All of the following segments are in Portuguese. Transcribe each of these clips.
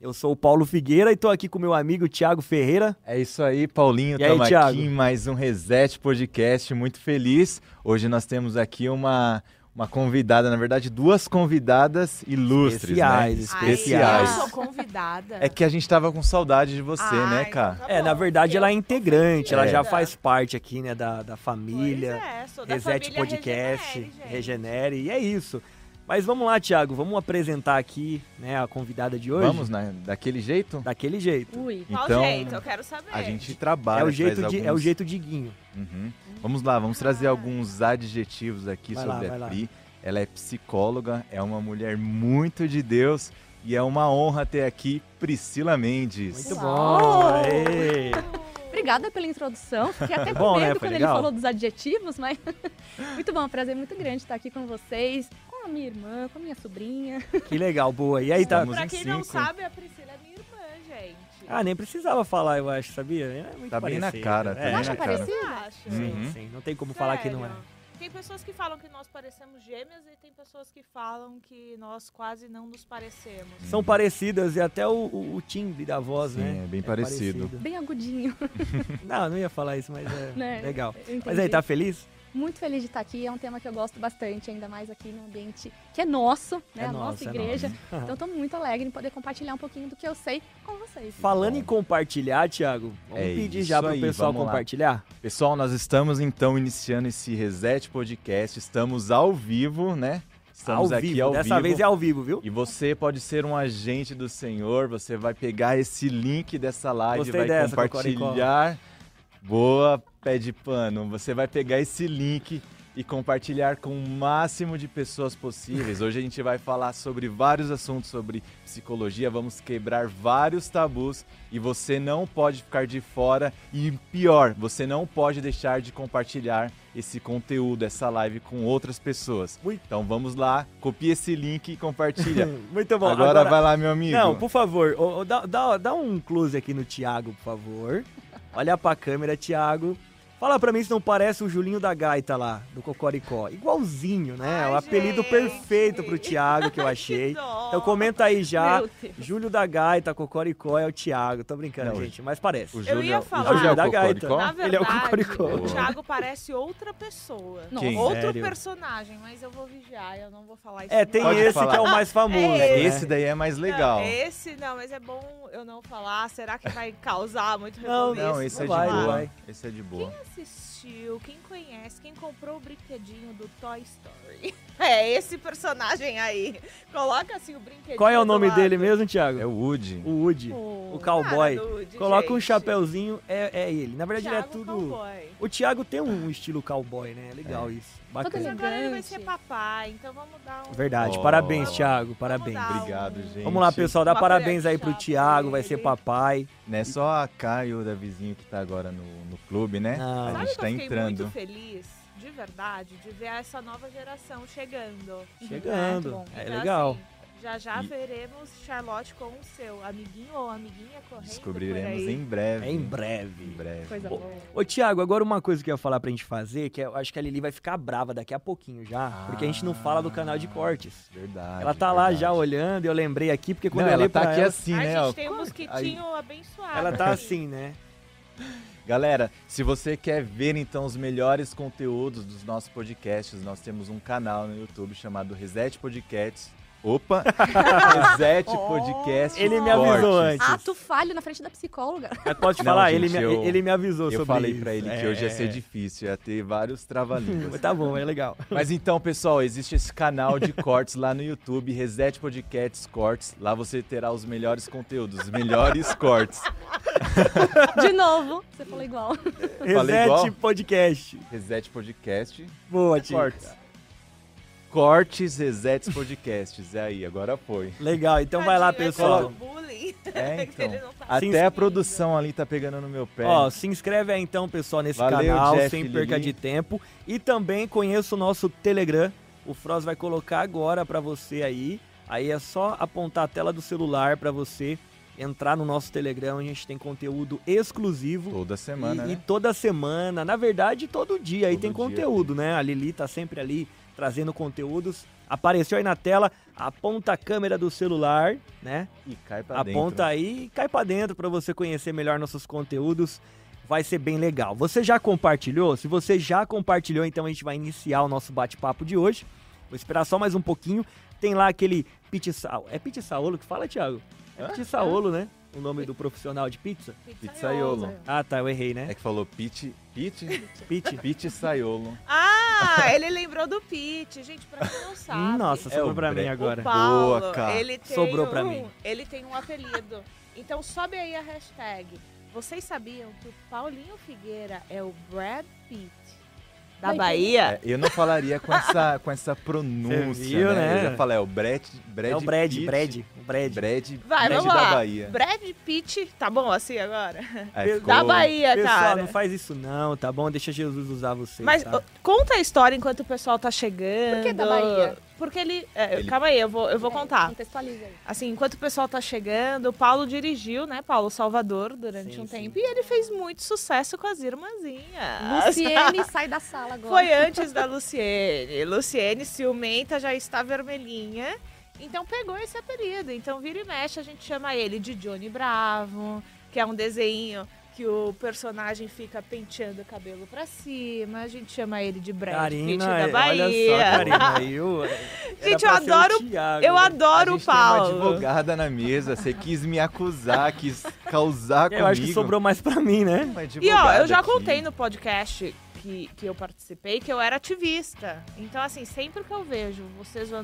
Eu sou o Paulo Figueira e tô aqui com meu amigo Thiago Ferreira. É isso aí, Paulinho. Estamos aqui em mais um Reset Podcast, muito feliz. Hoje nós temos aqui uma convidada, na verdade, duas convidadas ilustres, especiais. Eu sou convidada. É que a gente tava com saudade de você, né, cara? Então tá Na verdade ela é integrante, ela já ofendida. faz parte aqui, né, da família. Pois é, sou da Reset família Podcast, gente. Regenere, e é isso. Mas vamos lá, Thiago, vamos apresentar aqui, né, a convidada de hoje. Vamos, né? Daquele jeito? Daquele jeito. Ui, qual Então, jeito? Eu quero saber. A gente trabalha, É o jeito, traz é o alguns- jeito diguinho. Uhum. Vamos lá, vamos trazer alguns adjetivos aqui Vai sobre lá, a vai Pri. Ela é psicóloga, é uma mulher muito de Deus e é uma honra ter aqui Priscila Mendes. Muito Uau! bom. Aê. Obrigada pela introdução. Fiquei até com Bom, né? medo Foi quando legal. ele falou dos adjetivos, mas muito bom, um prazer muito grande estar aqui com vocês, com a minha irmã, com a minha sobrinha. Que legal, boa. E aí, tá? Estamos Pra em quem não 5. sabe, a Priscila é minha irmã, gente. Ah, nem precisava falar, eu acho, sabia? É muito Tá bem na parecido. cara, tá É. bem Acha na cara. parecido? Eu acho. Sim, Uhum. sim. Não tem como falar que não é. Sério. Tem pessoas que falam que nós parecemos gêmeas e tem pessoas que falam que nós quase não nos parecemos. São parecidas e até o timbre da voz, Sim, né? é bem parecido. Bem agudinho, Não ia falar isso, mas é né? legal. Eu entendi. Mas aí, tá feliz? Muito feliz de estar aqui, é um tema que eu gosto bastante, ainda mais aqui no ambiente que é nosso, né? É a nosso, nossa é igreja. nosso. Então estou muito alegre em poder compartilhar um pouquinho do que eu sei com vocês. Falando em compartilhar, Thiago, vamos É pedir isso já pro aí, pessoal vamos lá. compartilhar? Pessoal, nós estamos então iniciando esse Reset Podcast, estamos ao vivo, né? Estamos aqui ao Dessa vivo. vez é ao vivo, viu? E você pode ser um agente do Senhor, você vai pegar esse link dessa live, Gostei vai dessa, compartilhar. Boa, pé de pano. Você vai pegar esse link e compartilhar com o máximo de pessoas possíveis. Hoje a gente vai falar sobre vários assuntos sobre psicologia, vamos quebrar vários tabus e você não pode ficar de fora e pior, você não pode deixar de compartilhar esse conteúdo, essa live com outras pessoas. Então vamos lá, copia esse link e compartilha. Muito bom. Agora vai lá, meu amigo. Não, por favor, dá um close aqui no Thiago, por favor. Olha pra câmera, Thiago. Fala pra mim se não parece o Julinho da Gaita lá, do Cocoricó. Igualzinho, né? Ai, o apelido gente. perfeito pro Thiago que eu achei. Que dó. Então comenta aí já. Meu Deus. Júlio da Gaita, Cocoricó é o Thiago. Tô brincando, Não, gente, mas parece. O Eu Júlio, ia o falar. Júlio é Júlio o da Gaita. Cocoricó? Na Ele é o verdade, Cocoricó. o Thiago parece outra pessoa. Nossa. Quem? Outro Sério? personagem, mas eu vou vigiar, eu não vou falar isso. É, tem Pode esse falar. que é o mais famoso. É né? Esse daí é mais legal. Não, esse não, mas é bom eu não falar. Será que vai causar muito Não, reboliço? Não, esse é de vai, boa. vai. Esse é de boa. Quem assistiu, quem conhece, quem comprou o brinquedinho do Toy Story? É esse personagem aí. Coloca assim o brinquedinho. Qual é o do nome lado. dele mesmo, Thiago? É o Woody. O Woody. Oh. O cowboy. Cara do Woody, Coloca um gente. chapéuzinho, é ele. Na verdade, ele é Thiago tudo. Cowboy. O Thiago tem um estilo cowboy, né? É legal isso. Mas Bacana. agora ele vai elegante. ser papai, então vamos dar um... Verdade. Oh. Parabéns, Thiago. Parabéns. Vamos dar Obrigado, gente. Vamos lá, pessoal. Dá Uma parabéns aí pro colher de chá Thiago. pra Vai ser ele. papai. Não é só a Caio da vizinho que tá agora no clube, né? Não. A Sabe gente que tá eu fiquei entrando. muito feliz, de verdade, de ver essa nova geração chegando. Chegando. bom. É Então, legal. assim, já E- veremos Charlotte com o seu amiguinho ou amiguinha correndo Descobriremos por aí. em breve. É em breve. Em breve. Coisa Ô, boa. Ô, Thiago, agora uma coisa que eu ia falar pra gente fazer, que eu acho que a Lili vai ficar brava daqui a pouquinho já, porque a gente não fala do canal de cortes. Verdade. Ela tá lá verdade. já olhando, eu lembrei aqui, porque quando Não, eu olhei ela tá pra aqui ela, assim, A né? gente ó. tem um mosquitinho abençoado. ela tá aqui. assim, né? Galera, se você quer ver então os melhores conteúdos dos nossos podcasts, nós temos um canal no YouTube chamado Reset Podcasts. Opa! Reset Podcast. Ele me avisou Cortes. antes. Ato falho na frente da psicóloga. Mas posso te Não, falar, gente, ele me avisou Eu sobre falei isso. pra ele que hoje ia ser difícil, ia ter vários trava-línguas. Mas tá bom, é legal. Mas então, pessoal, existe esse canal de cortes lá no YouTube, Reset Podcasts Cortes. Lá você terá os melhores conteúdos, os melhores cortes. De novo, você falou igual. Falei igual? Reset Podcast. Reset Podcast Boa, Tia. Cortes. Cortes, Resets Podcasts. É aí, agora foi. Legal, então vai lá, Tadinho, é pessoal. só bullying. É, Que ele então. não tá Até Sim. a produção ali tá pegando no meu pé. Ó, se inscreve aí então, pessoal, nesse Valeu, canal, Jeff, sem perca Lili. de tempo. E também conheça o nosso Telegram. O Froz vai colocar agora pra você aí. Aí é só apontar a tela do celular pra você entrar no nosso Telegram, onde a gente tem conteúdo exclusivo. Toda semana, e né? toda semana, na verdade, todo dia aí Todo tem dia conteúdo, né? A Lili tá sempre ali trazendo conteúdos. Apareceu aí na tela, aponta a câmera do celular, né? E cai pra dentro. Aponta aí e cai pra dentro pra você conhecer melhor nossos conteúdos. Vai ser bem legal. Você já compartilhou? Se você já compartilhou, então a gente vai iniciar o nosso bate-papo de hoje. Vou esperar só mais um pouquinho. Tem lá aquele pizza... É pizza-saolo que fala, Thiago? É pizza-saolo, né? O nome do profissional de pizza. Pizzaiolo. Ah, tá, eu errei, né? É que falou Pete Pete. Pizzaiolo. Ah, ele lembrou do Pete. Gente, pra quem não sabe. Nossa, sobrou o pra Bre- mim agora. O Paulo, Boa, cara. ele tem Sobrou pra mim. Ele tem um apelido. Então sobe aí a hashtag. Vocês sabiam que o Paulinho Figueira é o Brad Pitt da Vai, Bahia? Eu não falaria com essa pronúncia, Você viu, né? Eu ia falar, é o Brad É o Brad, Pitt. Brad. Vai, Brad vamos da lá. Bahia. Brad Pitt, tá bom assim agora? Aí ficou- Da Bahia, Pessoal, cara. não faz isso não, tá bom? Deixa Jesus usar vocês, Mas tá? conta a história enquanto o pessoal tá chegando. Por que da Bahia? Porque ele... Ele- Calma aí, eu vou contar. Contextualiza aí. Assim, enquanto o pessoal tá chegando, o Paulo dirigiu, né, Paulo Salvador, durante Sim, um sim. tempo. E ele fez muito sucesso com as irmãzinhas. Luciene sai da sala agora. Foi antes da Luciene. Luciene, ciumenta, já está vermelhinha. Então pegou esse apelido. Então vira e mexe, a gente chama ele de Johnny Bravo, que é um desenho que o personagem fica penteando o cabelo pra cima. A gente chama ele de Brad Pitt Karina, da Bahia. olha só, Karina, Gente, eu adoro- Eu A adoro o gente tem uma Paulo. advogada na mesa, você quis me acusar, quis causar comigo. Eu acho que sobrou mais pra mim, né? Uma E ó, advogada eu já aqui. contei no podcast que eu participei que eu era ativista. Então, assim, sempre que eu vejo vocês zoando,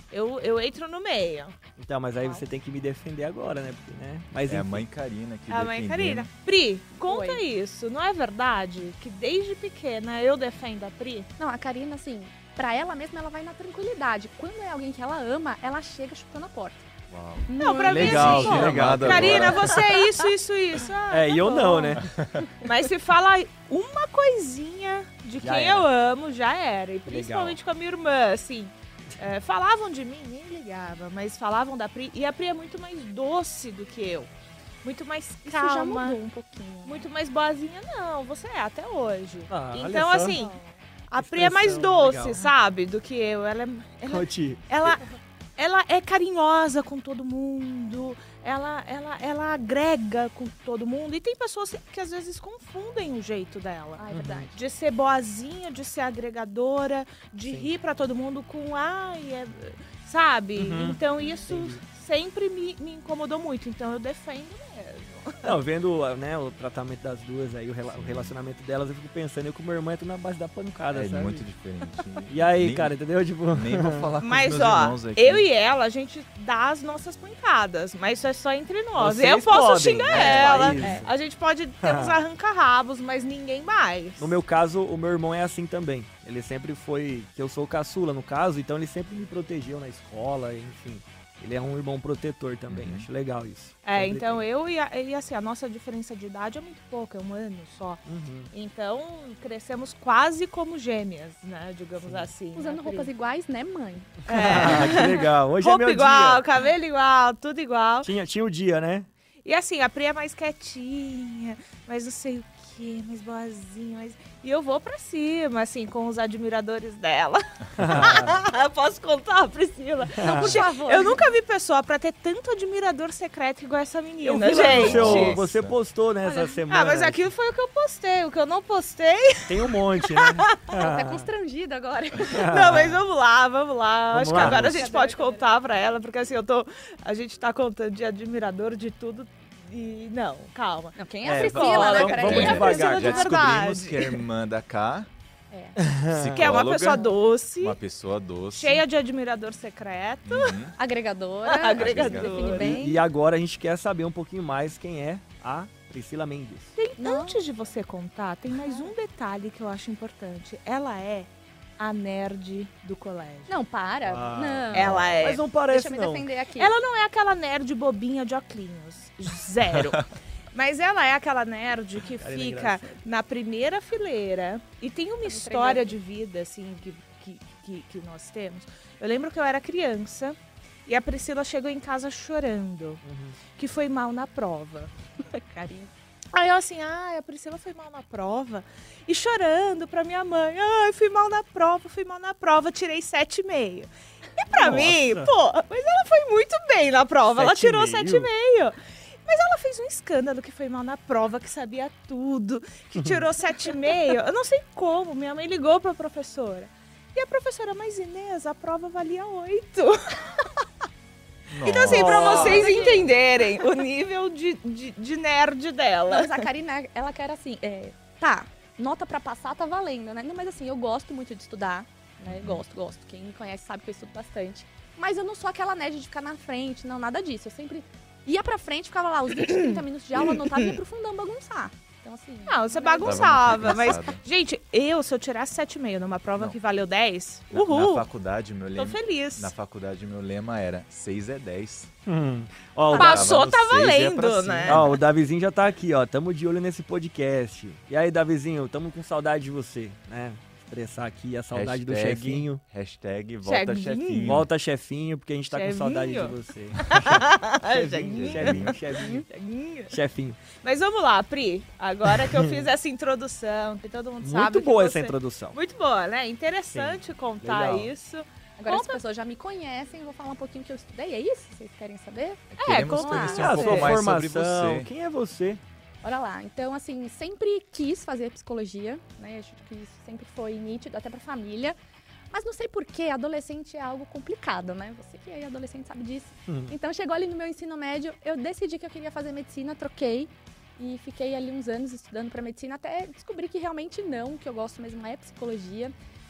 eu entro no meio. Então, mas aí você tem que me defender agora, né? Porque, né? Mas É a enfim. mãe Karina que A mãe defendendo. Karina. Pri, conta Oi. isso. Não é verdade que desde pequena eu defendo a Pri? Não, a Karina, assim, pra ela mesma, ela vai na tranquilidade. Quando é alguém que ela ama, ela chega chutando a porta. Uau. Não, pra Legal, mim assim, que legal. Karina, Agora. você é isso. Ah, É, tá e eu bom. não, né? Mas se fala uma coisinha de Já quem era. eu amo, já era. E principalmente com a minha irmã, assim. Falavam de mim, nem ligava, mas falavam da Pri. E a Pri é muito mais doce do que eu. Muito mais Isso já calma. mudou um pouquinho. Muito mais boazinha, não. Você é até hoje. Ah, olha Então, só. assim, a Pri é mais Expressão doce, legal. sabe? Do que eu. Ela Conte. é carinhosa com todo mundo. Ela agrega com todo mundo. E tem pessoas que às vezes confundem o jeito dela. Ah, é verdade. De ser boazinha, de ser agregadora, de Sim. rir pra todo mundo com sabe? Uhum, Então isso entendi. sempre me incomodou muito. Então eu defendo mesmo. Não, vendo né, o tratamento das duas aí, o relacionamento delas, eu fico pensando, eu com meu irmão entro na base da pancada, É sabe? muito diferente. E aí, Nem- cara, entendeu? Tipo, Nem vou falar com Mas os meus ó, irmãos aqui. eu e ela, a gente dá as nossas pancadas. Mas isso é só entre nós. Vocês Eu posso podem, xingar né? ela. Isso. A gente pode ter uns arranca-rabos, mas ninguém mais. No meu caso, o meu irmão é assim também. Ele sempre foi, que eu sou o caçula no caso, então ele sempre me protegeu na escola, enfim. Ele é um irmão protetor também, acho legal isso. Sempre Então tem. eu e assim, a nossa diferença de idade é muito pouca, é 1 ano só. Uhum. Então crescemos quase como gêmeas, né? Digamos assim. Usando né, roupas Pri? iguais, né, mãe? É. Ah, que legal. Hoje Roupa é meu igual, dia. cabelo igual, tudo igual. Tinha o dia, né? E assim, a Pri é mais quietinha, mais não sei o quê, mais boazinha, mais... E eu vou pra cima, assim, com os admiradores dela. Eu posso contar, Priscila? Por favor. Eu nunca vi pessoa pra ter tanto admirador secreto igual essa Eu menina, vi lá no gente. seu, você postou nessa semana. Ah, mas aquilo foi o que eu postei. O que eu não postei... Tem um monte, né? Tô até constrangida agora. Não, mas vamos lá. Vamos Acho que lá. agora a gente pode contar pra ela, porque assim, a gente tá contando de admirador de tudo e... Não, calma. Não, quem é a É, Priscila, né, vamos cara? vamos Quem é a devagar, Priscila Já de descobrimos verdade. que a irmã da K, É. psicóloga, Que é uma pessoa doce, uma pessoa doce. cheia de admirador secreto. Uhum. Agregadora. Agregadora. Define bem. E agora a gente quer saber um pouquinho mais quem é a Priscila Mendes. Não. Antes de você contar, tem mais um detalhe que eu acho importante. Ela é a nerd do colégio. Não, para. Ah. Não. Ela é. Mas não parece, Deixa eu me não. defender aqui. Ela não é aquela nerd bobinha de óculos. Zero. Mas ela é aquela nerd que Karina é fica engraçada. na primeira fileira e tem uma me história de vida, assim, que nós temos. Eu lembro que eu era criança e a Priscila chegou em casa chorando, que foi mal na prova. Carinho. Aí eu assim, a Priscila foi mal na prova. E chorando pra minha mãe, fui mal na prova, tirei 7,5. E E pra mim, pô, mas ela foi muito bem na prova. Ela tirou 7,5. Mas ela fez um escândalo que foi mal na prova, que sabia tudo, que tirou 7,5. Eu não sei como, minha mãe ligou pra professora. E a professora, mas Inês, a prova valia 8. Então assim, pra vocês entenderem o nível de nerd dela. Mas a Karina, ela quer assim, tá, nota pra passar tá valendo, né? Não, mas assim, eu gosto muito de estudar, né? Gosto. Quem me conhece sabe que eu estudo bastante. Mas eu não sou aquela nerd de ficar na frente, não, nada disso. Eu sempre ia pra frente, ficava lá os 20, 30 minutos de aula, anotava e ia pro fundão bagunçar. Então, assim... Não, você bagunçava, mas... Gente, se eu tirasse 7,5 numa prova que valeu 10, uhul! Na faculdade, meu lema... Tô feliz. Na faculdade, meu lema era 6 é 10. Passou, tá valendo, né? Ó, o Davizinho já tá aqui, ó. Tamo de olho nesse podcast. E aí, Davizinho, tamo com saudade de você, né? Expressar aqui a saudade do chefinho. Hashtag volta chefinho. Volta chefinho, porque a gente tá com saudade de você. Chefinho. Mas vamos lá, Pri. Agora que eu fiz essa introdução, que todo mundo sabe. Muito boa essa introdução. Muito boa, né? Interessante contar isso. Agora as pessoas já me conhecem, eu vou falar um pouquinho que eu estudei, é isso? Vocês querem saber? Queremos conhecer um pouco mais sobre você. Quem é você? Bora lá. Então, assim, sempre quis fazer psicologia, né? Acho que isso sempre foi nítido, até pra família. Mas não sei porquê, adolescente é algo complicado, né? Você que é adolescente sabe disso. Então, chegou ali no meu ensino médio, eu decidi que eu queria fazer medicina, troquei. E fiquei ali uns anos estudando pra medicina, até descobri que realmente não, o que eu gosto mesmo é psicologia.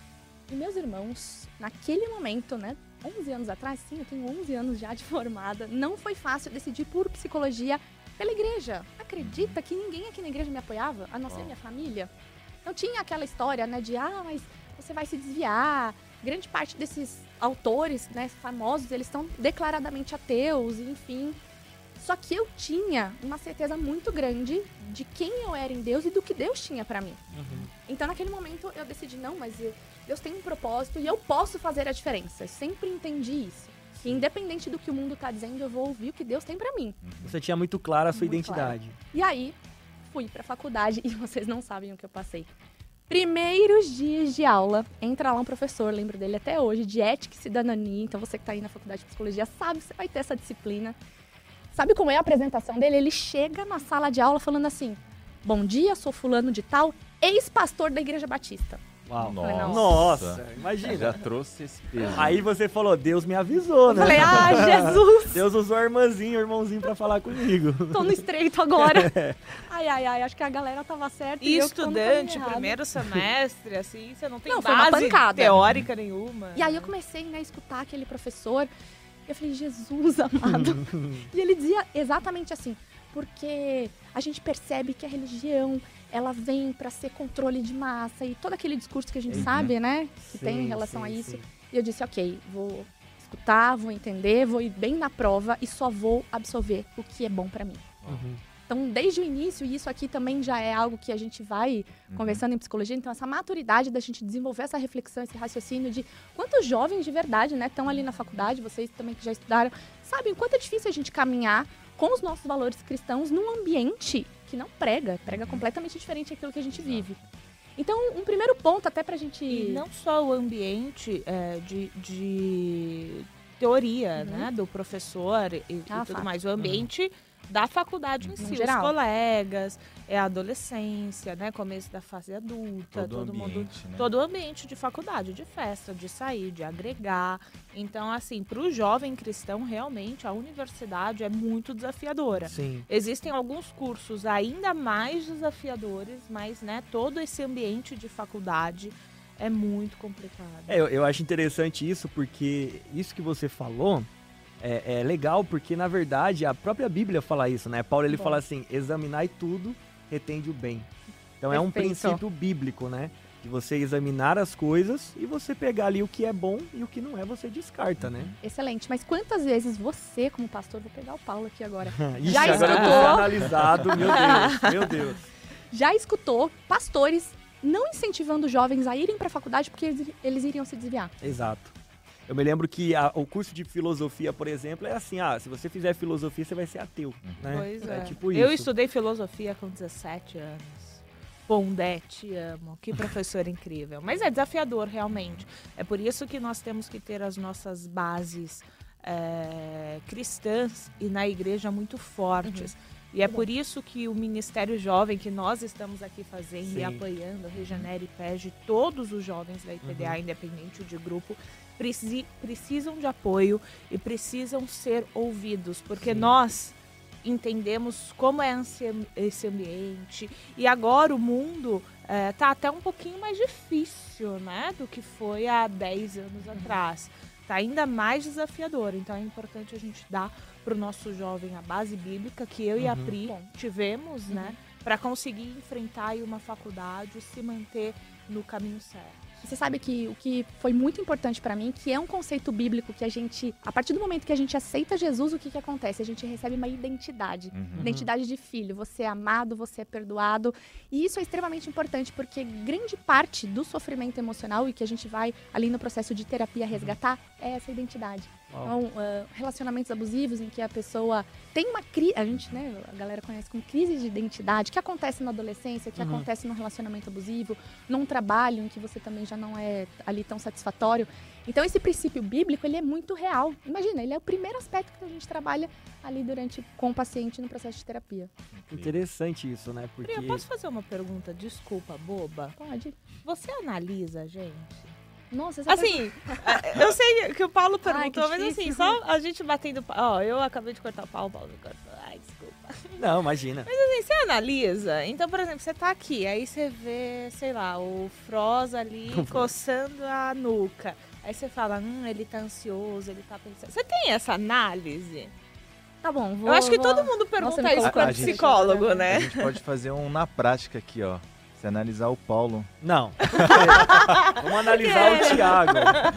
E meus irmãos, naquele momento, né? 11 anos atrás, sim, eu tenho 11 anos já de formada. Não foi fácil decidir por psicologia pela igreja. Acredita que ninguém aqui na igreja me apoiava, a não ser minha família? Não tinha aquela história, né, de, mas você vai se desviar. Grande parte desses autores, né, famosos, eles estão declaradamente ateus, enfim. Só que eu tinha uma certeza muito grande de quem eu era em Deus e do que Deus tinha pra mim. Então, naquele momento, eu decidi, não, mas Deus tem um propósito e eu posso fazer a diferença. Eu sempre entendi isso. E independente do que o mundo tá dizendo, eu vou ouvir o que Deus tem pra mim. Você tinha muito clara a sua Muito identidade. claro. E aí, fui pra faculdade e vocês não sabem o que eu passei. Primeiros dias de aula, entra lá um professor, lembro dele até hoje, de ética e cidadania. Então, você que tá aí na faculdade de psicologia sabe que você vai ter essa disciplina. Sabe como é a apresentação dele? Ele chega na sala de aula falando assim, bom dia, sou fulano de tal, ex-pastor da Igreja Batista. Uau. Nossa, imagina. Já trouxe esse peso. Aí você falou, Deus me avisou, né? Eu falei, Jesus! Deus usou a irmãozinho pra falar comigo. Tô no estreito agora. Ai, acho que a galera tava certa. E eu que tô no caminho estudante, errado. primeiro semestre, assim, você não tem Foi uma base pancada. teórica nenhuma. E aí eu comecei, né, a escutar aquele professor. Eu falei, Jesus amado. E ele dizia exatamente assim, porque a gente percebe que a religião, ela vem para ser controle de massa e todo aquele discurso que a gente sabe, né, que tem em relação a isso. E eu disse, ok, vou escutar, vou entender, vou ir bem na prova e só vou absorver o que é bom para mim. Então, desde o início, e isso aqui também já é algo que a gente vai conversando em psicologia, então essa maturidade da gente desenvolver essa reflexão, esse raciocínio de quantos jovens de verdade, né, estão ali na faculdade, vocês também que já estudaram, sabem o quanto é difícil a gente caminhar com os nossos valores cristãos num ambiente que não prega completamente diferente daquilo que a gente vive. Então, um primeiro ponto até pra gente... E não só o ambiente de teoria, né, do professor e tudo mais, o ambiente da faculdade em si, geral. os colegas, a adolescência, né, começo da fase adulta, todo mundo, né? todo o ambiente de faculdade, de festa, de sair, de agregar. Então, assim, para o jovem cristão, realmente, a universidade é muito desafiadora. Sim. Existem alguns cursos ainda mais desafiadores, mas, né, todo esse ambiente de faculdade é muito complicado. Eu acho interessante isso, porque isso que você falou é legal, porque na verdade a própria Bíblia fala isso, né? Paulo ele fala assim, examinai tudo, retende o bem. Então é um princípio bíblico, né? De você examinar as coisas e você pegar ali o que é bom e o que não é, você descarta, né? Excelente, mas quantas vezes você, como pastor, vou pegar o Paulo aqui agora, Ixi, já agora eu vou ser analisado, meu Deus. Já escutou pastores não incentivando jovens a irem para a faculdade porque eles iriam se desviar? Exato. Eu me lembro que o curso de filosofia, por exemplo, é assim, se você fizer filosofia, você vai ser ateu, né? Pois é. Tipo isso. Eu estudei filosofia com 17 anos. Pondé, te amo. Que professor incrível. Mas é desafiador, realmente. É por isso que nós temos que ter as nossas bases cristãs e na igreja muito fortes. E é por isso que o Ministério Jovem, que nós estamos aqui fazendo e apoiando, Regenere e PEG, todos os jovens da IPDA, independente de grupo, precisam de apoio e precisam ser ouvidos, porque nós entendemos como é esse ambiente e agora o mundo tá até um pouquinho mais difícil, né, do que foi há 10 anos atrás. Tá ainda mais desafiador, então é importante a gente dar para o nosso jovem a base bíblica que eu e a Pri tivemos, né, para conseguir enfrentar aí uma faculdade e se manter no caminho certo. Você sabe que o que foi muito importante para mim, que é um conceito bíblico que a gente, a partir do momento que a gente aceita Jesus, o que acontece? A gente recebe uma identidade, identidade de filho. Você é amado, você é perdoado. E isso é extremamente importante porque grande parte do sofrimento emocional e que a gente vai ali no processo de terapia resgatar é essa identidade. Então, relacionamentos abusivos em que a pessoa tem uma crise, a gente, né, a galera conhece como crise de identidade, que acontece na adolescência, que acontece num relacionamento abusivo, num trabalho em que você também já não é ali tão satisfatório. Então, esse princípio bíblico, ele é muito real. Imagina, ele é o primeiro aspecto que a gente trabalha ali com o paciente no processo de terapia. Interessante isso, né? Porque... Pri, eu posso fazer uma pergunta, desculpa, boba? Pode. Você analisa, gente? Nossa, essa Assim, eu sei que o Paulo perguntou, que mas assim, difícil. só a gente batendo... Ó, eu acabei de cortar o Paulo me cortou. Ai, desculpa. Não, imagina. Assim, você analisa, então, por exemplo, você tá aqui, aí você vê, sei lá, o Froz ali coçando a nuca. Aí você fala, ele tá ansioso, ele tá pensando... Você tem essa análise? Tá bom, Eu acho que todo mundo pergunta Nossa, isso pra psicólogo, né? A gente pode fazer na prática aqui, ó. Você analisar o Paulo. Não. Vamos analisar o Thiago.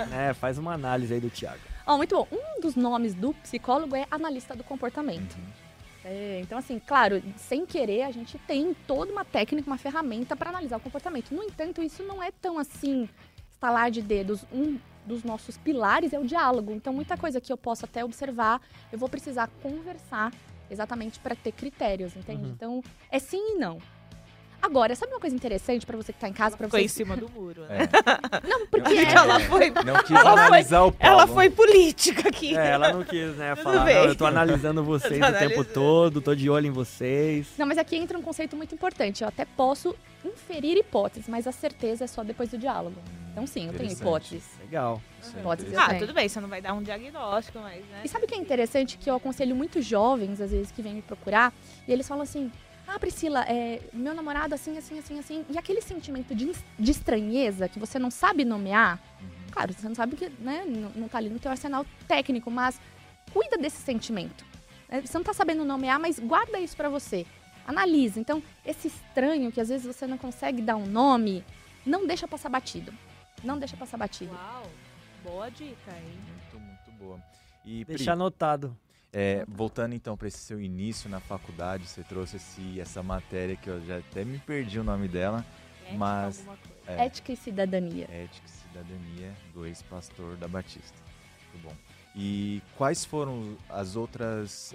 Faz uma análise aí do Thiago. Muito bom. Um dos nomes do psicólogo é analista do comportamento. Então, assim, claro, sem querer, a gente tem toda uma técnica, uma ferramenta para analisar o comportamento. No entanto, isso não é tão assim, estalar de dedos. Um dos nossos pilares é o diálogo. Então, muita coisa que eu posso até observar, eu vou precisar conversar exatamente para ter critérios, entende? Então, é sim e não. Agora, sabe uma coisa interessante pra você que tá em casa? Pra Foi você... em cima do muro, né? Não, porque ela foi... Não quis analisar o Paulo. Ela foi política aqui. Ela não quis, falar, bem. não, eu tô analisando vocês o tempo todo, tô de olho em vocês. Não, mas aqui entra um conceito muito importante. Eu até posso inferir hipóteses, mas a certeza é só depois do diálogo. Então, sim, eu tenho hipóteses. Legal. Hipóteses eu tenho. Tudo bem, você não vai dar um diagnóstico, mas, né? E sabe o que é interessante? Que eu aconselho muitos jovens, às vezes, que vêm me procurar, e eles falam assim... Priscila, meu namorado assim. E aquele sentimento de estranheza que você não sabe nomear, claro, você não sabe que, né, não tá ali no teu arsenal técnico, mas cuida desse sentimento. Você não tá sabendo nomear, mas guarda isso pra você. Analisa. Então, esse estranho que às vezes você não consegue dar um nome, não deixa passar batido. Não deixa passar batido. Uau, boa dica, hein? Muito boa. E, Deixa anotado. Voltando então para esse seu início na faculdade, você trouxe essa matéria que eu já até me perdi o nome dela, mas Ética e Cidadania. Ética e Cidadania do ex-pastor da Batista. Muito bom. E quais foram as outras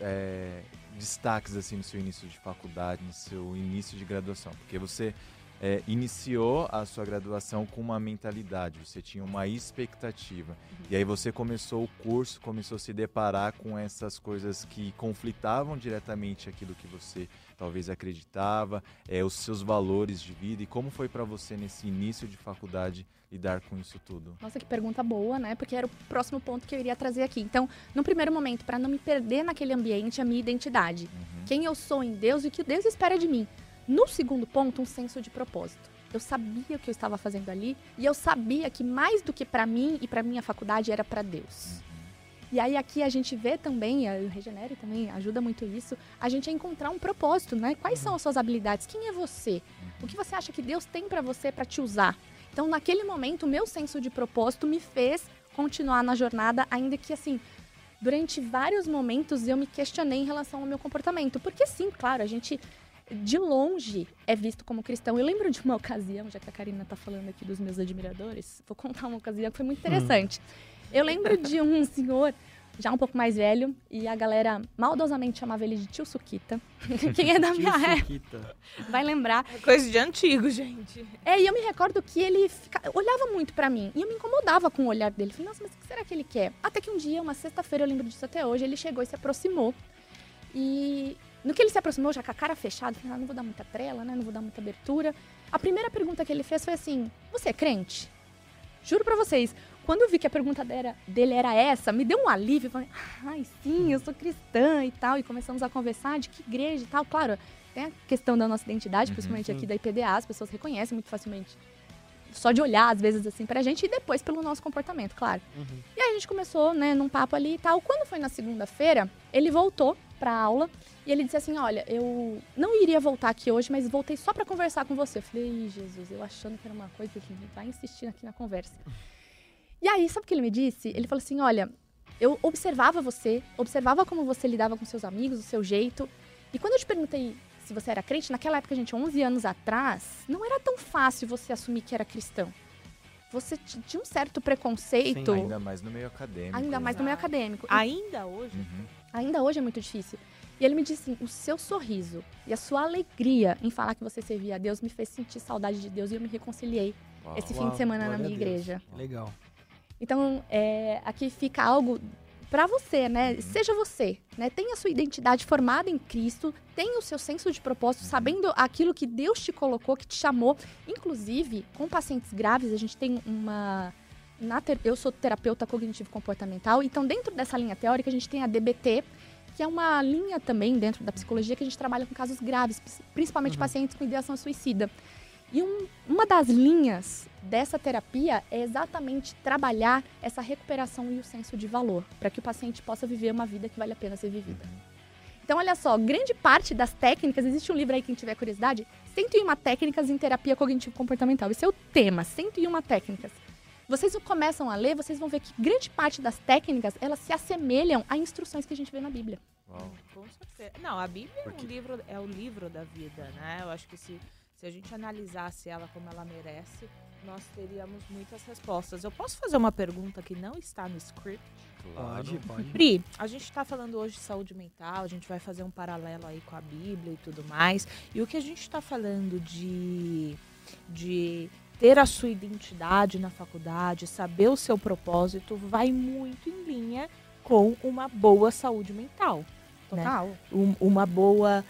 destaques assim no seu início de faculdade, no seu início de graduação? Porque você iniciou a sua graduação com uma mentalidade, você tinha uma expectativa. E aí você começou o curso, começou a se deparar com essas coisas que conflitavam diretamente aquilo que você talvez acreditava, os seus valores de vida. E como foi para você nesse início de faculdade lidar com isso tudo? Nossa, que pergunta boa, né? Porque era o próximo ponto que eu iria trazer aqui. Então, no primeiro momento, para não me perder naquele ambiente, a minha identidade. Quem eu sou em Deus e o que Deus espera de mim. No segundo ponto, um senso de propósito. Eu sabia o que eu estava fazendo ali e eu sabia que mais do que para mim e para minha faculdade era para Deus. E aí aqui a gente vê também, a Regenere também ajuda muito isso, a gente a encontrar um propósito, né? Quais são as suas habilidades? Quem é você? O que você acha que Deus tem para você para te usar? Então, naquele momento, o meu senso de propósito me fez continuar na jornada, ainda que assim, durante vários momentos eu me questionei em relação ao meu comportamento. Porque sim, claro, a gente de longe é visto como cristão. Eu lembro de uma ocasião, já que a Karina tá falando aqui dos meus admiradores, vou contar uma ocasião que foi muito interessante. Eu lembro de um senhor já um pouco mais velho, e a galera maldosamente chamava ele de tio Suquita. Quem é da minha época vai lembrar. É coisa de antigo, gente. E eu me recordo que ele olhava muito pra mim, e eu me incomodava com o olhar dele. Falei, nossa, mas o que será que ele quer? Até que um dia, uma sexta-feira, eu lembro disso até hoje, ele chegou e se aproximou. E no que ele se aproximou, já com a cara fechada, falei, não vou dar muita trela, né? Não vou dar muita abertura. A primeira pergunta que ele fez foi assim, você é crente? Juro pra vocês, quando eu vi que a pergunta dele era essa, me deu um alívio. Eu falei, ai, sim, eu sou cristã e tal. E começamos a conversar de que igreja e tal. Claro, tem a questão da nossa identidade, principalmente sim. aqui da IPDA. As pessoas reconhecem muito facilmente. Só de olhar, às vezes, assim, pra gente. E depois pelo nosso comportamento, claro. E aí a gente começou, né, num papo ali e tal. Quando foi na segunda-feira, ele voltou pra aula. E ele disse assim, olha, eu não iria voltar aqui hoje, mas voltei só pra conversar com você. Eu falei, ih, Jesus, eu achando que era uma coisa que ele vai insistir aqui na conversa. E aí, sabe o que ele me disse? Ele falou assim, olha, eu observava você, observava como você lidava com seus amigos, o seu jeito. E quando eu te perguntei se você era crente, naquela época, gente, 11 anos atrás, não era tão fácil você assumir que era cristão. Você tinha um certo preconceito. Sim, ainda mais no meio acadêmico. Ainda mais no meio acadêmico. Ainda hoje? Ainda hoje é muito difícil. E ele me disse assim, o seu sorriso e a sua alegria em falar que você servia a Deus me fez sentir saudade de Deus e eu me reconciliei esse fim de semana na minha igreja. Legal. Então, aqui fica algo pra você, né? Seja você, né? Tenha a sua identidade formada em Cristo, tenha o seu senso de propósito, sabendo aquilo que Deus te colocou, que te chamou. Inclusive, com pacientes graves, a gente tem eu sou terapeuta cognitivo-comportamental, então dentro dessa linha teórica a gente tem a DBT, que é uma linha também dentro da psicologia que a gente trabalha com casos graves, principalmente pacientes com ideação suicida. E uma das linhas dessa terapia é exatamente trabalhar essa recuperação e o senso de valor, para que o paciente possa viver uma vida que vale a pena ser vivida. Então, olha só, grande parte das técnicas, existe um livro aí, quem tiver curiosidade, 101 técnicas em terapia cognitivo-comportamental. Esse é o tema, 101 técnicas. Vocês começam a ler, vocês vão ver que grande parte das técnicas, elas se assemelham a instruções que a gente vê na Bíblia. Uau. Com certeza. Não, a Bíblia é o livro da vida, né? Eu acho que se a gente analisasse ela como ela merece, nós teríamos muitas respostas. Eu posso fazer uma pergunta que não está no script? Pode. Pri, a gente está falando hoje de saúde mental, a gente vai fazer um paralelo aí com a Bíblia e tudo mais. E o que a gente está falando de ter a sua identidade na faculdade, saber o seu propósito, vai muito em linha com uma boa saúde mental. Total. Né? Uma boa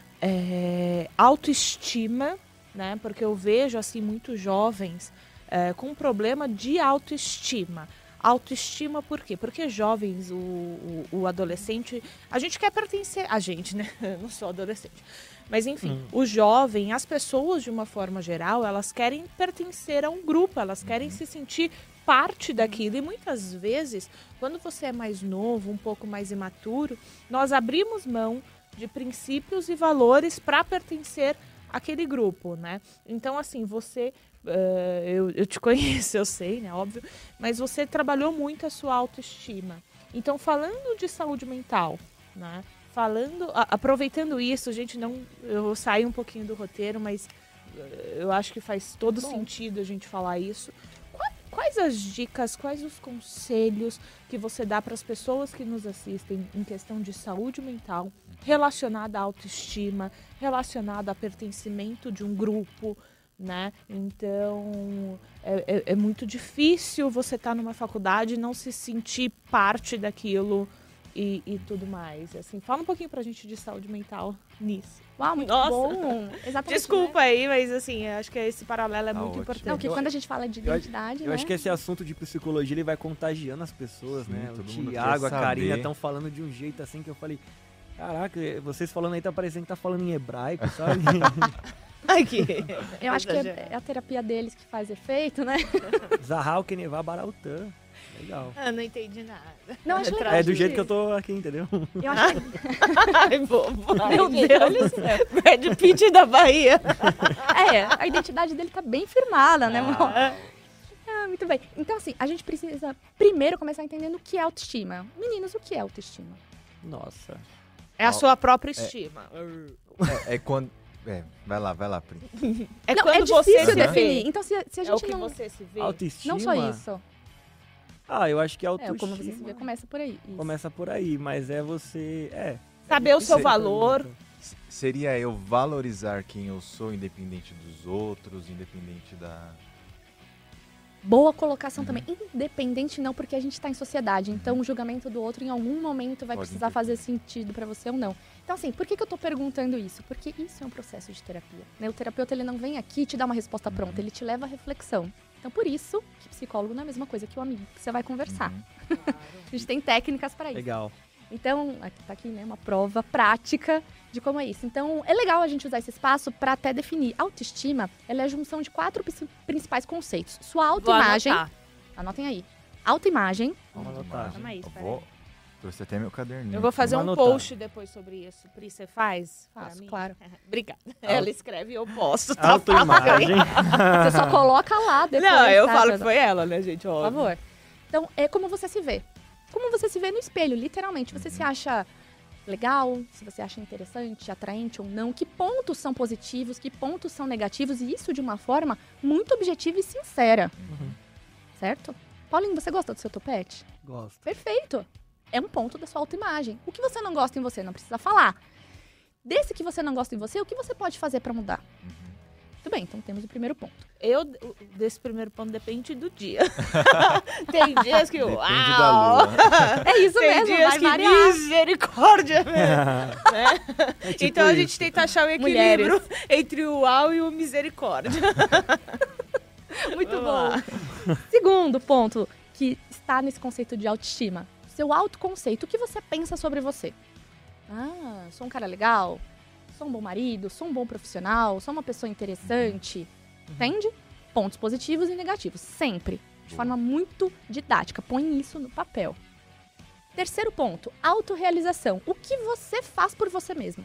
autoestima, né? Porque eu vejo assim muitos jovens com um problema de autoestima. Autoestima por quê? Porque jovens, o adolescente, a gente quer pertencer, a gente, né? Eu não sou adolescente. Mas enfim, o jovem, as pessoas de uma forma geral, elas querem pertencer a um grupo, elas querem se sentir parte daquilo. E muitas vezes, quando você é mais novo, um pouco mais imaturo, nós abrimos mão de princípios e valores para pertencer àquele grupo, né? Então, assim, você... eu te conheço, eu sei, né? Óbvio. Mas você trabalhou muito a sua autoestima. Então, falando de saúde mental, né? Aproveitando isso, gente, eu saí um pouquinho do roteiro, mas eu acho que faz todo sentido a gente falar isso. Quais as dicas, quais os conselhos que você dá para as pessoas que nos assistem em questão de saúde mental, relacionada à autoestima, relacionada a pertencimento de um grupo, né? Então, é muito difícil você estar numa faculdade e não se sentir parte daquilo e tudo mais. Assim, fala um pouquinho pra gente de saúde mental nisso. Uau, muito bom! Exatamente. Desculpa aí, mas assim, acho que esse paralelo é muito ótimo. importante. Não, que quando a gente fala de identidade, Eu acho que esse assunto de psicologia, ele vai contagiando as pessoas, Sim, né? O todo mundo Thiago, quer a Karina saber. estão falando de um jeito assim que eu falei, caraca, vocês falando aí tá parecendo que tá falando em hebraico, sabe? Aqui. Eu acho que é a terapia deles que faz efeito, né? Zahal Kenevá Barautan. Legal. Eu não entendi nada. Não, acho legal. É do jeito que eu tô aqui, entendeu? Eu acho que... Ai, bobo. Meu Deus. Brad Pitt da Bahia. A identidade dele tá bem firmada, né, amor? Muito bem. Então, assim, a gente precisa primeiro começar entendendo o que é autoestima. Meninos, o que é autoestima? Nossa. É a sua própria estima. É quando... vai lá, Pri. É não, quando é você difícil se definir. vê. Então, se a É o gente que não... você se vê. Autoestima. Não só isso. Eu acho que a autoestima como você se vê começa por aí. Isso. começa por aí, mas é você... Saber o seu Sim. valor. Seria eu valorizar quem eu sou, independente dos outros, independente da... Boa colocação também. Independente não, porque a gente está em sociedade. Então, o julgamento do outro, em algum momento, vai Pode precisar interferir. fazer sentido para você ou não. Então, assim, por que eu tô perguntando isso? Porque isso é um processo de terapia. Né? O terapeuta, ele não vem aqui e te dá uma resposta pronta. Ele te leva à reflexão. Então, por isso que psicólogo não é a mesma coisa que o amigo que você vai conversar. A gente tem técnicas para isso. Legal. Então, aqui tá aqui, né, uma prova prática de como é isso. Então, é legal a gente usar esse espaço para até definir. Autoestima, ela é a junção de 4 principais conceitos. Sua autoimagem. Anotem aí. Autoimagem. Vamos anotar. Calma aí, espera Vou... aí. Trouxe até meu caderninho. Eu vou fazer Vamos um anotar. post depois sobre isso. Pri, você faz? pra Faço, mim? claro. Obrigada. Ela escreve e eu posto. Tá Autoimagem. Você só coloca lá depois. Não, eu tá, falo Jana? que foi ela, né, gente? Por Óbvio. favor. Então, é como você se vê. Como você se vê no espelho, literalmente. Você se acha legal, se você acha interessante, atraente ou não, que pontos são positivos, que pontos são negativos, e isso de uma forma muito objetiva e sincera. Certo? Paulinho, você gosta do seu topete? Gosto. Perfeito. É um ponto da sua autoimagem. O que você não gosta em você, não precisa falar. Desse que você não gosta em você, o que você pode fazer para mudar? Muito bem, então temos o primeiro ponto. Desse primeiro ponto depende do dia. Tem dias que Depende uau! da lua. É isso Tem mesmo, dias vai que variar. misericórdia, né? É tipo Então a isso. gente tenta achar o equilíbrio Mulheres. entre o uau e o misericórdia. Muito Vamos bom. lá. Segundo ponto que está nesse conceito de autoestima. Seu autoconceito. O que você pensa sobre você? Sou um cara legal? Sou um bom marido? Sou um bom profissional? Sou uma pessoa interessante? Entende? Pontos positivos e negativos. Sempre. De forma muito didática. Põe isso no papel. Terceiro ponto. Autorrealização. O que você faz por você mesmo?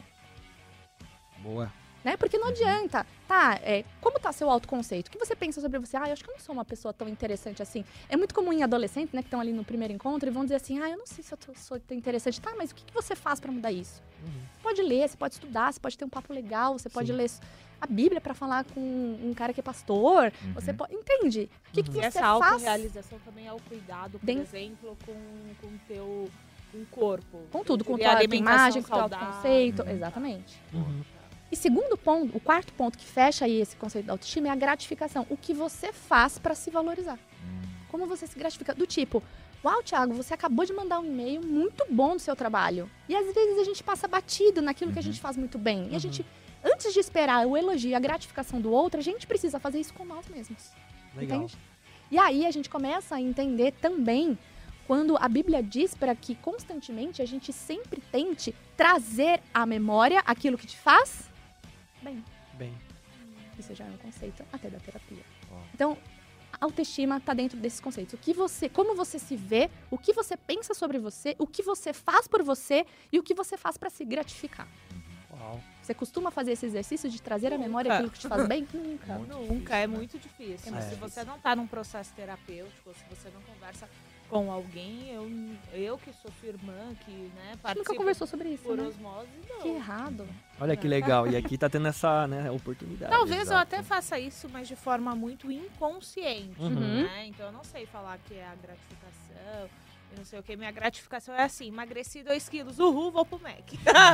Boa. Né? Porque não adianta, como tá seu autoconceito? O que você pensa sobre você? Eu acho que eu não sou uma pessoa tão interessante assim. É muito comum em adolescentes, né, que estão ali no primeiro encontro e vão dizer assim, eu não sei se eu sou tão interessante. Tá, mas o que você faz pra mudar isso? Você pode ler, você pode estudar, você pode ter um papo legal, você pode ler a Bíblia pra falar com um cara que é pastor. Você pode, entende? O que E você essa faz? autorrealização também é o cuidado, por Bem- exemplo, com o teu corpo. Com tudo, com E tua alimentação autoimagem, com o teu saudável. autoconceito. Exatamente. E segundo ponto, o quarto ponto que fecha aí esse conceito da autoestima é a gratificação. O que você faz pra se valorizar. Como você se gratifica. Do tipo, uau, Thiago, você acabou de mandar um e-mail muito bom do seu trabalho. E às vezes a gente passa batido naquilo que a gente faz muito bem. E a gente, antes de esperar o elogio e a gratificação do outro, a gente precisa fazer isso com nós mesmos. Legal. Entende? E aí a gente começa a entender também quando a Bíblia diz para que constantemente a gente sempre tente trazer à memória aquilo que te faz bem. Isso já é um conceito até da terapia. Então, a autoestima está dentro desses conceitos. Como você se vê, o que você pensa sobre você, o que você faz por você e o que você faz para se gratificar. Uau. Você costuma fazer esse exercício de trazer à memória aquilo que te faz bem? Nunca. Muito Nunca, difícil, é né? muito difícil. É. Se você não tá num processo terapêutico, se você não conversa com alguém, eu que sou sua irmã, que, né, A gente nunca participo conversou sobre isso, por né? osmose, não. Que errado. Olha que legal. E aqui tá tendo essa, oportunidade. Talvez eu Exato. até faça isso, mas de forma muito inconsciente, Uhum. né? Então eu não sei falar que é a gratificação, eu não sei o que. Minha gratificação é assim, emagreci 2 quilos, uhul, vou pro Mac.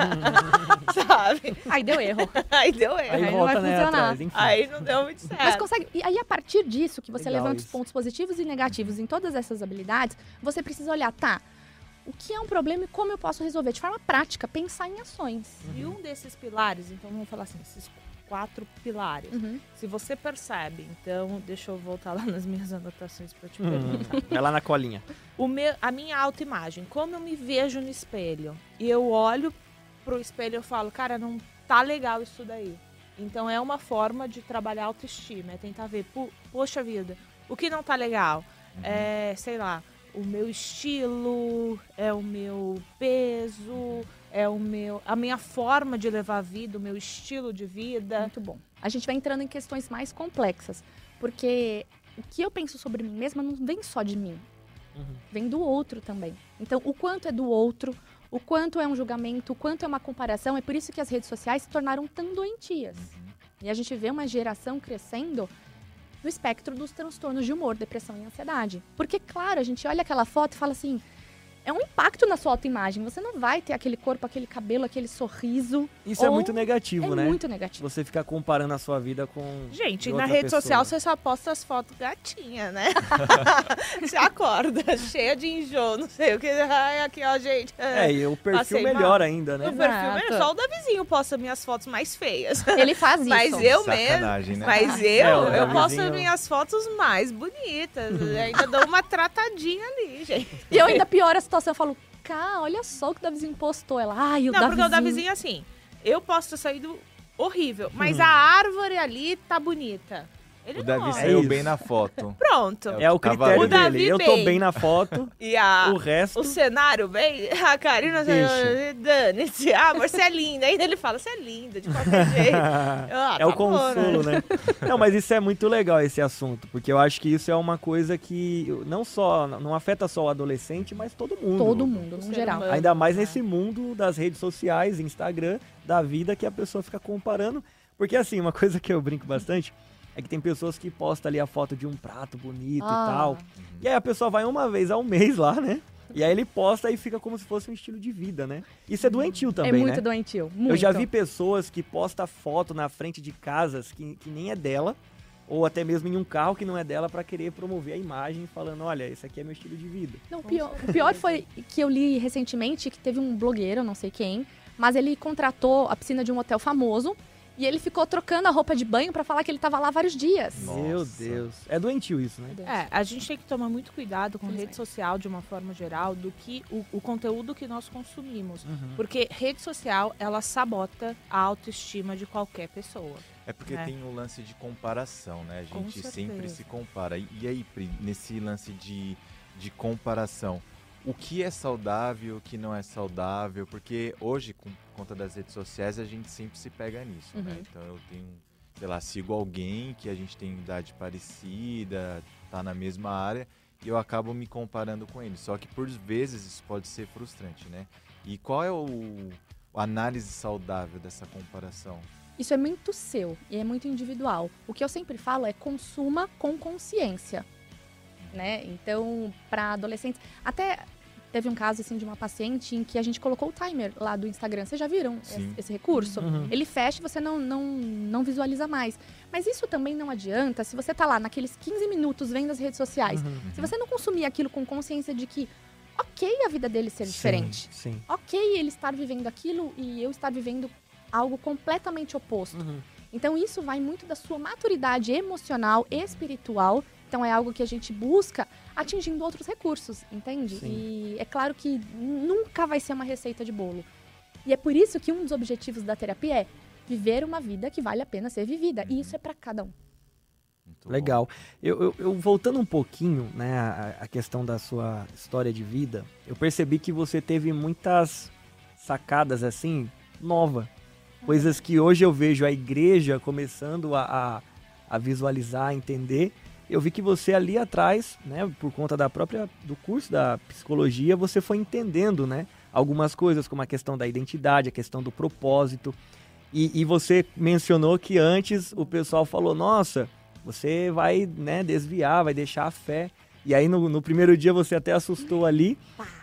Sabe? Aí deu erro. Aí deu erro. Aí não volta, vai né, funcionar. atrás, enfim. Aí não deu muito certo. Mas consegue. E aí, a partir disso, que você Legal levanta os isso. pontos positivos e negativos em todas essas habilidades, você precisa olhar, o que é um problema e como eu posso resolver? De forma prática, pensar em ações. E um desses pilares, então vamos falar assim, esses 4 pilares. Uhum. Se você percebe, então, deixa eu voltar lá nas minhas anotações pra te perguntar. Vai lá na colinha. A minha autoimagem, como eu me vejo no espelho, e eu olho pro espelho e eu falo, cara, não tá legal isso daí. Então é uma forma de trabalhar a autoestima, é tentar ver, poxa vida, o que não tá legal? É, sei lá, o meu estilo, é o meu peso, é a minha forma de levar a vida, o meu estilo de vida. Muito bom. A gente vai entrando em questões mais complexas, porque o que eu penso sobre mim mesma não vem só de mim, vem do outro também. Então, o quanto é do outro, o quanto é um julgamento, o quanto é uma comparação, é por isso que as redes sociais se tornaram tão doentias. E a gente vê uma geração crescendo no espectro dos transtornos de humor, depressão e ansiedade. Porque, claro, a gente olha aquela foto e fala assim, é um impacto na sua autoimagem. Você não vai ter aquele corpo, aquele cabelo, aquele sorriso. Isso é muito negativo, né? É muito negativo. Você ficar comparando a sua vida com Gente, de na outra rede pessoa. social você só posta as fotos gatinha, né? Você acorda cheia de enjoo, não sei o que. Ai, aqui, ó, gente. E o perfil Passei melhor mal. ainda, né? No perfil, Exato. só o Davizinho posta minhas fotos mais feias. Ele faz isso. Mas eu mesmo. Sacanagem, né? Mas o eu posto Davizinho- minhas fotos mais bonitas. Ainda dou uma tratadinha ali, gente. E eu ainda pioro a situação. Eu falo, cara, olha só o que o Davizinho postou. Ela, ai, o Não, Davizinho. porque o Davizinho, assim, eu posso ter saído horrível, mas a árvore ali tá bonita. Ele O não Davi olha. saiu isso. bem na foto. Pronto. É o Tá critério valendo. O Davi dele. Eu tô bem. bem na foto, E a... o resto... O cenário bem, a Karina, Deixa. dane-se. Ah, amor, você é linda. Ainda ele fala, você é linda, de qualquer jeito. Ah, É o tá bom, consolo, né? Não, mas isso é muito legal, esse assunto, porque eu acho que isso é uma coisa que não afeta só o adolescente, mas todo mundo. Todo mundo, O no ser geral. humano. Ainda mais né? nesse mundo das redes sociais, Instagram, da vida, que a pessoa fica comparando. Porque assim, uma coisa que eu brinco bastante é que tem pessoas que postam ali a foto de um prato bonito e tal. E aí a pessoa vai uma vez ao mês lá, né? E aí ele posta e fica como se fosse um estilo de vida, né? Isso é doentio também, É muito né? doentio. Muito. Eu já vi pessoas que postam foto na frente de casas que nem é dela, ou até mesmo em um carro que não é dela, pra querer promover a imagem, falando, olha, esse aqui é meu estilo de vida. Não, o pior foi que eu li recentemente que teve um blogueiro, não sei quem, mas ele contratou a piscina de um hotel famoso e ele ficou trocando a roupa de banho pra falar que ele tava lá vários dias. Nossa. Meu Deus. É doentio isso, né? É, a gente tem que tomar muito cuidado com Felizmente. rede social de uma forma geral do que o conteúdo que nós consumimos. Uhum. Porque rede social, ela sabota a autoestima de qualquer pessoa. É porque É. tem o lance de comparação, né? A Com gente sempre certeza. se compara. E aí, Pri, nesse lance de comparação, o que é saudável, o que não é saudável? Porque hoje, com conta das redes sociais, a gente sempre se pega nisso, né? Uhum. Então eu tenho, sei lá, sigo alguém que a gente tem idade parecida, tá na mesma área, e eu acabo me comparando com ele. Só que por vezes isso pode ser frustrante, né? E qual é a análise saudável dessa comparação? Isso é muito seu e é muito individual. O que eu sempre falo é consuma com consciência, né? Então, para adolescentes, até teve um caso assim de uma paciente em que a gente colocou o timer lá do Instagram. Vocês já viram Sim. esse recurso? Uhum. Ele fecha e você não visualiza mais. Mas isso também não adianta se você tá lá naqueles 15 minutos vendo as redes sociais. Uhum. Se você não consumir aquilo com consciência de que, ok, a vida dele ser diferente. Sim. Ok, ele estar vivendo aquilo e eu estar vivendo algo completamente oposto. Uhum. Então isso vai muito da sua maturidade emocional e espiritual. Então é algo que a gente busca atingindo outros recursos, entende? Sim. E é claro que nunca vai ser uma receita de bolo. E é por isso que um dos objetivos da terapia é viver uma vida que vale a pena ser vivida. E isso é para cada um. Muito Legal. Eu voltando um pouquinho, né, a questão da sua história de vida, eu percebi que você teve muitas sacadas, assim, nova. Coisas que hoje eu vejo a igreja começando a visualizar, a entender. Eu vi que você ali atrás, né, por conta do curso da psicologia, você foi entendendo, né, algumas coisas, como a questão da identidade, a questão do propósito. E você mencionou que antes o pessoal falou, nossa, você vai, né, desviar, vai deixar a fé. E aí no primeiro dia você até assustou ali.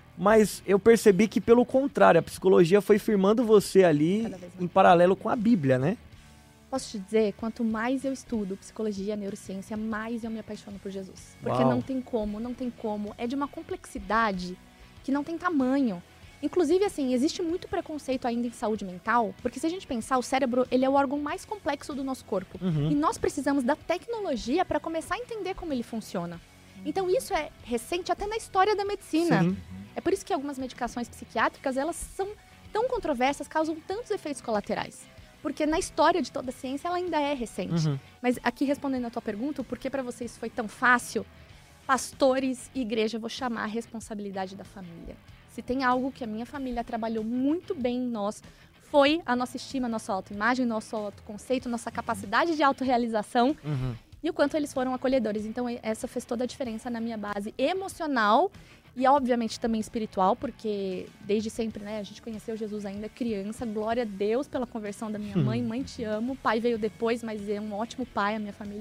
Mas eu percebi que, pelo contrário, a psicologia foi firmando você ali Cada vez mais. em paralelo com a Bíblia, né? Posso te dizer, quanto mais eu estudo psicologia, neurociência, mais eu me apaixono por Jesus. Porque Uau. não tem como. É de uma complexidade que não tem tamanho. Inclusive, assim, existe muito preconceito ainda em saúde mental, porque se a gente pensar, o cérebro, ele é o órgão mais complexo do nosso corpo. Uhum. E nós precisamos da tecnologia para começar a entender como ele funciona. Então isso é recente até na história da medicina. Sim. É por isso que algumas medicações psiquiátricas, elas são tão controversas, causam tantos efeitos colaterais. Porque na história de toda a ciência, ela ainda é recente. Uhum. Mas aqui, respondendo a tua pergunta, por que para vocês foi tão fácil? Pastores e igreja, eu vou chamar a responsabilidade da família. Se tem algo que a minha família trabalhou muito bem em nós, foi a nossa estima, nossa autoimagem, nosso autoconceito, nossa capacidade de autorrealização Uhum. e o quanto eles foram acolhedores. Então, essa fez toda a diferença na minha base emocional e, obviamente, também espiritual, porque desde sempre, né, a gente conheceu Jesus ainda criança. Glória a Deus pela conversão da minha mãe. Mãe, te amo. Pai veio depois, mas é um ótimo pai. A minha família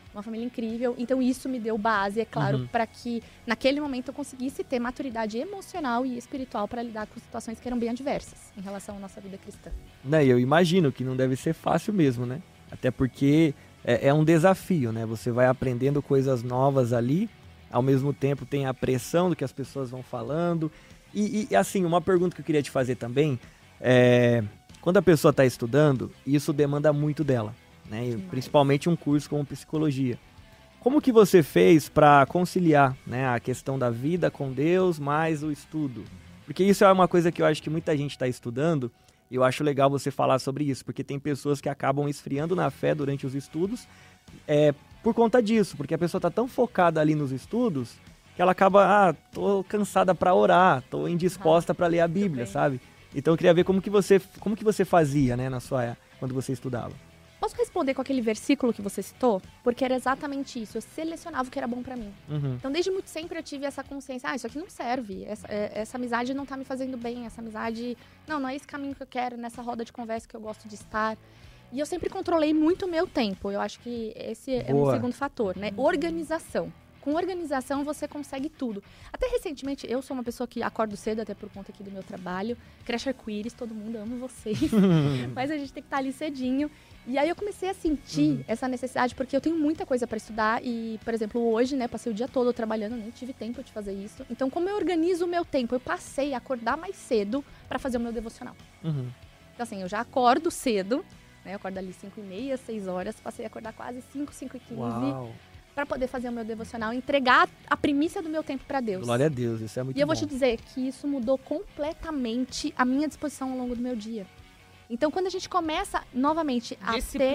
uma família incrível. Então isso me deu base, é claro, para que naquele momento eu conseguisse ter maturidade emocional e espiritual para lidar com situações que eram bem adversas em relação à nossa vida cristã. Né, eu imagino que não deve ser fácil mesmo, né? Até porque é um desafio, né? Você vai aprendendo coisas novas ali, ao mesmo tempo tem a pressão do que as pessoas vão falando. E assim, uma pergunta que eu queria te fazer também é... Quando a pessoa está estudando, isso demanda muito dela, né? E principalmente um curso como psicologia. Como que você fez para conciliar, né, a questão da vida com Deus mais o estudo? Porque isso é uma coisa que eu acho que muita gente está estudando e eu acho legal você falar sobre isso, porque tem pessoas que acabam esfriando na fé durante os estudos por conta disso, porque a pessoa está tão focada ali nos estudos que ela acaba, tô cansada para orar, tô indisposta para ler a Bíblia, sabe? Então eu queria ver como que você fazia, né, quando você estudava. Posso responder com aquele versículo que você citou? Porque era exatamente isso, eu selecionava o que era bom pra mim. Então desde muito sempre eu tive essa consciência, isso aqui não serve, essa amizade não tá me fazendo bem, essa amizade, não é esse caminho que eu quero, nessa roda de conversa que eu gosto de estar. E eu sempre controlei muito o meu tempo, eu acho que esse é um segundo fator, né? Organização. Com organização você consegue tudo. Até recentemente, eu sou uma pessoa que acordo cedo, até por conta aqui do meu trabalho. Creche Arco-Íris, todo mundo ama vocês. Mas a gente tem que estar ali cedinho. E aí eu comecei a sentir essa necessidade, porque eu tenho muita coisa para estudar. E, por exemplo, hoje, né, passei o dia todo trabalhando, nem tive tempo de fazer isso. Então, como eu organizo o meu tempo? Eu passei a acordar mais cedo para fazer o meu devocional. Então, assim, eu já acordo cedo, né? Eu acordo ali 5h30, 6 horas. Passei a acordar quase 5h15. Uau! Para poder fazer o meu devocional, entregar a primícia do meu tempo para Deus. Glória a Deus, isso é muito bom. E eu vou te dizer que isso mudou completamente a minha disposição ao longo do meu dia. Então, quando a gente começa novamente a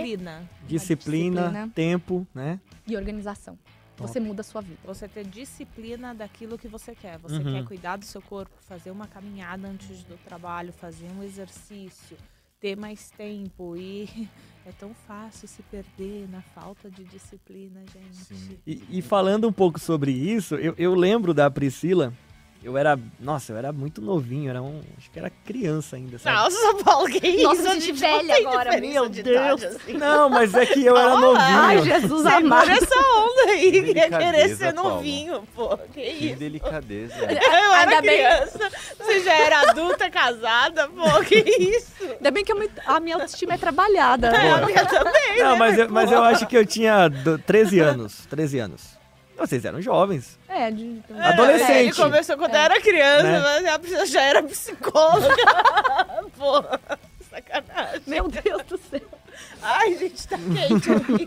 Disciplina, tempo, né? E organização. Top. Você muda a sua vida. Você ter disciplina daquilo que você quer. Você quer cuidar do seu corpo, fazer uma caminhada antes do trabalho, fazer um exercício, ter mais tempo e é tão fácil se perder na falta de disciplina, gente. E falando um pouco sobre isso, eu lembro da Priscila, eu era muito novinho, acho que era criança ainda, sabe? Nossa, Paulo, que isso? Nossa, a gente velha agora, meu Deus. Assim. Não, mas é que eu era novinho. Ai, Jesus amado. essa onda aí, que ia querer Delicadeza, ser Paulo. novinho, pô. Que Que isso? delicadeza. Eu era Ainda bem. criança, você já era adulta, casada, pô, que isso? Ainda bem que a minha autoestima é trabalhada. A minha também, Não, né? mas eu acho que eu tinha 13 anos. Vocês eram jovens. Adolescente. Ele começou quando eu era criança, Né? mas a pessoa já era psicóloga. Pô, sacanagem. Meu Deus do céu. Ai, gente, tá quente aqui.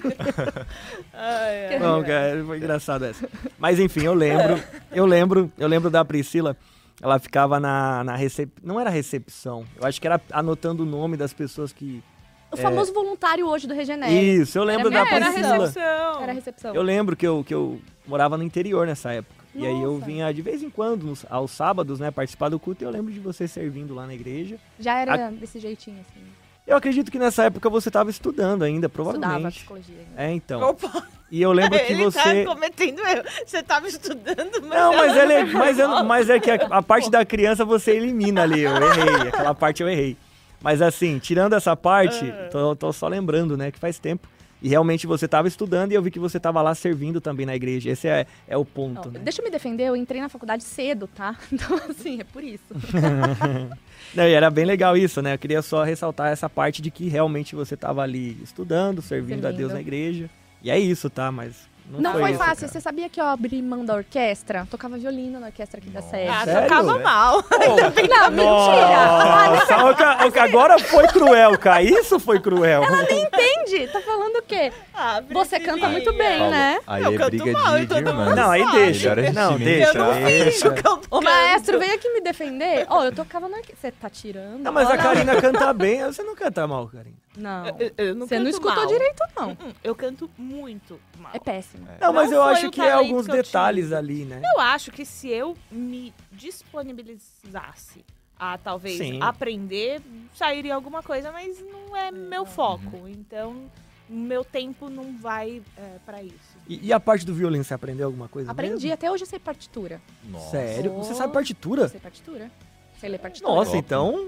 Ai. Não, cara, foi engraçado essa. Mas enfim, eu lembro da Priscila, ela ficava na recepção, não era recepção, eu acho que era anotando o nome das pessoas que... O famoso voluntário hoje do Regenere. Isso, eu lembro da Era Priscila. recepção. Era a recepção. Eu lembro que eu morava no interior nessa época. E aí eu Nossa. vinha de vez em quando, aos sábados, né, participar do culto, e eu lembro de você servindo lá na igreja. Já era desse jeitinho, assim. Eu acredito que nessa época você estava estudando ainda, Estudava provavelmente. psicologia ainda. É, então. Opa, E eu lembro que ele você... tá cometendo erro. Você tava estudando, mas... Não, mas é que a parte da criança você elimina ali, eu errei, aquela parte eu errei. Mas assim, tirando essa parte, tô só lembrando, né, que faz tempo. E realmente você estava estudando e eu vi que você estava lá servindo também na igreja. Esse é o ponto, né? Deixa eu me defender, eu entrei na faculdade cedo, tá? Então, assim, é por isso. Não, e era bem legal isso, né? Eu queria só ressaltar essa parte de que realmente você estava ali estudando, servindo a Deus na igreja. E é isso, tá? Mas não foi isso, fácil. cara. Você sabia que eu abri mão da orquestra? Tocava violino na orquestra aqui da sede. Ah, Sério? tocava mal. Não, mentira! Nossa, agora foi cruel, cara. Isso foi cruel. Entende? Tá falando o quê? Ah, Você canta muito bem, Paulo, né? Aí Eu é canto briga mal, de todo mundo irmãs. Não, aí deixa. Melhor a gente Não, nem deixa. Eu não finjo que eu O maestro veio aqui me defender. Ó, eu tocava na orquestra. Você tá tirando? Não, mas a Olha. Karina canta bem. Você não canta mal, Karina. Não. Eu não Você não canto escutou mal. direito, não. Eu canto muito mal. É péssimo. Não, mas Não eu foi acho o que é talento alguns que eu detalhes tive. ali, né? Eu acho que se eu me disponibilizasse a talvez Sim. aprender, sairia alguma coisa, mas não é meu foco. Então, meu tempo não vai pra isso. E a parte do violino, você aprendeu alguma coisa Aprendi, mesmo? até hoje eu sei partitura. Nossa. Sério? Você sabe Eu partitura? sei partitura? Sei ler partitura. Nossa, Top. então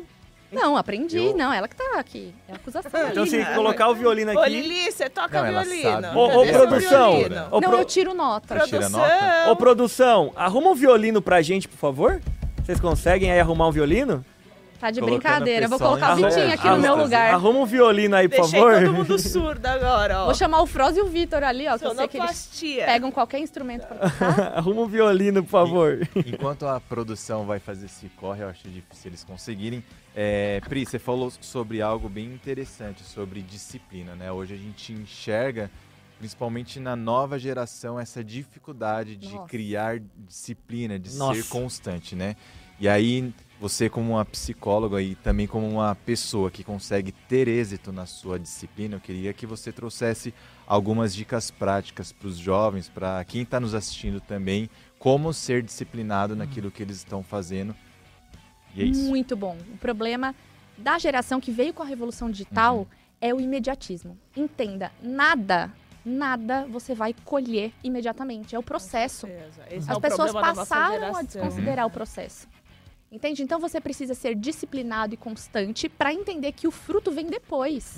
Não, aprendi. Eu- Não, ela que tá aqui. É a acusação. Então, ali, se né? colocar o violino Ô, aqui... Lili, você toca Não, ela violino. sabe. Ô, Cadê seu produção. violino? Ô, Não, eu tiro nota. Tira Produção. nota? Ô, produção, arruma um violino pra gente, por favor. Vocês conseguem aí arrumar um violino? Tá de Colocando brincadeira. Eu vou pessoal colocar o em Vitinho aqui no festas. meu lugar. Arruma um violino aí, por Deixei favor. todo mundo surdo agora, ó. Vou chamar o Froz e o Vitor ali, ó. Que eu sei que eles Sonoplastia. pegam qualquer instrumento pra tocar. Arruma um violino, por favor. Enquanto a produção vai fazer esse corre, eu acho difícil eles conseguirem. Pri, você falou sobre algo bem interessante, sobre disciplina, né? Hoje a gente enxerga, principalmente na nova geração, essa dificuldade de Nossa. criar disciplina, de Nossa. ser constante, né? E aí, você como uma psicóloga e também como uma pessoa que consegue ter êxito na sua disciplina, eu queria que você trouxesse algumas dicas práticas para os jovens, para quem está nos assistindo também, como ser disciplinado naquilo que eles estão fazendo. E é isso. Muito bom. O problema da geração que veio com a revolução digital é o imediatismo. Entenda, nada você vai colher imediatamente. É o processo. Esse é As o pessoas problema da nossa passaram a geração. desconsiderar o processo. Entende? Então você precisa ser disciplinado e constante para entender que o fruto vem depois.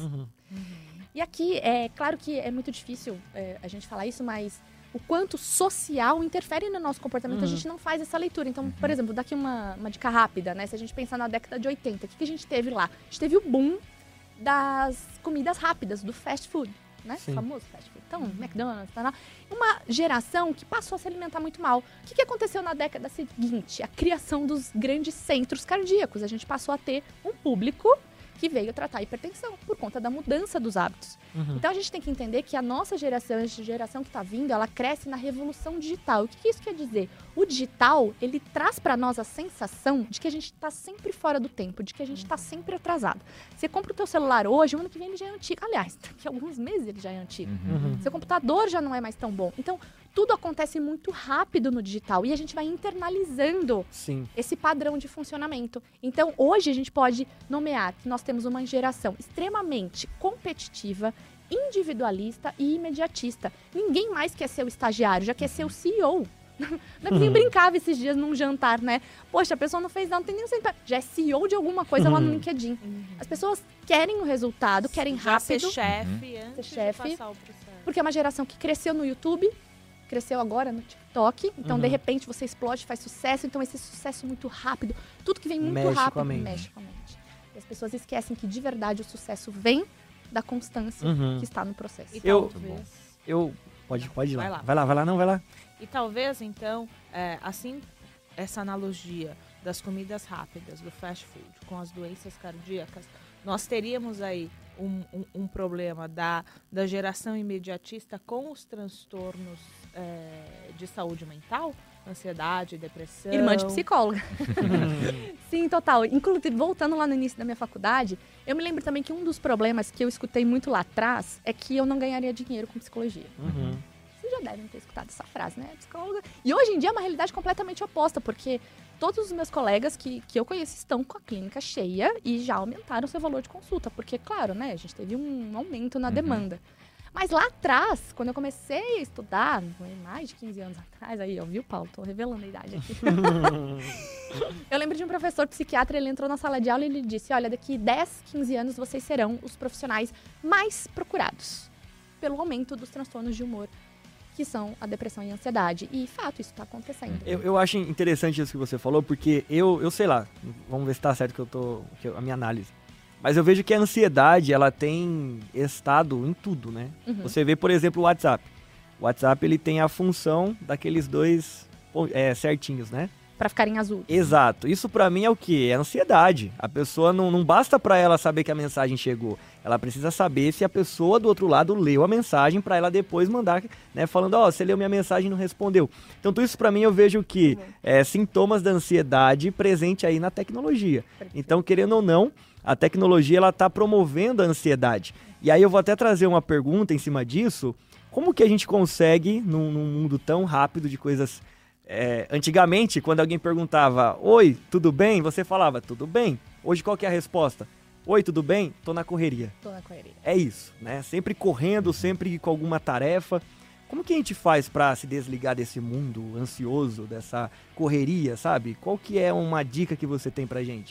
E aqui, é claro que é muito difícil a gente falar isso, mas o quanto social interfere no nosso comportamento, a gente não faz essa leitura. Então, por exemplo, daqui uma dica rápida, né? Se a gente pensar na década de 80, o que a gente teve lá? A gente teve o boom das comidas rápidas, do fast food, né? Sim. O famoso fast food. Então, McDonald's, tá lá. Uma geração que passou a se alimentar muito mal. O que aconteceu na década seguinte? A criação dos grandes centros cardíacos. A gente passou a ter um público que veio tratar a hipertensão por conta da mudança dos hábitos. Então a gente tem que entender que a nossa geração, a geração que está vindo, ela cresce na revolução digital. O que isso quer dizer? O digital, ele traz para nós a sensação de que a gente está sempre fora do tempo, de que a gente está sempre atrasado. Você compra o teu celular hoje, o ano que vem ele já é antigo. Aliás, daqui a alguns meses ele já é antigo. Seu computador já não é mais tão bom. Então, tudo acontece muito rápido no digital e a gente vai internalizando Sim. esse padrão de funcionamento. Então, hoje a gente pode nomear que nós temos uma geração extremamente competitiva, individualista e imediatista. Ninguém mais quer ser o estagiário, já quer ser o CEO. Eu brincava esses dias num jantar, né? Poxa, a pessoa não fez nada, não tem nem sentido. Já é CEO de alguma coisa lá no LinkedIn. As pessoas querem o resultado, querem Já ser rápido. chefe antes Ser chefe. de passar o processo. Porque é uma geração que cresceu no YouTube, cresceu agora no TikTok. Então, de repente, você explode, faz sucesso. Então, esse sucesso muito rápido, tudo que vem muito Mexe com a rápido, mente. mexe com a mente. E as pessoas esquecem que, de verdade, o sucesso vem da constância que está no processo. E Eu- talvez, Pode ir lá. Vai lá. Vai lá, não, vai lá. e talvez, então, assim, essa analogia das comidas rápidas, do fast food, com as doenças cardíacas, nós teríamos aí um problema da geração imediatista com os transtornos de saúde mental, ansiedade, depressão. Irmã de psicóloga. Sim, total. Inclusive, voltando lá no início da minha faculdade, eu me lembro também que um dos problemas que eu escutei muito lá atrás é que eu não ganharia dinheiro com psicologia. Vocês já devem ter escutado essa frase, né? Psicóloga. E hoje em dia é uma realidade completamente oposta, porque todos os meus colegas que eu conheço estão com a clínica cheia e já aumentaram seu valor de consulta. Porque, claro, né? A gente teve um aumento na demanda. Mas lá atrás, quando eu comecei a estudar, mais de 15 anos atrás, aí, ó, viu, Paulo? Tô revelando a idade aqui. Eu lembro de um professor psiquiatra, ele entrou na sala de aula e ele disse, olha, daqui 10, 15 anos vocês serão os profissionais mais procurados pelo aumento dos transtornos de humor, que são a depressão e a ansiedade. E, fato, isso tá acontecendo. Eu acho interessante isso que você falou, porque eu sei lá, vamos ver se tá certo a minha análise. Mas eu vejo que a ansiedade, ela tem estado em tudo, né? Você vê, por exemplo, o WhatsApp. O WhatsApp, ele tem a função daqueles dois certinhos, né? Pra ficarem azul. Exato. Isso pra mim é o quê? É ansiedade. A pessoa não basta pra ela saber que a mensagem chegou. Ela precisa saber se a pessoa do outro lado leu a mensagem pra ela depois mandar, né? Falando, você leu minha mensagem e não respondeu. Então, tudo isso pra mim eu vejo que sintomas da ansiedade presente aí na tecnologia. Então, querendo ou não, a tecnologia ela tá promovendo a ansiedade. E aí eu vou até trazer uma pergunta em cima disso. Como que a gente consegue, num mundo tão rápido de coisas... antigamente, quando alguém perguntava, oi, tudo bem? Você falava, tudo bem. Hoje, qual que é a resposta? Oi, tudo bem? Tô na correria. Tô na correria. É isso, né? Sempre correndo, sempre com alguma tarefa. Como que a gente faz pra se desligar desse mundo ansioso, dessa correria, sabe? Qual que é uma dica que você tem pra gente?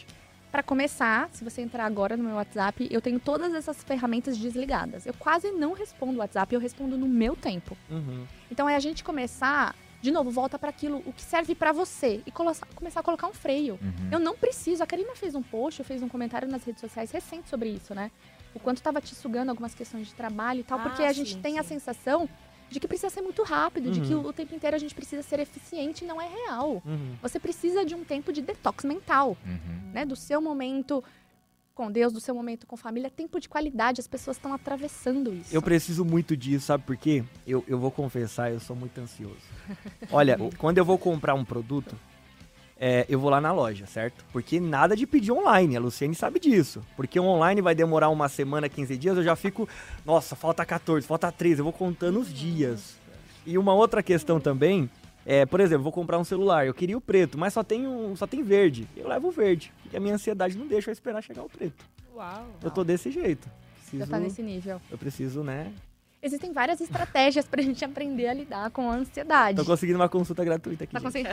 Para começar, se você entrar agora no meu WhatsApp, eu tenho todas essas ferramentas desligadas. Eu quase não respondo o WhatsApp, eu respondo no meu tempo. Então é a gente começar, de novo, volta para aquilo, o que serve para você e começar a colocar um freio. Eu não preciso, a Karina fez um post, fez um comentário nas redes sociais recente sobre isso, né? O quanto estava te sugando algumas questões de trabalho e tal, porque a gente tem a sensação de que precisa ser muito rápido, de que o tempo inteiro a gente precisa ser eficiente e não é real. Você precisa de um tempo de detox mental, né? Do seu momento com Deus, do seu momento com família, tempo de qualidade, as pessoas estão atravessando isso. Eu preciso muito disso, sabe por quê? Eu vou confessar, eu sou muito ansioso. Olha, quando eu vou comprar um produto, eu vou lá na loja, certo? Porque nada de pedir online, a Luciene sabe disso. Porque o online vai demorar uma semana, 15 dias, eu já fico, nossa, falta 14, falta 13, eu vou contando os dias. E uma outra questão também, por exemplo, vou comprar um celular, eu queria o preto, mas só tem verde. Eu levo o verde, porque a minha ansiedade não deixa eu esperar chegar o preto. Uau. Eu tô desse jeito. Já tá nesse nível. Eu preciso, né? Existem várias estratégias pra gente aprender a lidar com a ansiedade. Tô conseguindo uma consulta gratuita aqui. Tá conseguindo?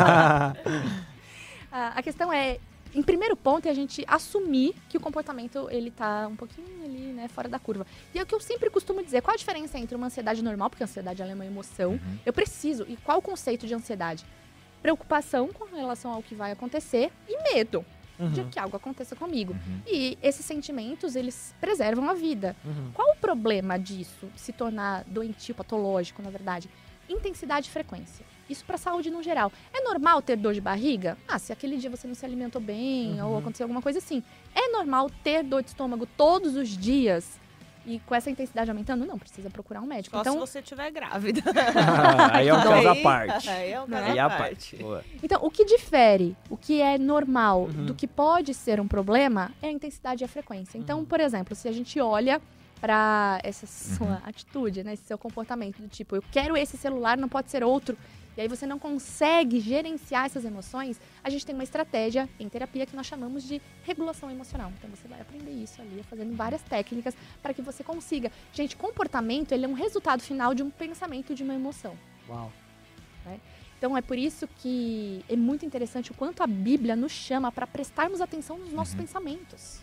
A questão é, em primeiro ponto, é a gente assumir que o comportamento, ele tá um pouquinho ali, né, fora da curva. E é o que eu sempre costumo dizer, qual a diferença entre uma ansiedade normal, porque a ansiedade ela é uma emoção, eu preciso, e qual o conceito de ansiedade? Preocupação com relação ao que vai acontecer e medo de que algo aconteça comigo. E esses sentimentos, eles preservam a vida. Qual o problema disso, se tornar doentio, patológico, na verdade? Intensidade e frequência. Isso para a saúde no geral. É normal ter dor de barriga? Se aquele dia você não se alimentou bem ou aconteceu alguma coisa assim. É normal ter dor de estômago todos os dias e com essa intensidade aumentando? Não, precisa procurar um médico. Só então, se você estiver grávida. Aí é um caso à parte. Aí é um caso Aí é à a parte. parte. Boa. Então, o que difere, o que é normal do que pode ser um problema é a intensidade e a frequência. Então, por exemplo, se a gente olha para essa sua atitude, né, esse seu comportamento do tipo, eu quero esse celular, não pode ser outro, e aí você não consegue gerenciar essas emoções, a gente tem uma estratégia em terapia que nós chamamos de regulação emocional. Então você vai aprender isso ali, fazendo várias técnicas para que você consiga. Gente, comportamento, ele é um resultado final de um pensamento, de uma emoção. Uau. Né? Então é por isso que é muito interessante o quanto a Bíblia nos chama para prestarmos atenção nos nossos pensamentos.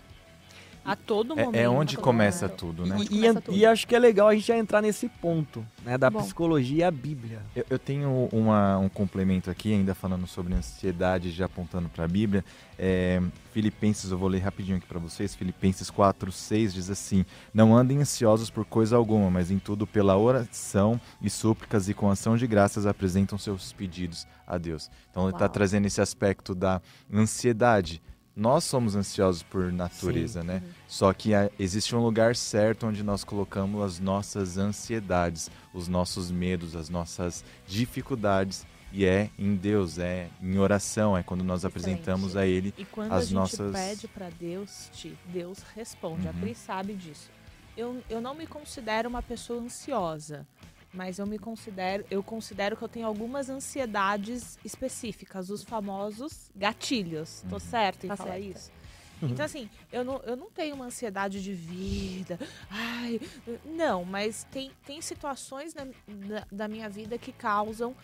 A todo momento. É onde a todo começa momento. tudo, né? E acho que é legal a gente já entrar nesse ponto, né, da Bom. psicologia e a Bíblia. Eu tenho um complemento aqui, ainda falando sobre ansiedade, já apontando para a Bíblia. Filipenses, eu vou ler rapidinho aqui para vocês. Filipenses 4:6 diz assim: não andem ansiosos por coisa alguma, mas em tudo pela oração e súplicas e com ação de graças apresentam seus pedidos a Deus. Então ele está trazendo esse aspecto da ansiedade. Nós somos ansiosos por natureza, né? Só que existe um lugar certo onde nós colocamos as nossas ansiedades, os nossos medos, as nossas dificuldades. E é em Deus, é em oração, é quando nós apresentamos a Ele E quando as a gente nossas... pede para Deus, Deus responde. A Pri sabe disso. Eu não me considero uma pessoa ansiosa, mas eu considero que eu tenho algumas ansiedades específicas, os famosos gatilhos. Tô certo em Tá falar certa. isso? Então, assim, eu não tenho uma ansiedade de vida. Ai, não, mas tem situações da minha vida que causam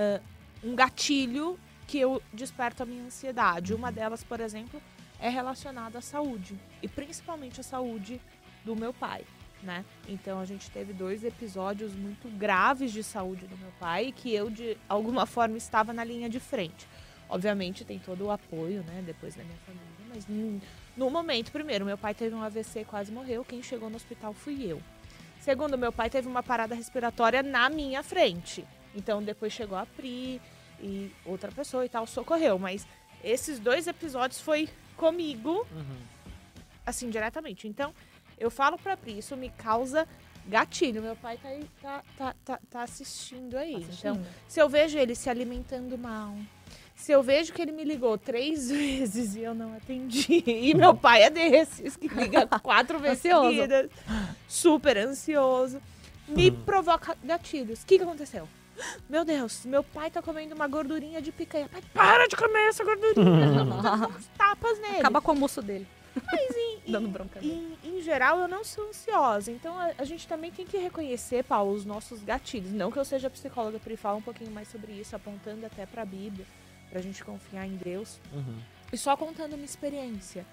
um gatilho que eu desperto a minha ansiedade. Uma delas, por exemplo, é relacionada à saúde. E principalmente a saúde do meu pai. Né? Então a gente teve 2 episódios muito graves de saúde do meu pai que eu de alguma forma estava na linha de frente. Obviamente tem todo o apoio, né, depois da minha família, mas no momento, primeiro, meu pai teve um AVC e quase morreu, quem chegou no hospital fui eu. Segundo, meu pai teve uma parada respiratória na minha frente. Então depois chegou a Pri e outra pessoa e tal, socorreu, mas esses 2 episódios foi comigo, assim, diretamente. Então eu falo pra Pri, isso me causa gatilho. Meu pai tá assistindo aí. Então, se eu vejo ele se alimentando mal, se eu vejo que ele me ligou 3 vezes e eu não atendi, e meu pai é desses, que liga 4 vezes seguidas, super ansioso, me provoca gatilhos. O que aconteceu? Meu Deus, meu pai tá comendo uma gordurinha de picanha. Pai, para de comer essa gordurinha. Dá uns tapas nele. Acaba com o almoço dele. Mas dando bronca nele. em geral, eu não sou ansiosa. Então, a gente também tem que reconhecer, Paulo, os nossos gatilhos. Não que eu seja psicóloga, para falar um pouquinho mais sobre isso, apontando até para a Bíblia, para a gente confiar em Deus. E só contando uma experiência.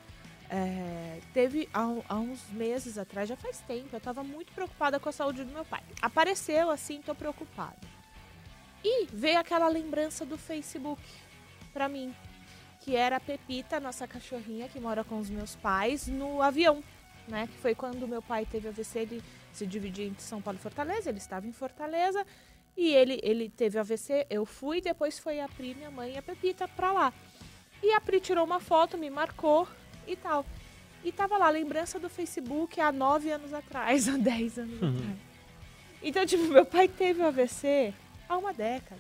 Teve há uns meses atrás, já faz tempo, eu estava muito preocupada com a saúde do meu pai. Apareceu assim, tô preocupada. E veio aquela lembrança do Facebook pra mim, que era a Pepita, nossa cachorrinha que mora com os meus pais, no avião, né? Que foi quando meu pai teve AVC, ele se dividiu entre São Paulo e Fortaleza, ele estava em Fortaleza e ele teve AVC, eu fui, depois foi a Pri, minha mãe e a Pepita pra lá. E a Pri tirou uma foto, me marcou e tal. E tava lá, lembrança do Facebook há 9 anos atrás, há 10 anos atrás. Então, tipo, meu pai teve o AVC há uma década.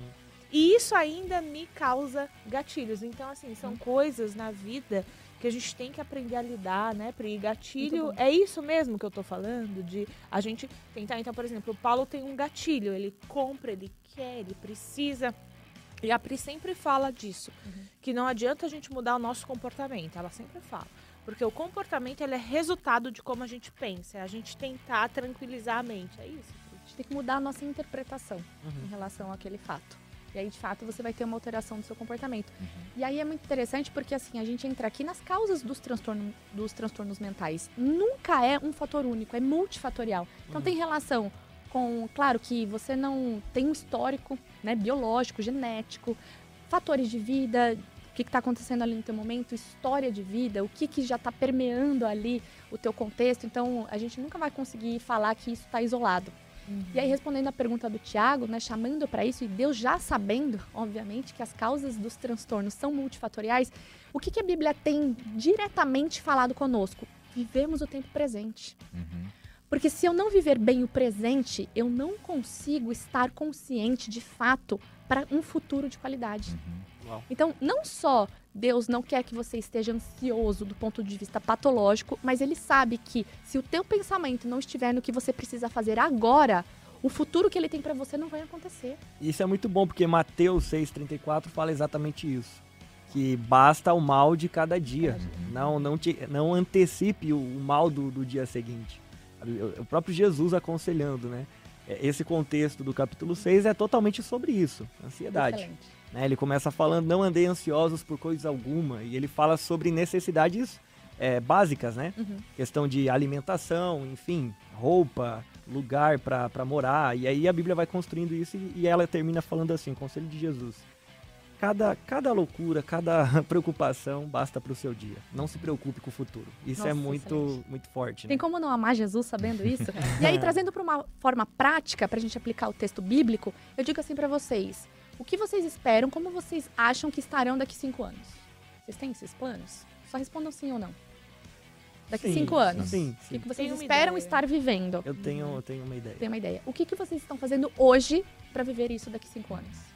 E isso ainda me causa gatilhos. Então, assim, são coisas na vida que a gente tem que aprender a lidar, né, Pri? Gatilho, é isso mesmo que eu tô falando? De a gente tentar, então, por exemplo, o Paulo tem um gatilho, ele compra, ele quer, ele precisa. E a Pri sempre fala disso, que não adianta a gente mudar o nosso comportamento, ela sempre fala. Porque o comportamento, ele é resultado de como a gente pensa, é a gente tentar tranquilizar a mente, é isso, Pri? A gente tem que mudar a nossa interpretação em relação àquele fato. E aí, de fato, você vai ter uma alteração do seu comportamento. E aí é muito interessante porque, assim, a gente entra aqui nas causas dos transtornos mentais. Nunca é um fator único, é multifatorial. Então, tem relação com, claro, que você não tem um histórico, né, biológico, genético, fatores de vida, o que está acontecendo ali no teu momento, história de vida, o que já está permeando ali o teu contexto. Então, a gente nunca vai conseguir falar que isso está isolado. E aí, respondendo a pergunta do Tiago, né, chamando para isso, e Deus já sabendo, obviamente, que as causas dos transtornos são multifatoriais, o que a Bíblia tem diretamente falado conosco? Vivemos o tempo presente. Porque se eu não viver bem o presente, eu não consigo estar consciente, de fato, para um futuro de qualidade. Então, não só Deus não quer que você esteja ansioso do ponto de vista patológico, mas Ele sabe que se o teu pensamento não estiver no que você precisa fazer agora, o futuro que Ele tem para você não vai acontecer. Isso é muito bom, porque Mateus 6,34 fala exatamente isso. Que basta o mal de cada dia. Não antecipe o mal do dia seguinte. O próprio Jesus aconselhando, né? Esse contexto do capítulo 6 é totalmente sobre isso, ansiedade. Excelente. Né? Ele começa falando, não andei ansiosos por coisa alguma, e ele fala sobre necessidades básicas, né? Questão de alimentação, enfim, roupa, lugar para morar, e aí a Bíblia vai construindo isso e ela termina falando assim, conselho de Jesus. Cada loucura, cada preocupação basta para o seu dia. Não se preocupe com o futuro. Isso é muito forte, né? Tem como não amar Jesus sabendo isso? E aí, trazendo para uma forma prática, para a gente aplicar o texto bíblico, eu digo assim para vocês. O que vocês esperam, como vocês acham que estarão daqui 5 anos? Vocês têm esses planos? Só respondam sim ou não. Daqui 5 anos. Sim. O que vocês esperam estar vivendo? Eu tenho uma ideia. Tem uma ideia. O que vocês estão fazendo hoje para viver isso daqui 5 anos?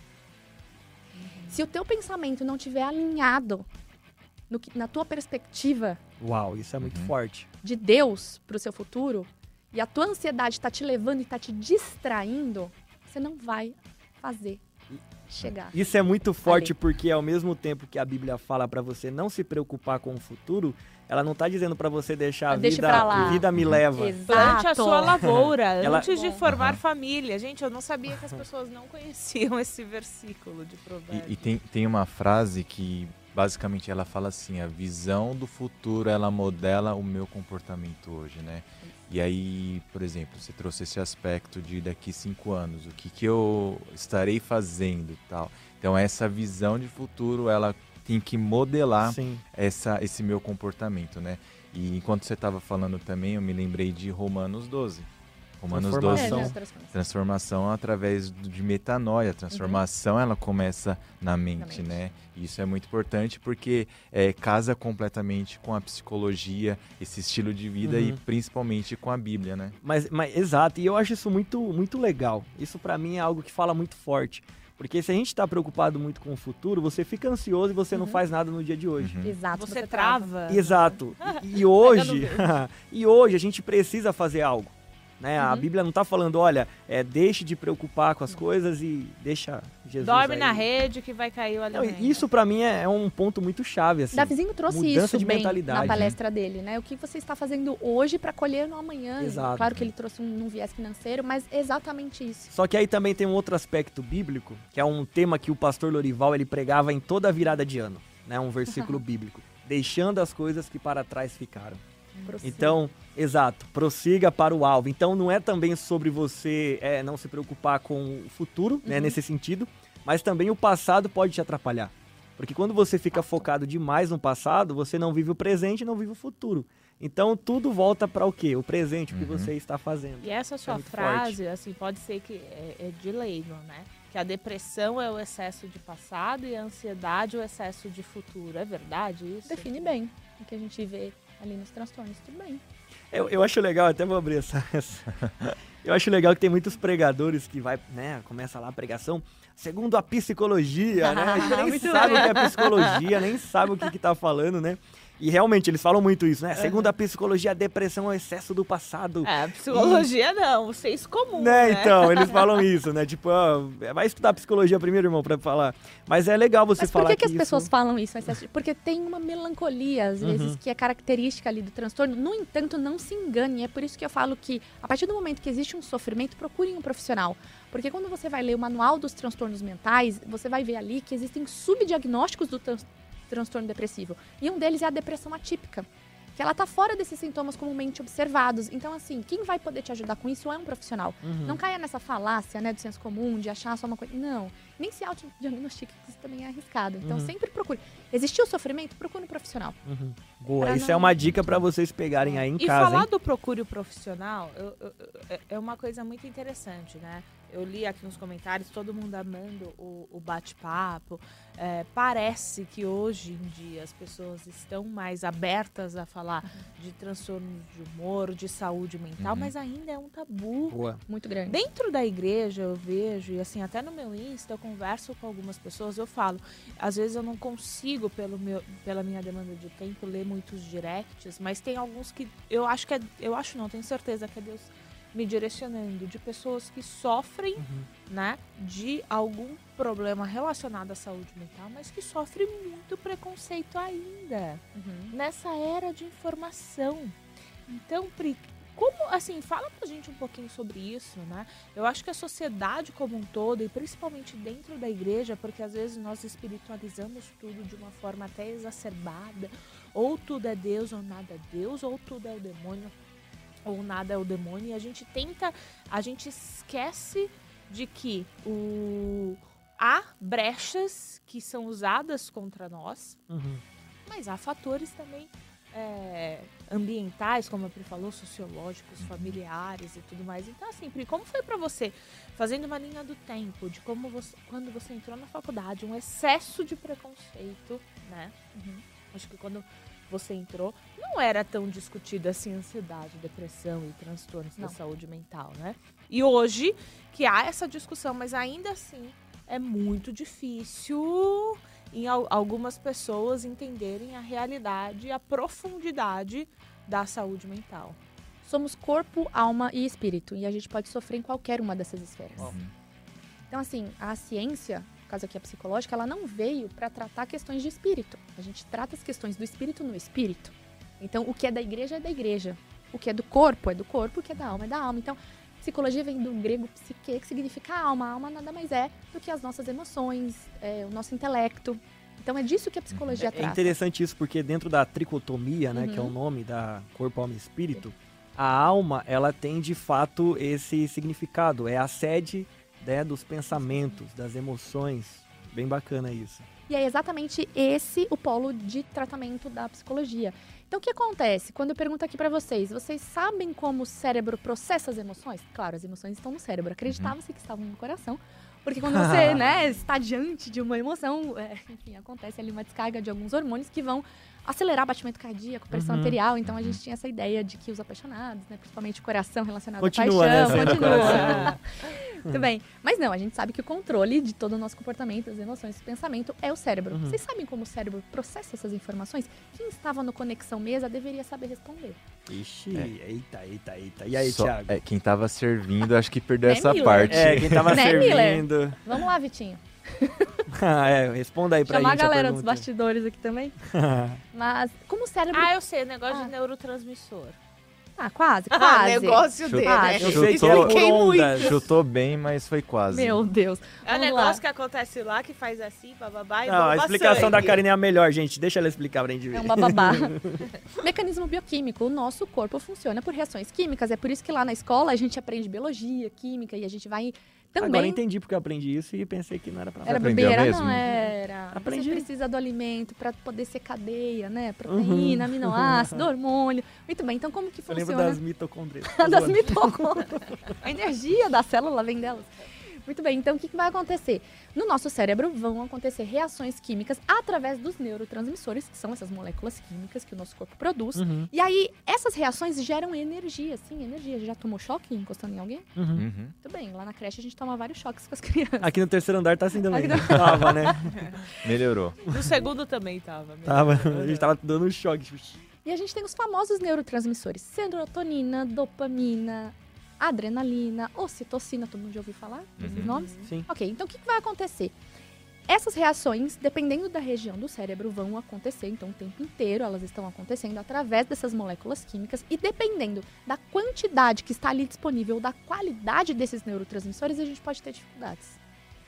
Se o teu pensamento não estiver alinhado na tua perspectiva... Uau, isso é muito forte. ...de Deus para o seu futuro, e a tua ansiedade está te levando e está te distraindo, você não vai fazer chegar. Isso é muito forte porque ao mesmo tempo que a Bíblia fala para você não se preocupar com o futuro, ela não tá dizendo para você deixar a vida me leva. Exato. Plante a sua lavoura antes de formar Uhum. família. Gente, eu não sabia que as pessoas não conheciam esse versículo de Provérbios. E tem uma frase que basicamente ela fala assim: a visão do futuro ela modela o meu comportamento hoje, né? E aí, por exemplo, você trouxe esse aspecto de daqui 5 anos, o que eu estarei fazendo e tal. Então essa visão de futuro, ela tem que modelar Sim. esse meu comportamento, né? E enquanto você estava falando também, eu me lembrei de Romanos 12. Romanos 12, transformação através de metanoia. A transformação, ela começa na mente, né? E isso é muito importante porque casa completamente com a psicologia, esse estilo de vida e principalmente com a Bíblia, né? Mas exato, e eu acho isso muito legal. Isso pra mim é algo que fala muito forte. Porque se a gente tá preocupado muito com o futuro, você fica ansioso e você não faz nada no dia de hoje. Exato. Você trava. Exato. E hoje, a gente precisa fazer algo. Né? A Bíblia não tá falando, olha, deixe de preocupar com as coisas e deixa Jesus Dorme aí. na rede que vai cair o alimento. Isso pra mim é um ponto muito chave, assim. Davizinho trouxe Mudança isso de bem mentalidade, na palestra dele, né? O que você está fazendo hoje para colher no amanhã. Exato. Claro que ele trouxe um viés financeiro, mas exatamente isso. Só que aí também tem um outro aspecto bíblico, que é um tema que o pastor Lorival ele pregava em toda a virada de ano. né? Um versículo bíblico. Deixando as coisas que para trás ficaram. Prossiga. Então, exato, prossiga para o alvo. Então não é também sobre você não se preocupar com o futuro, né, nesse sentido, mas também o passado pode te atrapalhar. Porque quando você fica focado demais no passado, você não vive o presente e não vive o futuro. Então tudo volta para o quê? O presente, o que você está fazendo. E essa sua muito frase, assim, pode ser que é de Lehman, né? Que a depressão é o excesso de passado e a ansiedade o excesso de futuro. É verdade isso? Define bem o que a gente vê ali nos transtornos, tudo bem. Eu acho legal, até vou abrir essa. Eu acho legal que tem muitos pregadores que começa lá a pregação, segundo a psicologia, né? A gente nem Muito sabe o bem. que é psicologia, nem sabe o que tá falando, né? E realmente, eles falam muito isso, né? Segundo a psicologia, a depressão é o excesso do passado. Psicologia não, o senso comum, Né, né? então, eles falam isso, né? Tipo, vai estudar psicologia primeiro, irmão, pra falar. Mas é legal você Mas por falar que as isso... pessoas falam isso? Porque tem uma melancolia, às vezes, que é característica ali do transtorno. No entanto, não se engane. É por isso que eu falo que, a partir do momento que existe um sofrimento, procurem um profissional. Porque quando você vai ler o manual dos transtornos mentais, você vai ver ali que existem subdiagnósticos do transtorno depressivo. E um deles é a depressão atípica, que ela tá fora desses sintomas comumente observados. Então, assim, quem vai poder te ajudar com isso é um profissional. Não caia nessa falácia, né, do senso comum, de achar só uma coisa. Não, nem se autodiagnostique, isso também é arriscado. Então, sempre procure. Existiu sofrimento? Procure um profissional. Boa, Pra isso não- é uma dica pra vocês pegarem aí em E casa, falar hein? do procure o profissional é uma coisa muito interessante, né? Eu li aqui nos comentários, todo mundo amando o bate-papo. Parece que hoje em dia as pessoas estão mais abertas a falar de transtornos de humor, de saúde mental, mas ainda é um tabu. Boa. Muito grande. Dentro da igreja eu vejo, e assim, até no meu Insta eu converso com algumas pessoas, eu falo, às vezes eu não consigo, pela minha demanda de tempo, ler muitos directs, mas tem alguns que tenho certeza que é Deus me direcionando, de pessoas que sofrem, né, de algum problema relacionado à saúde mental, mas que sofrem muito preconceito ainda, nessa era de informação. Então, Pri, como, assim, fala pra gente um pouquinho sobre isso, né? Eu acho que a sociedade como um todo, e principalmente dentro da igreja, porque às vezes nós espiritualizamos tudo de uma forma até exacerbada, ou tudo é Deus ou nada é Deus, ou tudo é o demônio ou nada é o demônio, e a gente esquece de que há brechas que são usadas contra nós, mas há fatores também ambientais, como a Pri falou, sociológicos, familiares e tudo mais. Então, assim, Pri, como foi pra você, fazendo uma linha do tempo, de como quando você entrou na faculdade, um excesso de preconceito, né? Acho que quando você entrou, não era tão discutida assim ansiedade, depressão e transtornos da saúde mental, né? E hoje, que há essa discussão, mas ainda assim é muito difícil em algumas pessoas entenderem a realidade e a profundidade da saúde mental. Somos corpo, alma e espírito. E a gente pode sofrer em qualquer uma dessas esferas. Então, assim, a ciência, no caso aqui a psicológica, ela não veio para tratar questões de espírito. A gente trata as questões do espírito no espírito. Então, o que é da igreja é da igreja. O que é do corpo, o que é da alma é da alma. Então, psicologia vem do grego psique, que significa alma. A alma nada mais é do que as nossas emoções, o nosso intelecto. Então, é disso que a psicologia É trata. interessante isso, porque dentro da tricotomia, né, que é o nome da corpo, alma e espírito, a alma, ela tem de fato esse significado. É a sede, né, dos pensamentos, das emoções. Bem bacana isso. E é exatamente esse o polo de tratamento da psicologia. Então, o que acontece? Quando eu pergunto aqui pra vocês sabem como o cérebro processa as emoções? Claro, as emoções estão no cérebro. Acreditava-se que estavam no coração. Porque quando você, né, está diante de uma emoção, enfim, acontece ali uma descarga de alguns hormônios que vão acelerar batimento cardíaco, pressão arterial. Então, a gente tinha essa ideia de que os apaixonados, né, principalmente o coração relacionado Continua, à né, paixão, sendo continua. coração. Muito bem. Mas não, a gente sabe que o controle de todo o nosso comportamento, as emoções, o pensamento é o cérebro. Vocês sabem como o cérebro processa essas informações? Quem estava no Conexão Mesa deveria saber responder. Ixi, eita. E aí, Thiago? Quem tava servindo, acho que perdeu Né, essa Miller? parte. Quem tava Né, servindo. Vamos lá, Vitinho. Responda aí pra Chamar a gente galera dos pergunta. bastidores aqui também. Mas como o cérebro... Eu sei, negócio de neurotransmissor. Ah, quase. Negócio dele, né? Eu sei que é por Expliquei ondas. muito. Chutou bem, mas foi quase. Meu Deus. É um Vamos negócio lá. que acontece lá, que faz assim, bababá, e Não, a bomba explicação sangue. da Karine é a melhor, gente. Deixa ela explicar pra gente ver. É um bababá. Mecanismo bioquímico. O nosso corpo funciona por reações químicas. É por isso que lá na escola a gente aprende biologia, química e a gente vai também... Agora eu entendi porque eu aprendi isso e pensei que não era pra Era aprendeu bobeira, mesmo? não era. Aprendi. Você precisa do alimento para poder ser cadeia, né? Proteína, aminoácido, hormônio. Muito bem, então como que Eu lembro funciona? das mitocôndrias. Das mitocôndrias. A energia da célula vem delas. Muito bem, então o que vai acontecer? No nosso cérebro vão acontecer reações químicas através dos neurotransmissores, que são essas moléculas químicas que o nosso corpo produz. Uhum, E aí, essas reações geram energia, sim, energia. Já tomou choque encostando em alguém? uhum. Uhum. Muito bem, lá na creche a gente toma vários choques com as crianças. Aqui no terceiro andar tá assim também. Aqui no- Tava, né? Melhorou. No segundo também tava. mesmo. Tava. A gente tava dando um choque. E a gente tem os famosos neurotransmissores: serotonina, dopamina, adrenalina, ocitocina. Todo mundo já ouviu falar desses Uhum. nomes? Sim. Ok, então o que vai acontecer? Essas reações, dependendo da região do cérebro, vão acontecer, então o tempo inteiro elas estão acontecendo através dessas moléculas químicas e dependendo da quantidade que está ali disponível, da qualidade desses neurotransmissores, a gente pode ter dificuldades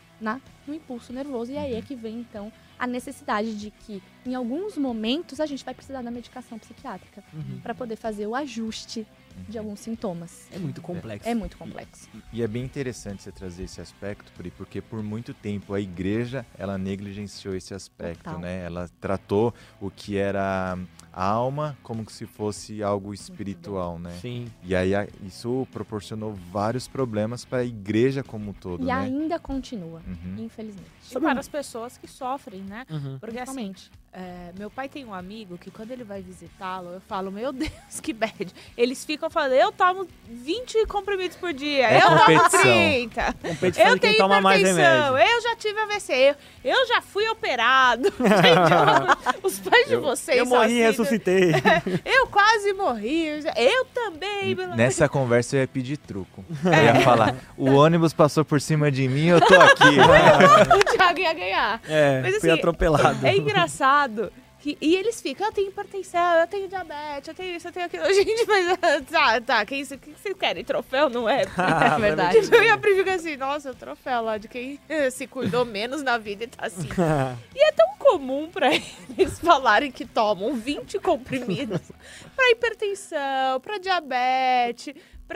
no impulso nervoso. E aí é que vem, então, a necessidade de que, em alguns momentos, a gente vai precisar da medicação psiquiátrica Uhum. para poder fazer o ajuste de alguns sintomas. É muito complexo. É muito complexo. E é bem interessante você trazer esse aspecto, Pri, porque por muito tempo a igreja, ela negligenciou esse aspecto, Total. né? Ela tratou o que era a alma como se fosse algo espiritual, né? Sim. E aí isso proporcionou vários problemas para a igreja como um todo, E né? ainda continua, Uhum. infelizmente. E para as pessoas que sofrem, né? Uhum. Porque assim, Principalmente. meu pai tem um amigo que quando ele vai visitá-lo, eu falo, meu Deus, que bad. Eles ficam falando, eu tomo 20 comprimidos por dia, É eu tomo competição. 30. Competição Eu de quem tenho toma mais hipertensão, remédio. eu já tive AVC, eu já fui operado. Gente, os pais de vocês Eu são morri e assim, ressuscitei. eu quase morri, eu também. Nessa conversa eu ia pedir truco. Eu ia falar, o ônibus passou por cima de mim, eu tô aqui. O Thiago ia ganhar. É, Mas, fui assim, atropelado. É engraçado. E eles ficam, eu tenho hipertensão, eu tenho diabetes, eu tenho isso, eu tenho aquilo. Gente, mas tá, que vocês querem? Troféu, não é? Ah, É verdade. Tipo, eu ia ficar assim, nossa, o troféu lá de quem se cuidou menos na vida e tá assim. E é tão comum pra eles falarem que tomam 20 comprimidos pra hipertensão, pra diabetes,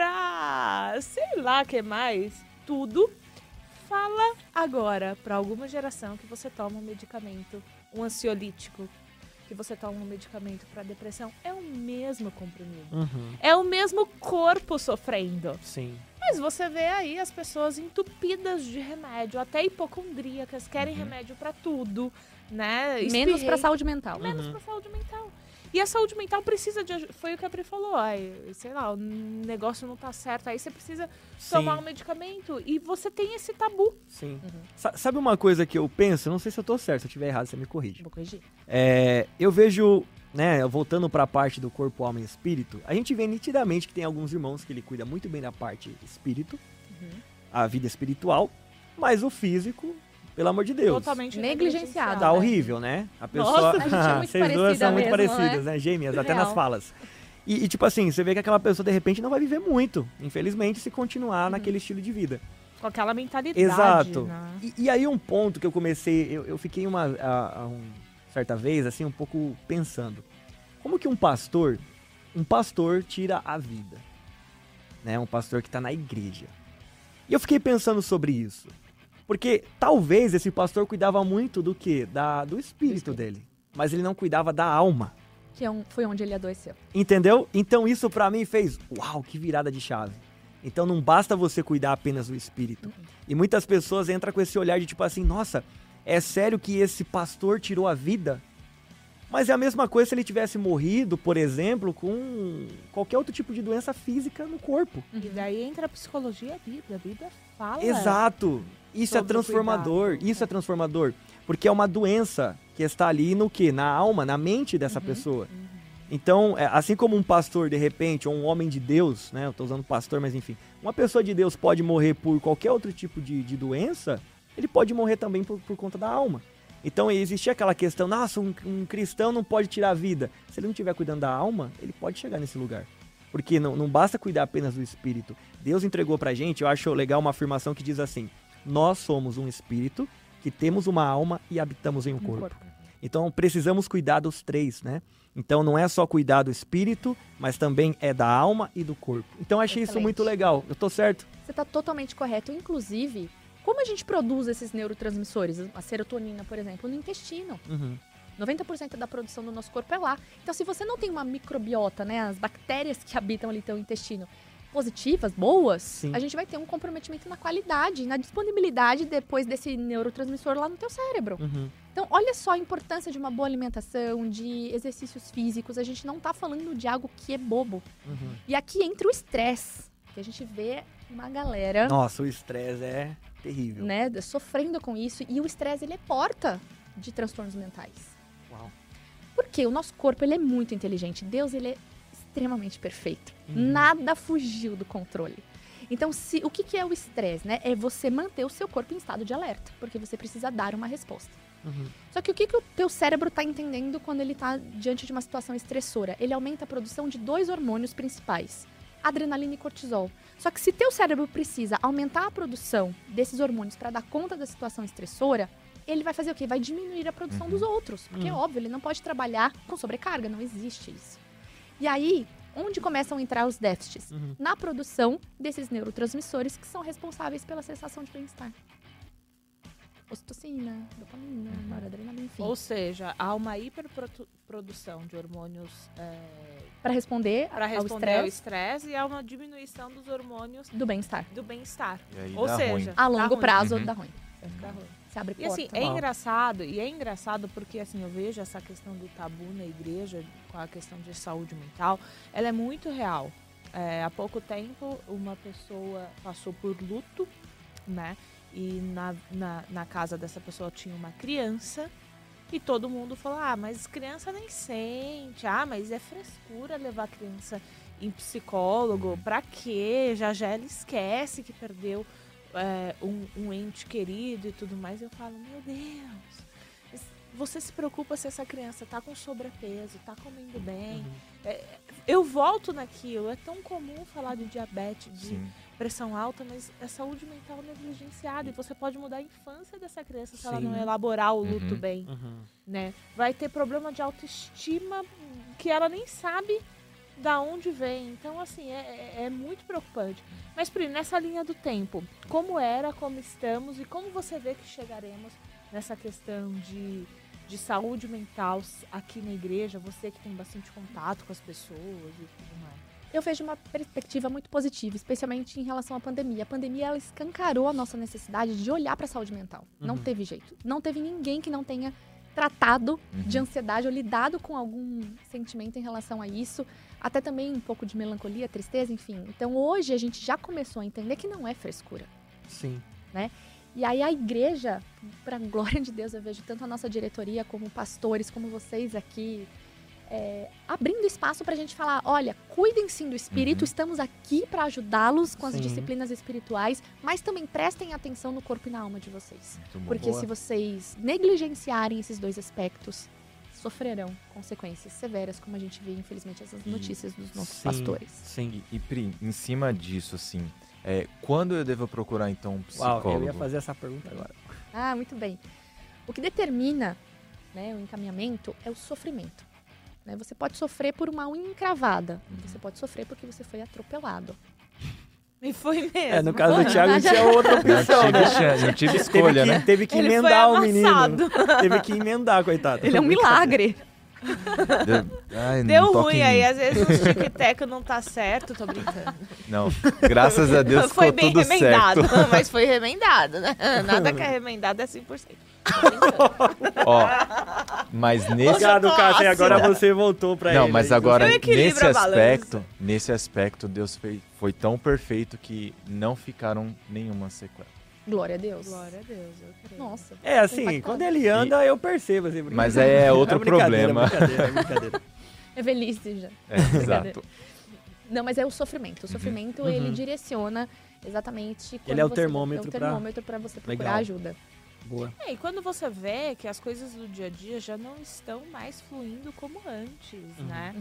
pra sei lá o que mais, tudo. Fala agora pra alguma geração que você toma um medicamento, um ansiolítico, que você toma um medicamento pra depressão, é o mesmo comprimido. Uhum. É o mesmo corpo sofrendo. Sim. Mas você vê aí as pessoas entupidas de remédio, até hipocondríacas, querem remédio pra tudo, né? Menos Espirrei. para saúde mental. Menos pra saúde mental. E a saúde mental precisa de ajuda. Foi o que a Pri falou. Ai, sei lá, o negócio não tá certo. Aí você precisa tomar um medicamento. E você tem esse tabu. Sim. Sabe uma coisa que eu penso? Não sei se eu tô certo, se eu estiver errado, você me corrige. Vou corrigir. Eu vejo, né, voltando pra parte do corpo, alma e espírito, a gente vê nitidamente que tem alguns irmãos que ele cuida muito bem da parte espírito, a vida espiritual, mas o físico, pelo amor de Deus, Totalmente Negligenciado. tá né? horrível, né? A Nossa, a gente é muito vocês duas parecida são muito mesmo, parecidas, né? Gêmeas, até Real. nas falas. E, tipo assim, você vê que aquela pessoa, de repente, não vai viver muito, infelizmente, se continuar naquele estilo de vida. Com aquela mentalidade. Exato. Né? E aí um ponto que eu comecei, eu fiquei certa vez, assim, um pouco pensando. Como que um pastor tira a vida? Né? Um pastor que tá na igreja. E eu fiquei pensando sobre isso. Porque talvez esse pastor cuidava muito do quê? Do espírito dele. Mas ele não cuidava da alma. Que foi onde ele adoeceu. Entendeu? Então isso pra mim fez, uau, que virada de chave. Então não basta você cuidar apenas do espírito. E muitas pessoas entram com esse olhar de tipo assim, nossa, é sério que esse pastor tirou a vida? Mas é a mesma coisa se ele tivesse morrido, por exemplo, com qualquer outro tipo de doença física no corpo. E daí entra a psicologia e a Bíblia. A Bíblia fala. Exato. Isso é Sobre o transformador. cuidado. Isso é transformador. Porque é uma doença que está ali no quê? Na alma, na mente dessa pessoa. Então, assim como um pastor, de repente, ou um homem de Deus, né? Eu tô usando pastor, mas enfim. Uma pessoa de Deus pode morrer por qualquer outro tipo de doença, ele pode morrer também por conta da alma. Então, existia aquela questão, nossa, um cristão não pode tirar a vida. Se ele não estiver cuidando da alma, ele pode chegar nesse lugar. Porque não basta cuidar apenas do espírito. Deus entregou pra gente, eu acho legal uma afirmação que diz assim: nós somos um espírito que temos uma alma e habitamos em um corpo. Então precisamos cuidar dos três, né? Então não é só cuidar do espírito, mas também é da alma e do corpo. Então eu achei isso muito legal. Eu tô certo? Você tá totalmente correto. Inclusive, como a gente produz esses neurotransmissores? A serotonina, por exemplo, no intestino. 90% da produção do nosso corpo é lá. Então, se você não tem uma microbiota, né, as bactérias que habitam ali teu intestino positivas, boas, Sim. a gente vai ter um comprometimento na qualidade, na disponibilidade depois desse neurotransmissor lá no teu cérebro. Então, olha só a importância de uma boa alimentação, de exercícios físicos. A gente não tá falando de algo que é bobo. E aqui entra o estresse, que a gente vê uma galera... Nossa, o estresse é terrível. Né, sofrendo com isso. E o estresse, ele é porta de transtornos mentais. Uau. Porque o nosso corpo, ele é muito inteligente. Deus, ele é extremamente perfeito. Nada fugiu do controle. Então, o que é o estresse, né? É você manter o seu corpo em estado de alerta, porque você precisa dar uma resposta. Só que o que o teu cérebro está entendendo quando ele está diante de uma situação estressora? Ele aumenta a produção de 2 hormônios principais, adrenalina e cortisol. Só que se teu cérebro precisa aumentar a produção desses hormônios para dar conta da situação estressora, ele vai fazer o quê? Vai diminuir a produção dos outros. Porque é óbvio, ele não pode trabalhar com sobrecarga, não existe isso. E aí, onde começam a entrar os déficits? Na produção desses neurotransmissores que são responsáveis pela sensação de bem-estar. Ocitocina, dopamina, noradrenalina, enfim. Ou seja, há uma hiperprodução de hormônios para responder ao estresse e há uma diminuição dos hormônios do bem-estar. E aí Ou dá seja, ruim. A longo prazo dá ruim. Dá ruim. Você abre E porta. assim, é engraçado porque assim, eu vejo essa questão do tabu na igreja com a questão de saúde mental, ela é muito real. Há pouco tempo, uma pessoa passou por luto, né? E na casa dessa pessoa tinha uma criança e todo mundo falou, mas criança nem sente, mas é frescura levar a criança em psicólogo, pra quê? Já ela esquece que perdeu um ente querido e tudo mais. Eu falo, meu Deus, você se preocupa se essa criança tá com sobrepeso, tá comendo bem. Eu volto naquilo, é tão comum falar de diabetes, de pressão alta, mas é saúde mental negligenciada. E você pode mudar a infância dessa criança se ela não elaborar o luto bem. Né? Vai ter problema de autoestima que ela nem sabe da onde vem. Então, assim, é muito preocupante. Mas, Pri, nessa linha do tempo, como era, como estamos e como você vê que chegaremos nessa questão de saúde mental aqui na igreja, você que tem bastante contato com as pessoas e tudo mais? Eu vejo uma perspectiva muito positiva, especialmente em relação à pandemia. A pandemia, ela escancarou a nossa necessidade de olhar para a saúde mental. Não teve jeito. Não teve ninguém que não tenha tratado de ansiedade ou lidado com algum sentimento em relação a isso. Até também um pouco de melancolia, tristeza, enfim. Então, hoje, a gente já começou a entender que não é frescura. Sim. Né? E aí, a igreja, para a glória de Deus, eu vejo tanto a nossa diretoria como pastores, como vocês aqui, abrindo espaço para a gente falar, olha, cuidem sim do espírito, estamos aqui para ajudá-los com as disciplinas espirituais, mas também prestem atenção no corpo e na alma de vocês. Porque se vocês negligenciarem esses 2 aspectos, sofrerão consequências severas, como a gente vê, infelizmente, essas notícias dos nossos pastores. Sim. E Pri, em cima disso, assim, quando eu devo procurar, então, um psicólogo? Uau, eu ia fazer essa pergunta agora. Muito bem. O que determina, né, o encaminhamento é o sofrimento. Né? Você pode sofrer por uma unha encravada. Você pode sofrer porque você foi atropelado. E foi mesmo. No caso do Thiago, tinha outra opção, Não tive escolha, né? Teve que Ele emendar foi o menino. amassado. Teve que emendar, coitado. Ele é um milagre. Deu ruim aí, às vezes o tic-tac não tá certo, tô brincando. Não, graças a Deus foi ficou bem tudo remendado, certo. mas foi remendado, né? Nada que é remendado é 100%. Ó, mas nesse... Obrigado, Cássio. Agora ácida. você voltou pra ele. Não, mas agora, Eu equilibro a balança. nesse aspecto, Deus foi tão perfeito que não ficaram nenhuma sequela. Glória a Deus. Glória a Deus, eu creio. Nossa. É assim, Impactante. quando ele anda, eu percebo. Assim, Mas é outro problema. Brincadeira. É velhice já. Exato. Não, mas é o sofrimento. O sofrimento, ele direciona exatamente quando Ele é o você termômetro para você procurar Legal. ajuda. Boa. E quando você vê que as coisas do dia a dia já não estão mais fluindo como antes, né?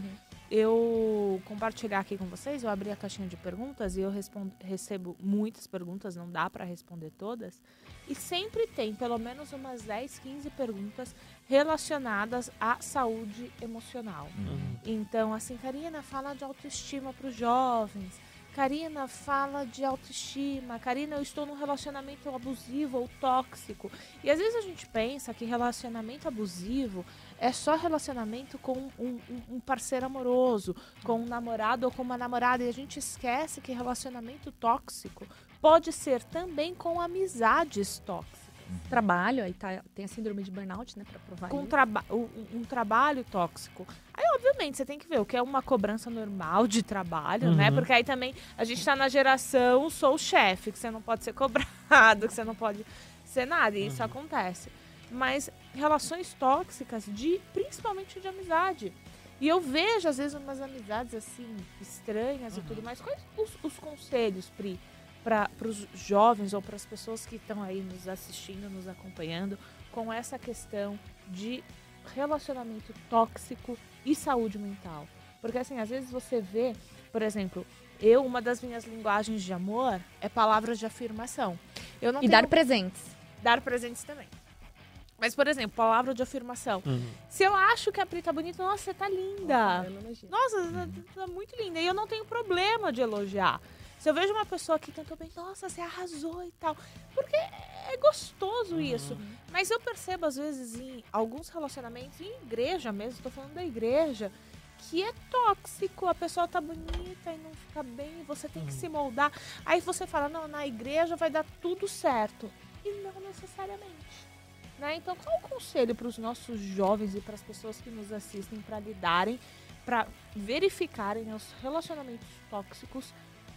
Eu compartilhar aqui com vocês, eu abri a caixinha de perguntas e eu recebo muitas perguntas, não dá para responder todas. E sempre tem pelo menos umas 10, 15 perguntas relacionadas à saúde emocional. Então, assim, Karina, fala de autoestima para os jovens. Karina, fala de autoestima. Karina, eu estou num relacionamento abusivo ou tóxico. E às vezes a gente pensa que relacionamento abusivo é só relacionamento com um parceiro amoroso, com um namorado ou com uma namorada. E a gente esquece que relacionamento tóxico pode ser também com amizades tóxicas. Trabalho, aí tem a síndrome de burnout, né, pra provar Com isso. um trabalho tóxico. Aí, obviamente, você tem que ver o que é uma cobrança normal de trabalho, né? Porque aí também a gente tá na geração sou o chefe, que você não pode ser cobrado, que você não pode ser nada, e isso acontece. Mas relações tóxicas, principalmente de amizade. E eu vejo, às vezes, umas amizades, assim, estranhas e tudo mais. Quais os conselhos, Pri, para os jovens ou para as pessoas que estão aí nos assistindo, nos acompanhando, com essa questão de relacionamento tóxico e saúde mental? Porque, assim, às vezes você vê, por exemplo, uma das minhas linguagens de amor é palavras de afirmação. Eu não E dar presentes. Dar presentes também. Mas, por exemplo, palavra de afirmação. Se eu acho que a Pri tá bonita, nossa, você tá linda. Nossa, tá muito linda. E eu não tenho problema de elogiar. Se eu vejo uma pessoa que cantou bem, nossa, você arrasou e tal. Porque é gostoso isso. Mas eu percebo, às vezes, em alguns relacionamentos, em igreja mesmo, tô falando da igreja, que é tóxico. A pessoa tá bonita e não fica bem, você tem que se moldar. Aí você fala, não, na igreja vai dar tudo certo. E não necessariamente. Né? Então, qual o conselho para os nossos jovens e para as pessoas que nos assistem para lidarem, para verificarem os relacionamentos tóxicos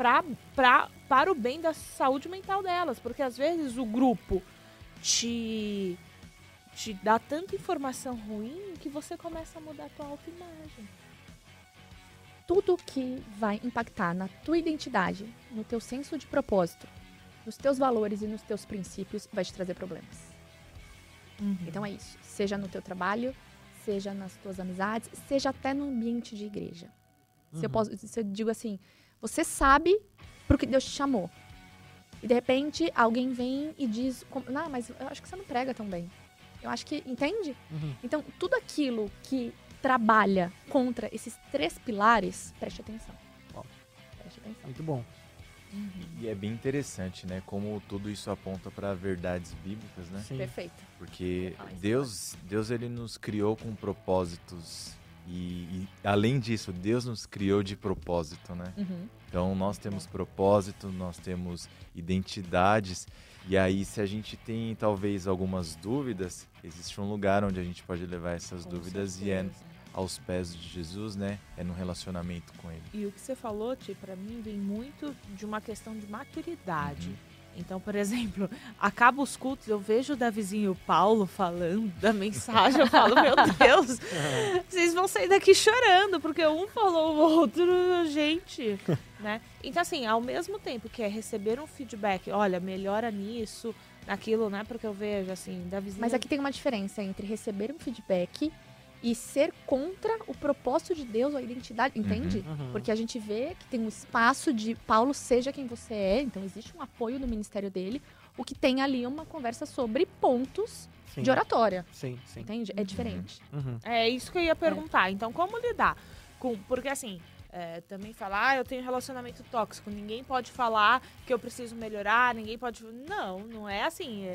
para o bem da saúde mental delas? Porque às vezes o grupo te dá tanta informação ruim que você começa a mudar a tua autoimagem. Tudo que vai impactar na tua identidade, no teu senso de propósito, nos teus valores e nos teus princípios vai te trazer problemas. Então é isso. Seja no teu trabalho, seja nas tuas amizades, seja até no ambiente de igreja. Se eu digo assim, você sabe pro que Deus te chamou. E de repente alguém vem e diz, não, mas eu acho que você não prega tão bem. Eu acho que, entende? Então tudo aquilo que trabalha contra esses 3 pilares, preste atenção. Preste atenção. Muito bom. E é bem interessante, né? Como tudo isso aponta para verdades bíblicas, né? Sim. Perfeito. Porque Deus ele nos criou com propósitos e além disso, Deus nos criou de propósito, né? Então nós temos propósito, nós temos identidades e aí se a gente tem talvez algumas dúvidas, existe um lugar onde a gente pode levar essas dúvidas e é aos pés de Jesus, né? É no relacionamento com Ele. E o que você falou, Ti, pra mim vem muito de uma questão de maturidade. Então, por exemplo, acaba os cultos, eu vejo o Davizinho e o Paulo falando da mensagem, eu falo, meu Deus, vocês vão sair daqui chorando, porque um falou o outro, gente, né? Então, assim, ao mesmo tempo que é receber um feedback, olha, melhora nisso, naquilo, né? Porque eu vejo, assim, Davizinho... Mas aqui tem uma diferença entre receber um feedback e ser contra o propósito de Deus ou a identidade, entende? Porque a gente vê que tem um espaço de Paulo, seja quem você é, então existe um apoio do ministério dele, o que tem ali uma conversa sobre pontos de oratória. Sim. Entende? É diferente. É isso que eu ia perguntar. Então, como lidar com... Porque, assim, também falar, eu tenho relacionamento tóxico, ninguém pode falar que eu preciso melhorar, ninguém pode... Não é assim...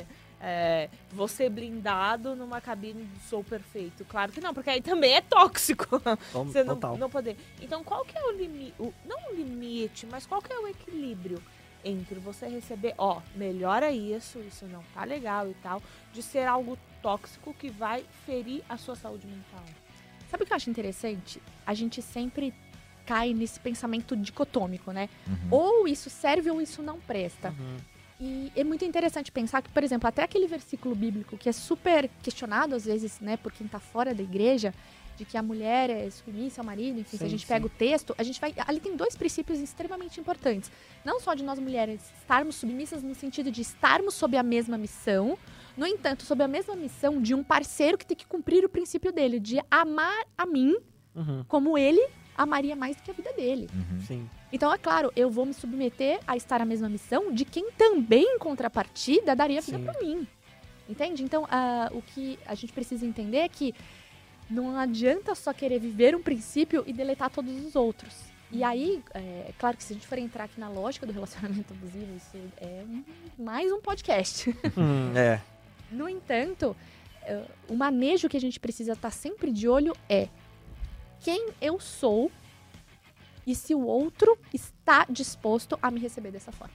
você blindado numa cabine do Sou Perfeito. Claro que não, porque aí também é tóxico. Você não poder. Então, qual que é o limite? Não o limite, mas qual que é o equilíbrio entre você receber, melhora isso não tá legal e tal, de ser algo tóxico que vai ferir a sua saúde mental? Sabe o que eu acho interessante? A gente sempre cai nesse pensamento dicotômico, né? Ou isso serve ou isso não presta. E é muito interessante pensar que, por exemplo, até aquele versículo bíblico que é super questionado, às vezes, né, por quem está fora da igreja, de que a mulher é submissa ao marido, enfim, se a gente pega o texto, a gente vai... Ali tem 2 princípios extremamente importantes. Não só de nós mulheres estarmos submissas no sentido de estarmos sob a mesma missão, No entanto, sob a mesma missão de um parceiro que tem que cumprir o princípio dele, de amar a mim como ele amaria mais do que a vida dele. Sim. Então, é claro, eu vou me submeter a estar na mesma missão de quem também, em contrapartida, daria a vida Sim. por mim. Entende? Então, o que a gente precisa entender é que não adianta só querer viver um princípio e deletar todos os outros. E aí, é claro que se a gente for entrar aqui na lógica do relacionamento abusivo, isso é mais um podcast. É. No entanto, o manejo que a gente precisa estar sempre de olho é quem eu sou e se o outro está disposto a me receber dessa forma.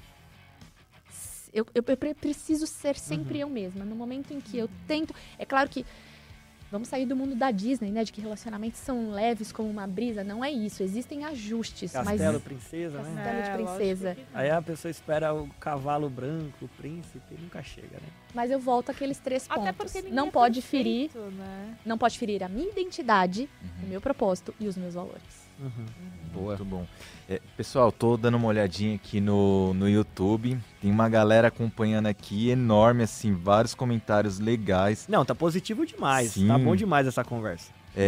Eu preciso ser sempre eu mesma. No momento em que eu tento... É claro que vamos sair do mundo da Disney, né? De que relacionamentos são leves como uma brisa. Não é isso. Existem ajustes. Castelo, princesa, né? Castelo de princesa. Aí a pessoa espera o cavalo branco, o príncipe, e nunca chega, né? Mas eu volto àqueles 3 pontos. Até porque ninguém não é pode perfeito, ferir, né? não pode ferir a minha identidade, o meu propósito e os meus valores. Boa. Muito bom. Pessoal, tô dando uma olhadinha aqui no YouTube. Tem uma galera acompanhando aqui, enorme, assim, vários comentários legais. Não, tá positivo demais. Sim. Tá bom demais essa conversa.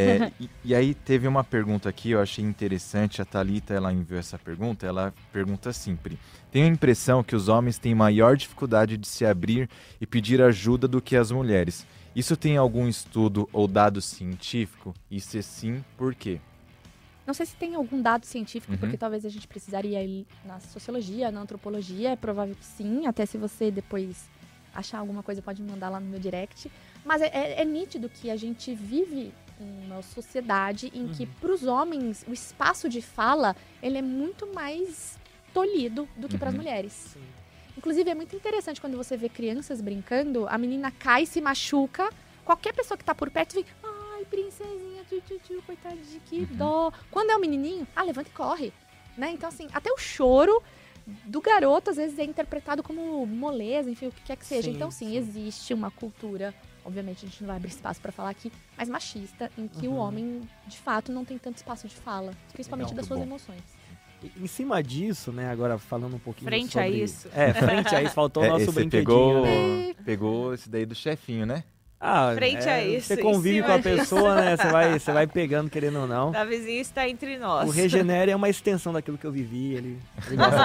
E aí teve uma pergunta aqui, eu achei interessante. A Thalita, ela enviou essa pergunta. Ela pergunta assim, Pri: tenho a impressão que os homens têm maior dificuldade de se abrir e pedir ajuda do que as mulheres. Isso tem algum estudo ou dado científico? E se sim, por quê? Não sei se tem algum dado científico, porque talvez a gente precisaria ir na sociologia, na antropologia. É provável que sim, até se você depois achar alguma coisa pode me mandar lá no meu direct. Mas é nítido que a gente vive uma sociedade em que, para os homens, o espaço de fala ele é muito mais tolhido do que para as mulheres. Sim. Inclusive, é muito interessante quando você vê crianças brincando, a menina cai, se machuca, qualquer pessoa que tá por perto vem, ai, princesinha, coitadinha, que dó. Quando é um menininho, levanta e corre, né? Então, assim, até o choro do garoto, às vezes, é interpretado como moleza, enfim, o que quer que seja. Sim, então, sim, existe uma cultura, obviamente a gente não vai abrir espaço pra falar aqui, mas machista, em que o homem, de fato, não tem tanto espaço de fala, principalmente Legal, das suas bom. emoções. Em cima disso, né, agora falando um pouquinho Frente sobre... a isso. Frente a isso, faltou o nosso Você brinquedinho, né? pegou esse daí do chefinho, né? Frente a isso, Você em convive cima com a disso. pessoa, né? Você vai pegando, querendo ou não. Da vizinha está entre nós. O Regenere é uma extensão daquilo que eu vivi, ele gosta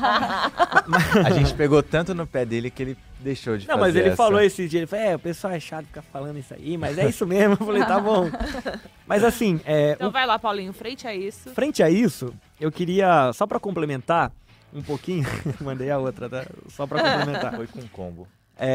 dessa. A gente pegou tanto no pé dele que ele deixou de Não, fazer mas ele essa. falou esse dia, ele falou, o pessoal é chato ficar falando isso aí, mas é isso mesmo. Eu falei, tá bom. Mas assim, Então vai lá, Paulinho, frente a isso. frente a isso, eu queria, só pra complementar um pouquinho, mandei a outra, tá? Só pra complementar. Foi com combo.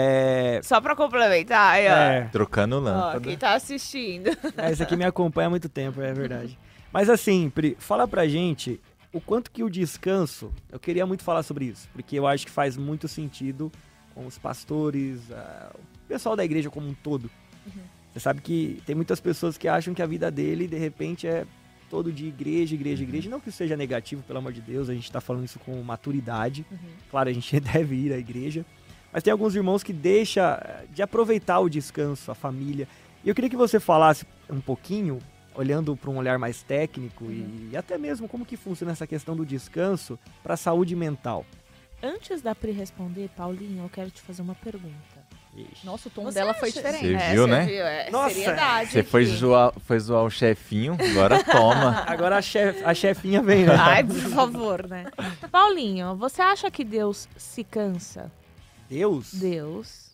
Só pra complementar, aí, ó. Trocando Ó, lâmpada. quem tá assistindo. Esse aqui me acompanha há muito tempo, é verdade. Mas assim, Pri, fala pra gente o quanto que o descanso, eu queria muito falar sobre isso, porque eu acho que faz muito sentido com os pastores, o pessoal da igreja como um todo. Você sabe que tem muitas pessoas que acham que a vida dele, de repente, é todo dia igreja. Não que isso seja negativo, pelo amor de Deus, a gente tá falando isso com maturidade. Claro, a gente deve ir à igreja. Mas tem alguns irmãos que deixam de aproveitar o descanso, a família. E eu queria que você falasse um pouquinho, olhando para um olhar mais técnico e até mesmo como que funciona essa questão do descanso para a saúde mental. Antes da Pri responder, Paulinho, eu quero te fazer uma pergunta. Ixi. Nossa, o tom Você dela foi acha- diferente. Você viu, né? Nossa, seriedade Você foi aqui. zoar o chefinho, agora toma. Agora a chefinha vem, né? Ai, por favor, né? Paulinho, você acha que Deus se cansa? Deus? Deus.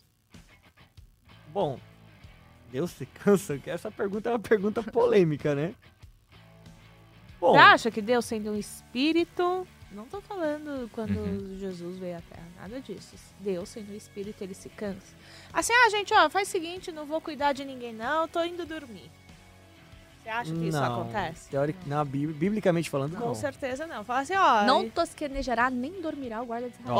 Bom, Deus se cansa? Essa pergunta é uma pergunta polêmica, né? Bom, Você acha que Deus, sendo um espírito... Não tô falando quando Jesus veio à Terra, nada disso. Deus, sendo um espírito, ele se cansa. Assim, gente, faz o seguinte, não vou cuidar de ninguém não, tô indo dormir. Você acha que isso acontece? Não, biblicamente falando, não. Com certeza não. Fala assim, Não tosquenejará nem dormirá o guarda de Israel.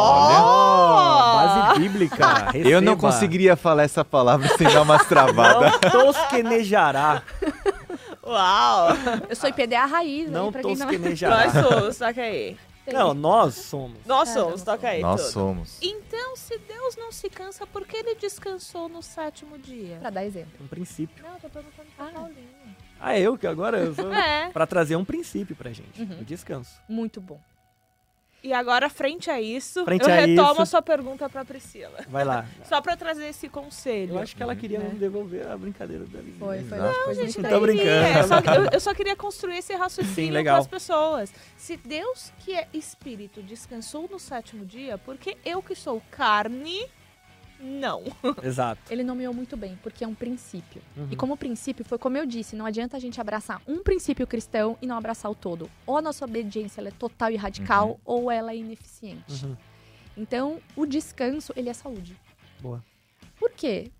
Base bíblica. Eu não receba. conseguiria falar essa palavra sem dar umas travadas. Não tosquenejará. Uau! Eu sou IPDA raiz, Não aí, pra quem não... tosquenejará. Nós somos, toca aí. Não, nós somos. Nós somos, toca aí. Nós tudo. somos. Então, se Deus não se cansa, por que ele descansou no 7º dia? Pra dar exemplo. Um princípio. Não, eu tô perguntando pra Paulinho. Eu que agora eu sou... É. Pra trazer um princípio pra gente. O descanso. Muito bom. E agora, frente a isso, Frente eu a retomo isso- a sua pergunta pra Priscila. Vai lá. Só pra trazer esse conselho. Eu acho que ela queria Né? devolver a brincadeira da vizinha. Foi. Exato. Não, Gente, Tô daí, brincando. eu só queria construir esse raciocínio Sim, com legal. as pessoas. Se Deus, que é espírito, descansou no 7º dia, porque eu que sou carne, não. Exato. Ele nomeou muito bem, porque é um princípio. Uhum. E como princípio, foi como eu disse, não adianta a gente abraçar um princípio cristão e não abraçar o todo. Ou a nossa obediência ela é total e radical, ou ela é ineficiente. Uhum. Então, o descanso, ele é saúde. Boa. Por quê?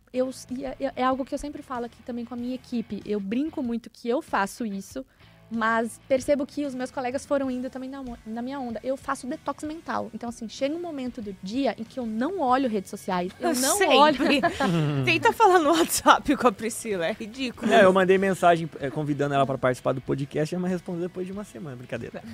É algo que eu sempre falo aqui também com a minha equipe. Eu brinco muito que eu faço isso, mas percebo que os meus colegas foram indo também na minha onda. Eu faço detox mental. Então, assim, chega um momento do dia em que eu não olho redes sociais. Eu não olho... Tenta falar no WhatsApp com a Priscila, é ridículo. Eu mandei mensagem convidando ela pra participar do podcast e ela me respondeu depois de uma semana. Brincadeira.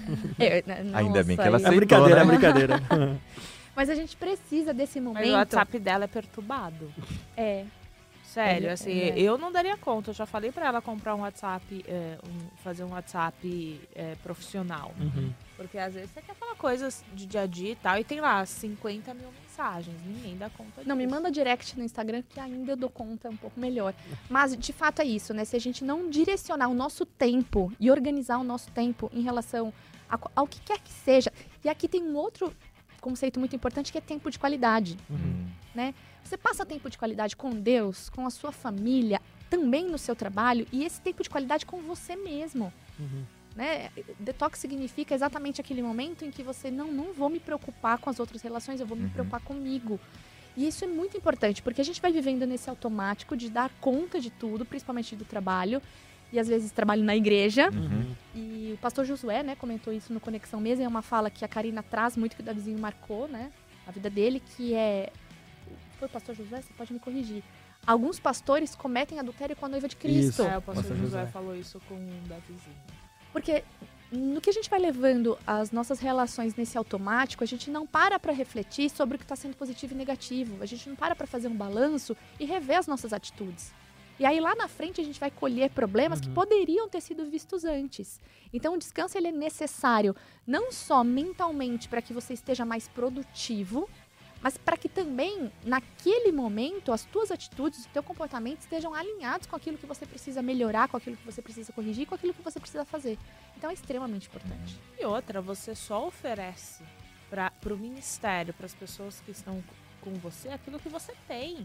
Ainda bem que ela Nossa, É aceitou, brincadeira, né? é brincadeira. Mas a gente precisa desse momento. Mas o WhatsApp dela é perturbado. É. Sério, É, assim, é. eu não daria conta. Eu já falei pra ela comprar um WhatsApp, fazer um WhatsApp profissional. Uhum. Porque às vezes você quer falar coisas de dia a dia e tal, e tem lá 50 mil mensagens. Ninguém dá conta disso. Não, me manda direct no Instagram que ainda eu dou conta um pouco melhor. Mas, de fato, é isso, né? Se a gente não direcionar o nosso tempo e organizar o nosso tempo em relação ao que quer que seja. E aqui tem um outro conceito muito importante que é tempo de qualidade. Né? Você passa tempo de qualidade com Deus, com a sua família, também no seu trabalho, e esse tempo de qualidade com você mesmo. Uhum. Né? Detox significa exatamente aquele momento em que você não vou me preocupar com as outras relações, eu vou me preocupar comigo. E isso é muito importante, porque a gente vai vivendo nesse automático de dar conta de tudo, principalmente do trabalho, e às vezes trabalho na igreja. Uhum. E o pastor Josué, né, comentou isso no Conexão Mesa, é uma fala que a Karina traz muito, que o Davizinho marcou, né, a vida dele, que é... Foi o pastor Josué? Você pode me corrigir. Alguns pastores cometem adultério com a noiva de Cristo. Isso. O pastor Pastor José José. falou isso com o Davizinho. Porque no que a gente vai levando as nossas relações nesse automático, a gente não para refletir sobre o que está sendo positivo e negativo. A gente não para fazer um balanço e rever as nossas atitudes. E aí lá na frente a gente vai colher problemas que poderiam ter sido vistos antes. Então o descanso ele é necessário não só mentalmente para que você esteja mais produtivo, mas para que também, naquele momento, as tuas atitudes, o teu comportamento estejam alinhados com aquilo que você precisa melhorar, com aquilo que você precisa corrigir, com aquilo que você precisa fazer. Então é extremamente importante. E outra, você só oferece para o ministério, para as pessoas que estão com você, aquilo que você tem.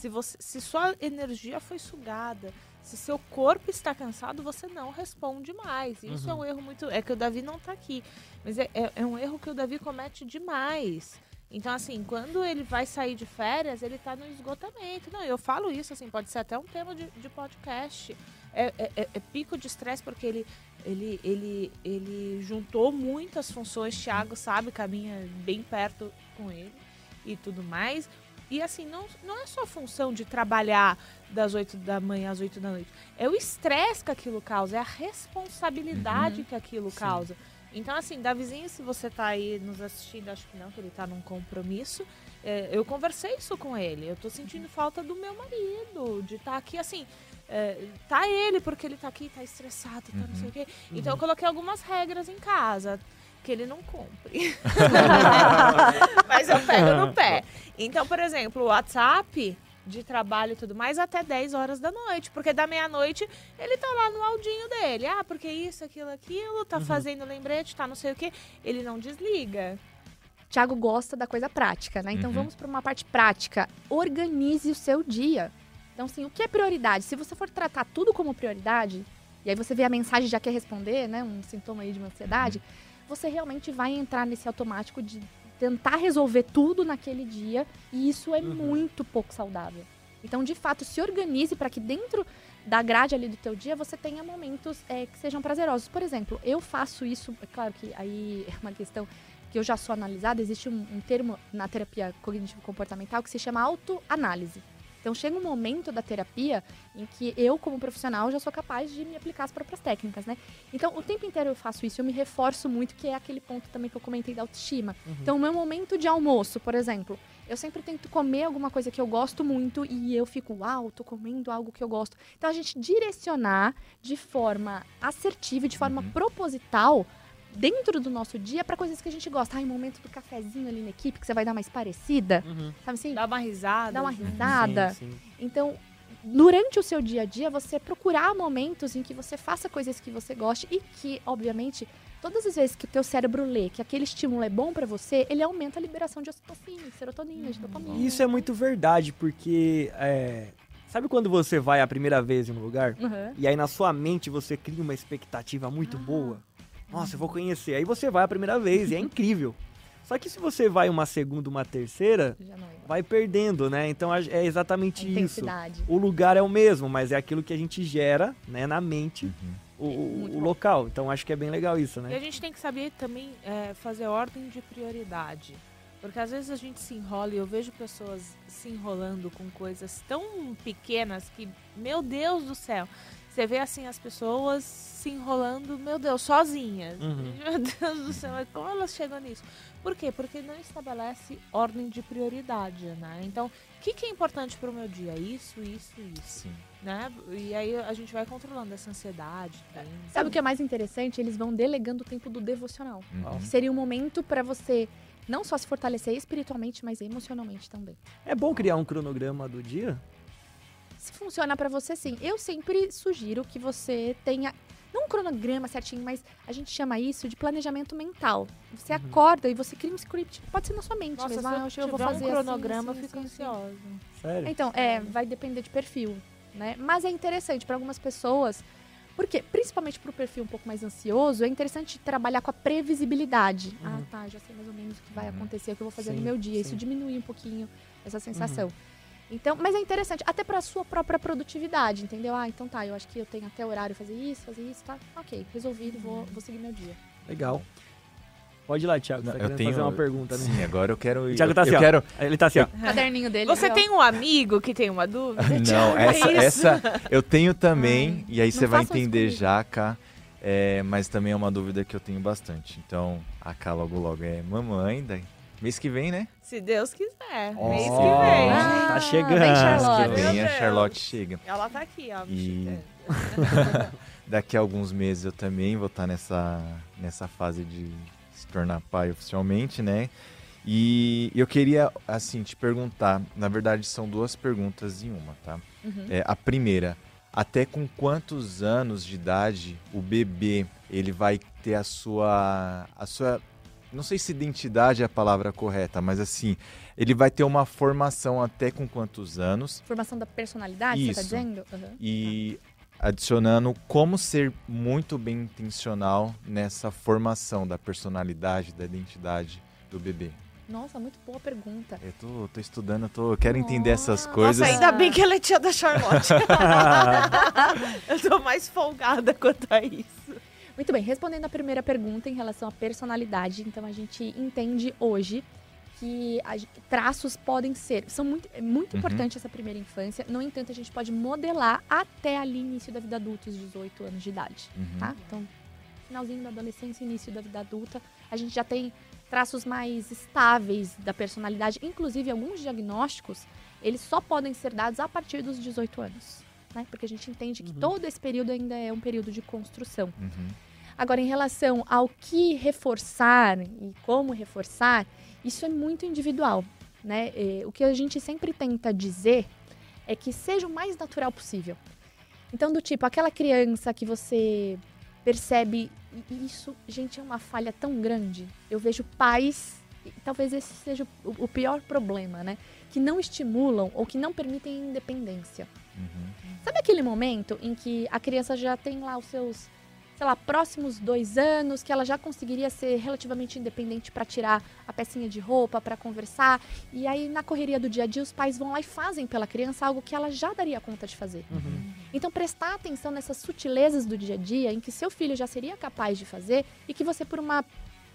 Se sua energia foi sugada, se seu corpo está cansado, você não responde mais. E isso é um erro muito... É que o Davi não está aqui, mas é um erro que o Davi comete demais. Então, assim, quando ele vai sair de férias, ele tá no esgotamento. Não, eu falo isso, assim, pode ser até um tema de podcast. É pico de estresse, porque ele juntou muitas funções. Thiago sabe, caminha bem perto com ele e tudo mais. E, assim, não é só função de trabalhar das 8 da manhã às 8 da noite. É o estresse que aquilo causa, é a responsabilidade que aquilo causa. Então, assim, Davizinho, se você tá aí nos assistindo, acho que não, que ele tá num compromisso, eu conversei isso com ele. Eu tô sentindo falta do meu marido, de estar aqui, assim, tá ele, porque ele tá aqui, tá estressado, tá não sei o quê. Então, eu coloquei algumas regras em casa, que ele não cumpre. Mas eu pego no pé. Então, por exemplo, o WhatsApp de trabalho e tudo mais até 10 horas da noite, porque da meia-noite ele tá lá no audinho dele, porque isso, aquilo, tá fazendo lembrete, tá não sei o quê, ele não desliga. Thiago gosta da coisa prática, né? Então vamos para uma parte prática. Organize o seu dia. Então, assim, o que é prioridade? Se você for tratar tudo como prioridade, e aí você vê a mensagem e já quer responder, né? Um sintoma aí de uma ansiedade, você realmente vai entrar nesse automático de tentar resolver tudo naquele dia, e isso é muito pouco saudável. Então, de fato, se organize para que dentro da grade ali do teu dia você tenha momentos que sejam prazerosos. Por exemplo, eu faço isso, é claro que aí é uma questão que eu já sou analisada, existe um termo na terapia cognitivo-comportamental que se chama autoanálise. Então, chega um momento da terapia em que eu, como profissional, já sou capaz de me aplicar as próprias técnicas, né? Então, o tempo inteiro eu faço isso, eu me reforço muito, que é aquele ponto também que eu comentei da autoestima. Então, o meu momento de almoço, por exemplo, eu sempre tento comer alguma coisa que eu gosto muito e eu fico, uau, tô comendo algo que eu gosto. Então, a gente direcionar de forma assertiva e de forma proposital dentro do nosso dia para coisas que a gente gosta. Em momento do cafezinho ali na equipe, que você vai dar mais parecida, sabe assim? Dá uma risada. Dá uma risada. Sim, sim. Então, durante o seu dia a dia, você procurar momentos em que você faça coisas que você goste e que, obviamente, todas as vezes que o teu cérebro lê que aquele estímulo é bom pra você, ele aumenta a liberação de ocitocina, de serotonina, de dopamina. Isso é muito verdade, porque sabe quando você vai a primeira vez em um lugar Uhum. e aí na sua mente você cria uma expectativa muito boa? Nossa, eu vou conhecer. Aí você vai a primeira vez e é incrível. Só que se você vai uma segunda, uma terceira, Já não é. vai perdendo, né? Então é exatamente isso. Intensidade. O lugar é o mesmo, mas é aquilo que a gente gera, né, na mente, Muito o bom. local. Então acho que é bem legal isso, E a né? gente tem que saber também fazer ordem de prioridade. Porque às vezes a gente se enrola e eu vejo pessoas se enrolando com coisas tão pequenas que, meu Deus do céu, você vê assim as pessoas se enrolando, meu Deus, sozinhas. Uhum. Meu Deus do céu, como elas chegam nisso? Por quê? Porque não estabelece ordem de prioridade, né? Então, o que é importante para o meu dia? Isso, isso, isso. Sim. Né? E aí a gente vai controlando essa ansiedade. Também. Sabe o que é mais interessante? Eles vão delegando o tempo do devocional. Uhum. Que seria um momento pra você não só se fortalecer espiritualmente, mas emocionalmente também. É bom criar um cronograma do dia? Se funciona pra você, sim. Eu sempre sugiro que você tenha, não um cronograma certinho, mas a gente chama isso de planejamento mental. Você acorda e você cria um script. Pode ser na sua mente Nossa, mesmo. se Hoje eu vou tiver fazer um cronograma, assim, eu fico assim, assim. ansiosa. Sério? Então, vai depender de perfil, né? Mas é interessante para algumas pessoas, porque principalmente para o perfil um pouco mais ansioso, é interessante trabalhar com a previsibilidade. Ah, tá, já sei mais ou menos o que vai acontecer, o que eu vou fazer Sim, no meu dia. Isso sim. diminui um pouquinho essa sensação. Então, mas é interessante, até para a sua própria produtividade, entendeu? Ah, então tá, eu acho que eu tenho até horário fazer isso, tá? Ok, resolvido, vou seguir meu dia. Legal. Pode ir lá, Thiago. Você tá querendo fazer uma pergunta, né? Sim, agora eu quero... O Thiago tá assim, eu ó. quero... Ele tá assim, ó. O caderninho dele. Você ó. tem um amigo que tem uma dúvida? Não, Thiago? É isso? essa eu tenho também, e aí não você vai façam isso entender comigo. já, Cá. Mas também é uma dúvida que eu tenho bastante. Então, a Cá logo é mamãe, daí mês que vem, né? Se Deus quiser. Ó. Mês que vem. Ah, tá chegando. Vem, Mês Charlotte. que vem Meu a Deus. Charlotte chega. Ela tá aqui, ó. E- mexicana. Daqui a alguns meses eu também vou estar nessa fase de se tornar pai oficialmente, né? E eu queria, assim, te perguntar, na verdade são duas perguntas em uma, tá? A primeira, até com quantos anos de idade o bebê, ele vai ter a sua, não sei se identidade é a palavra correta, mas assim, ele vai ter uma formação até com quantos anos? Formação da personalidade, você tá Isso. dizendo? Uhum. E adicionando como ser muito bem intencional nessa formação da personalidade, da identidade do bebê. Nossa, muito boa pergunta. Eu tô estudando, eu quero entender essas coisas. Nossa, ainda bem que ela é tia da Charlotte. Eu tô mais folgada quanto a isso. Muito bem, respondendo a primeira pergunta em relação à personalidade, então a gente entende hoje que traços podem ser, é muito importante essa primeira infância, no entanto a gente pode modelar até ali início da vida adulta, os 18 anos de idade, tá? Então, finalzinho da adolescência, início da vida adulta, a gente já tem traços mais estáveis da personalidade, inclusive alguns diagnósticos, eles só podem ser dados a partir dos 18 anos, né? Porque a gente entende que todo esse período ainda é um período de construção. Agora, em relação ao que reforçar e como reforçar, isso é muito individual, né? O que a gente sempre tenta dizer é que seja o mais natural possível. Então, do tipo, aquela criança que você percebe, e isso, gente, é uma falha tão grande. Eu vejo pais, e talvez esse seja o pior problema, né? Que não estimulam ou que não permitem independência. Sabe aquele momento em que a criança já tem lá os seus, sei lá, próximos 2 anos, que ela já conseguiria ser relativamente independente para tirar a pecinha de roupa, para conversar, e aí na correria do dia a dia os pais vão lá e fazem pela criança algo que ela já daria conta de fazer. Então prestar atenção nessas sutilezas do dia a dia em que seu filho já seria capaz de fazer e que você por uma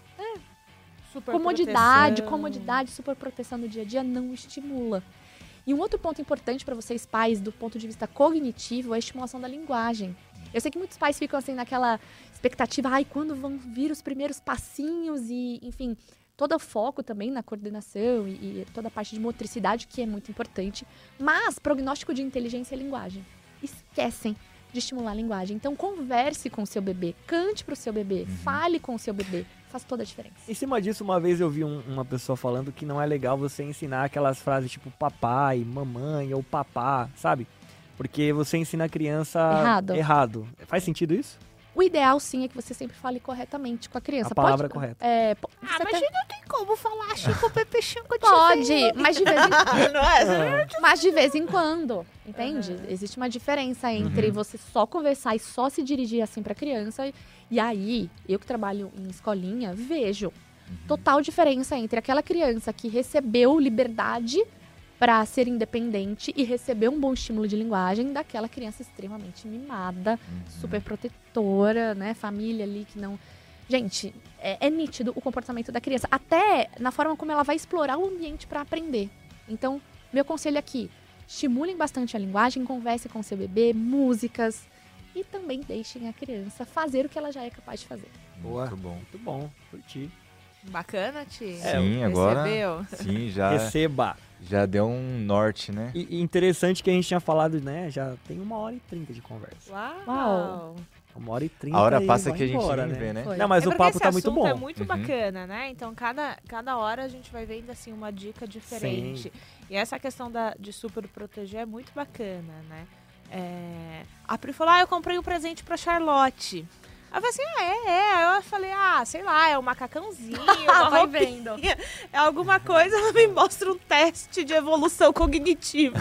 comodidade, superproteção no dia a dia não estimula. E um outro ponto importante para vocês pais, do ponto de vista cognitivo, é a estimulação da linguagem. Eu sei que muitos pais ficam assim naquela expectativa, quando vão vir os primeiros passinhos e, enfim, todo o foco também na coordenação e toda a parte de motricidade, que é muito importante. Mas prognóstico de inteligência e linguagem. Esquecem. de estimular a linguagem. Então, converse com o seu bebê, cante pro seu bebê, fale com o seu bebê. Faz toda a diferença. Em cima disso, uma vez eu vi uma pessoa falando que não é legal você ensinar aquelas frases tipo papai, mamãe ou papá, sabe? Porque você ensina a criança errado. Faz sentido isso? O ideal, sim, é que você sempre fale corretamente com a criança. A palavra correta. Mas não tem como falar Chico, Pepe, Chico, Pode, mas de vez em quando. Não é? Mas de vez em quando, entende? Existe uma diferença entre você só conversar e só se dirigir assim pra criança. E aí, eu que trabalho em escolinha, vejo total diferença entre aquela criança que recebeu liberdade para ser independente e receber um bom estímulo de linguagem daquela criança extremamente mimada, super protetora, né? Família ali que não... Gente, é nítido o comportamento da criança, até na forma como ela vai explorar o ambiente para aprender. Então, meu conselho aqui, estimulem bastante a linguagem, converse com seu bebê, músicas e também deixem a criança fazer o que ela já é capaz de fazer. Boa. Muito bom. Muito bom, curti. Bacana, Ti. Sim, agora... Recebeu? Sim, Receba. já deu um norte, né? E interessante que a gente tinha falado, né? Já tem 1h30 de conversa. Uau! 1h30. A hora e passa vai que a gente embora, nem vê, né? Foi. Não, mas o porque papo esse tá muito assunto bom. é muito bacana, né? Então, cada hora a gente vai vendo, assim, uma dica diferente. E essa questão de super proteger é muito bacana, né? A Pri falou, eu comprei um presente pra Charlotte. Aí eu falei assim, Aí eu falei, sei lá, é um macacãozinho, uma Vai roupinha, vendo. é alguma coisa, ela me mostra um teste de evolução cognitiva.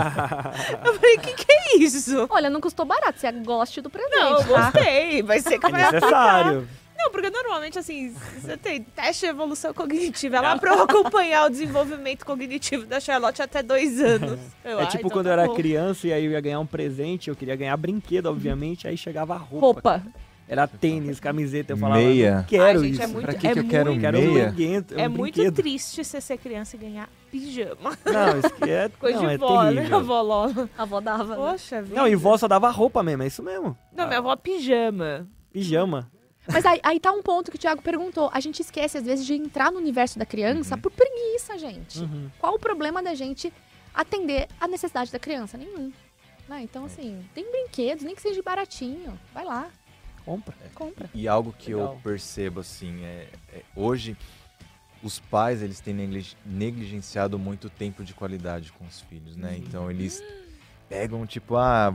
Eu falei, o que é isso? Olha, não custou barato, você goste do presente, Não, eu tá? gostei, vai ser que É vai aplicar. necessário. Não, porque normalmente, assim, você tem teste de evolução cognitiva, é lá pra eu acompanhar o desenvolvimento cognitivo da Charlotte até 2 anos. Tipo então quando tá eu era bom. criança e aí eu ia ganhar um presente, eu queria ganhar brinquedo, obviamente, aí chegava a roupa. Era tênis, camiseta, eu falava, Meia. não quero Gente, isso. é muito, Pra que eu quero muito, Quero meia? um brinquedo. É um muito brinquedo. triste você ser criança e ganhar pijama. Não, isso que é, Coisa não, de é vó, né? terrível. A avó Lola. A avó dava, né? Poxa vida. Não, e vó só dava roupa mesmo, é isso mesmo. Não, minha avó pijama. Pijama. Mas aí tá um ponto que o Thiago perguntou. A gente esquece, às vezes, de entrar no universo da criança por preguiça, gente. Qual o problema da gente atender a necessidade da criança? Nenhum. Né? Então, assim, tem brinquedos, nem que seja baratinho. Vai lá, compra. E algo que Legal. eu percebo, assim, hoje os pais, eles têm negligenciado muito tempo de qualidade com os filhos, né? Então, eles pegam, tipo,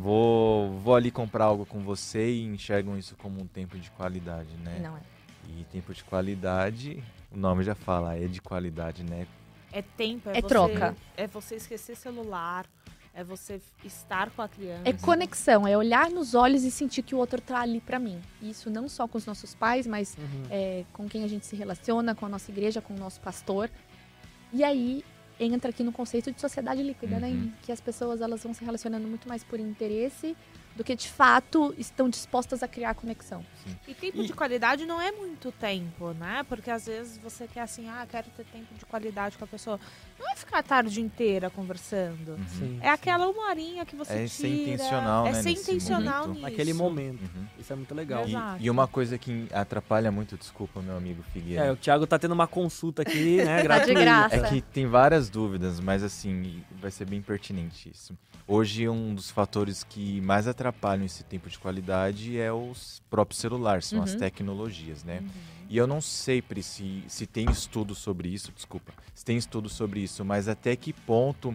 vou ali comprar algo com você e enxergam isso como um tempo de qualidade, né? Não é. E tempo de qualidade, o nome já fala, é de qualidade, né? É tempo, É troca. É você esquecer celular, é você estar com a criança. É conexão, é olhar nos olhos e sentir que o outro tá ali pra mim. Isso não só com os nossos pais, mas com quem a gente se relaciona, com a nossa igreja, com o nosso pastor. E aí entra aqui no conceito de sociedade líquida, né? Em que as pessoas elas vão se relacionando muito mais por interesse do que de fato estão dispostas a criar conexão. E tempo de qualidade não é muito tempo, né? Porque às vezes você quer assim, quero ter tempo de qualidade com a pessoa. Não é ficar a tarde inteira conversando. Sim. É aquela 1 horinha que você tira. ser intencional, é né, ser nesse intencional momento. nisso. Naquele momento. Isso é muito legal. Exato. E uma coisa que atrapalha muito, desculpa, meu amigo Figueira. O Thiago tá tendo uma consulta aqui, né? Tá de gratuita. graça. É que tem várias dúvidas, mas assim, vai ser bem pertinente isso. Hoje, um dos fatores que mais atrapalham esse tempo de qualidade é os próprios celulares, são as tecnologias, né? E eu não sei, Pri, se tem estudo sobre isso, se tem estudo sobre isso, mas até que ponto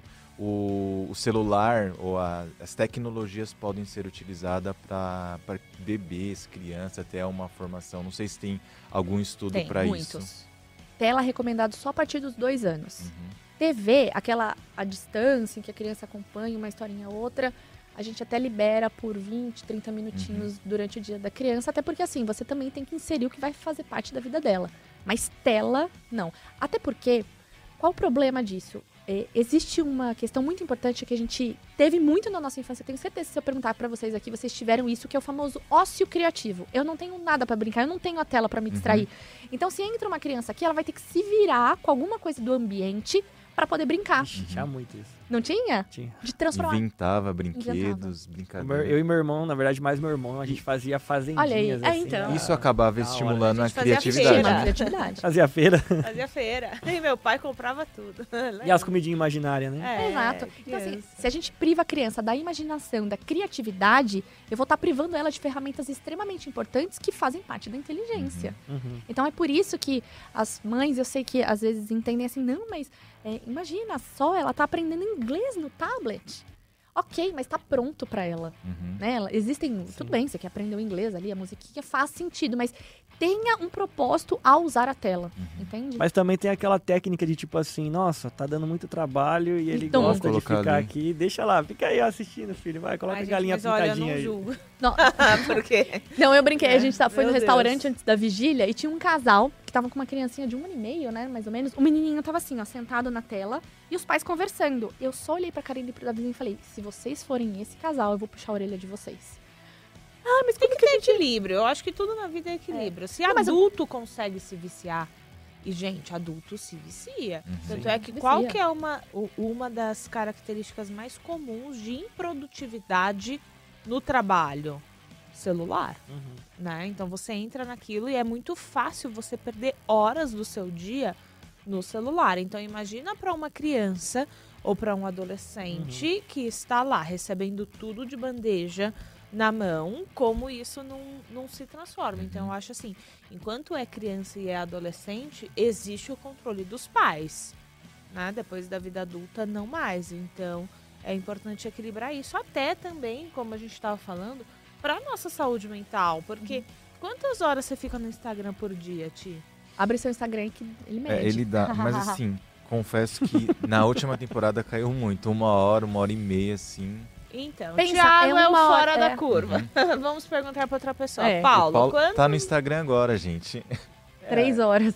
o celular ou as tecnologias podem ser utilizadas para bebês, crianças, até uma formação. Não sei se tem algum estudo para isso. Muitos. Tela recomendado só a partir dos 2 anos. TV, a distância em que a criança acompanha uma historinha ou outra, a gente até libera por 20, 30 minutinhos durante o dia da criança, até porque assim, você também tem que inserir o que vai fazer parte da vida dela. Mas tela, não. Até porque, qual o problema disso? Existe uma questão muito importante que a gente teve muito na nossa infância. Tenho certeza que se eu perguntar pra vocês aqui, vocês tiveram isso, que é o famoso ócio criativo. Eu não tenho nada pra brincar, eu não tenho a tela pra me distrair. Então, se entra uma criança aqui, ela vai ter que se virar com alguma coisa do ambiente pra poder brincar. Ixi, tinha muito isso. Não tinha? Tinha. De transformar. Inventava brinquedos, brincadeiras. Eu e meu irmão, na verdade, mais meu irmão, a gente fazia fazendinhas. Olha aí, assim, então. Isso acabava Da hora. estimulando A a gente fazia criatividade. feira. Uma criatividade. Fazia feira. Fazia feira. E meu pai comprava tudo. E as comidinhas imaginárias, né? Exato. Então, assim, criança. se a gente priva a criança da imaginação, da criatividade, eu vou estar privando ela de ferramentas extremamente importantes que fazem parte da inteligência. Uhum. Então, é por isso que as mães, eu sei que às vezes entendem assim, não, mas imagina só, ela tá aprendendo inglês no tablet. Ok, mas tá pronto pra ela. Uhum. Né? Tudo bem, você quer aprender o inglês ali, a musiquinha, faz sentido, mas tenha um propósito ao usar a tela, entende? Mas também tem aquela técnica de tipo assim, nossa, tá dando muito trabalho e ele Então, gosta de colocar ficar ali. aqui. Deixa lá, fica aí assistindo, filho. Vai, coloca Ai, a gente, galinha mas olha, eu pintadinha não aí. julgo. Não, Por quê? não, eu brinquei, a gente foi Meu no Deus. restaurante antes da vigília e tinha um casal que tava com uma criancinha de 1 ano e meio, né, mais ou menos. O menininho tava assim, ó, sentado na tela e os pais conversando. Eu só olhei pra Karine e pro Davizinho e falei, se vocês forem esse casal, eu vou puxar a orelha de vocês. Ah, mas Tem que ter equilíbrio. Eu acho que tudo na vida é equilíbrio. Se Não, mas adulto consegue se viciar, e, gente, adulto se vicia. Tanto é que Vicia. qual que é uma das características mais comuns de improdutividade no trabalho? Celular. Uhum. Né? Então você entra naquilo e é muito fácil você perder horas do seu dia no celular. Então imagina para uma criança ou para um adolescente que está lá recebendo tudo de bandeja na mão, como isso não se transforma. Então eu acho assim, enquanto é criança e é adolescente, existe o controle dos pais, né? Depois da vida adulta, não mais. Então é importante equilibrar isso, até também, como a gente estava falando, para nossa saúde mental, porque quantas horas você fica no Instagram por dia, Ti? Abre seu Instagram que ele mede. Ele dá, mas assim, confesso que na última temporada caiu muito. 1 hora, 1 hora e meia, assim. Então, Pensa, Thiago é o uma fora hora- da curva. Vamos perguntar para outra pessoa. É. Paulo, O Paulo quanto... tá no Instagram agora, gente. 3 horas.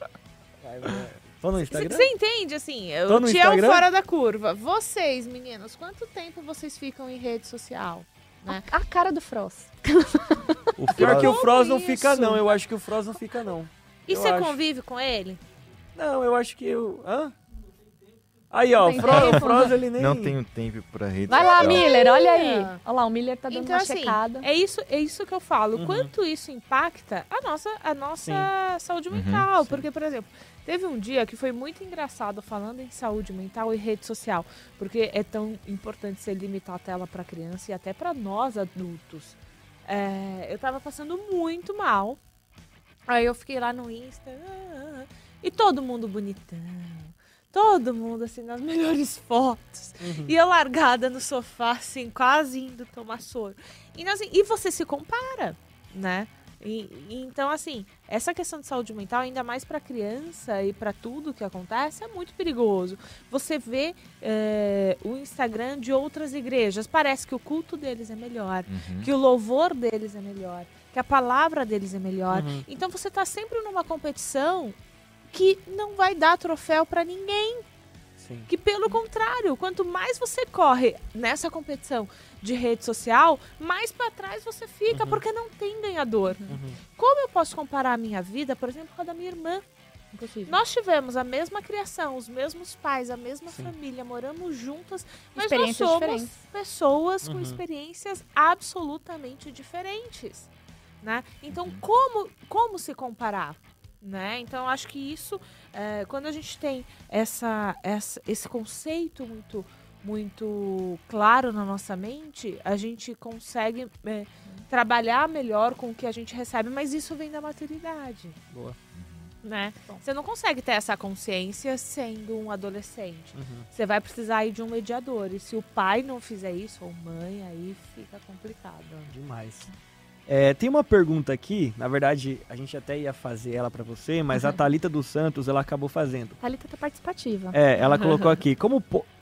Tô no Instagram? Você entende, assim, Tô o no Tia é o Instagram? fora da curva. Vocês, meninos, quanto tempo vocês ficam em rede social? Né? A cara do Frost. O pior é que o Como Froz não isso? fica, não. Eu acho que o Froz não fica, não. E Eu você acho. convive com ele? Não, eu acho que eu... Hã? Aí, ó, Tem o Froz, tempo? ele nem... Não tenho tempo pra rede Vai lá, social. Miller, olha aí. Olha lá, o Miller tá dando Então, uma assim, checada. é isso que eu falo. Uhum. Quanto isso impacta a nossa Sim. saúde Uhum, mental. sim. Porque, por exemplo, teve um dia que foi muito engraçado falando em saúde mental e rede social. Porque é tão importante você limitar a tela para criança e até para nós adultos. Eu tava passando muito mal. Aí eu fiquei lá no Insta. E todo mundo bonitão. Todo mundo, assim, nas melhores fotos. E eu largada no sofá, assim, quase indo tomar soro. E, assim, e você se compara, né? Então, assim, essa questão de saúde mental, ainda mais para criança e para tudo que acontece, é muito perigoso. Você vê o Instagram de outras igrejas, parece que o culto deles é melhor, que o louvor deles é melhor, que a palavra deles é melhor. Uhum. Então, você tá sempre numa competição que não vai dar troféu para ninguém. Sim. Que pelo contrário, quanto mais você corre nessa competição de rede social, mais para trás você fica, porque não tem ganhador. Uhum. Como eu posso comparar a minha vida, por exemplo, com a da minha irmã? Impossível. Nós tivemos a mesma criação, os mesmos pais, a mesma Sim. família, moramos juntas, mas nós Experiências somos diferentes. pessoas com Uhum. experiências absolutamente diferentes, né? Então, como se comparar? Né? Então, eu acho que isso, quando a gente tem esse conceito muito claro na nossa mente, a gente consegue trabalhar melhor com o que a gente recebe, mas isso vem da maturidade. Boa. Né? Bom. Você não consegue ter essa consciência sendo um adolescente. Uhum. Você vai precisar aí de um mediador. E se o pai não fizer isso, ou mãe, aí fica complicado. Demais. Tem uma pergunta aqui, na verdade, a gente até ia fazer ela pra você, mas a Thalita dos Santos, ela acabou fazendo. Thalita tá participativa. Ela colocou aqui, como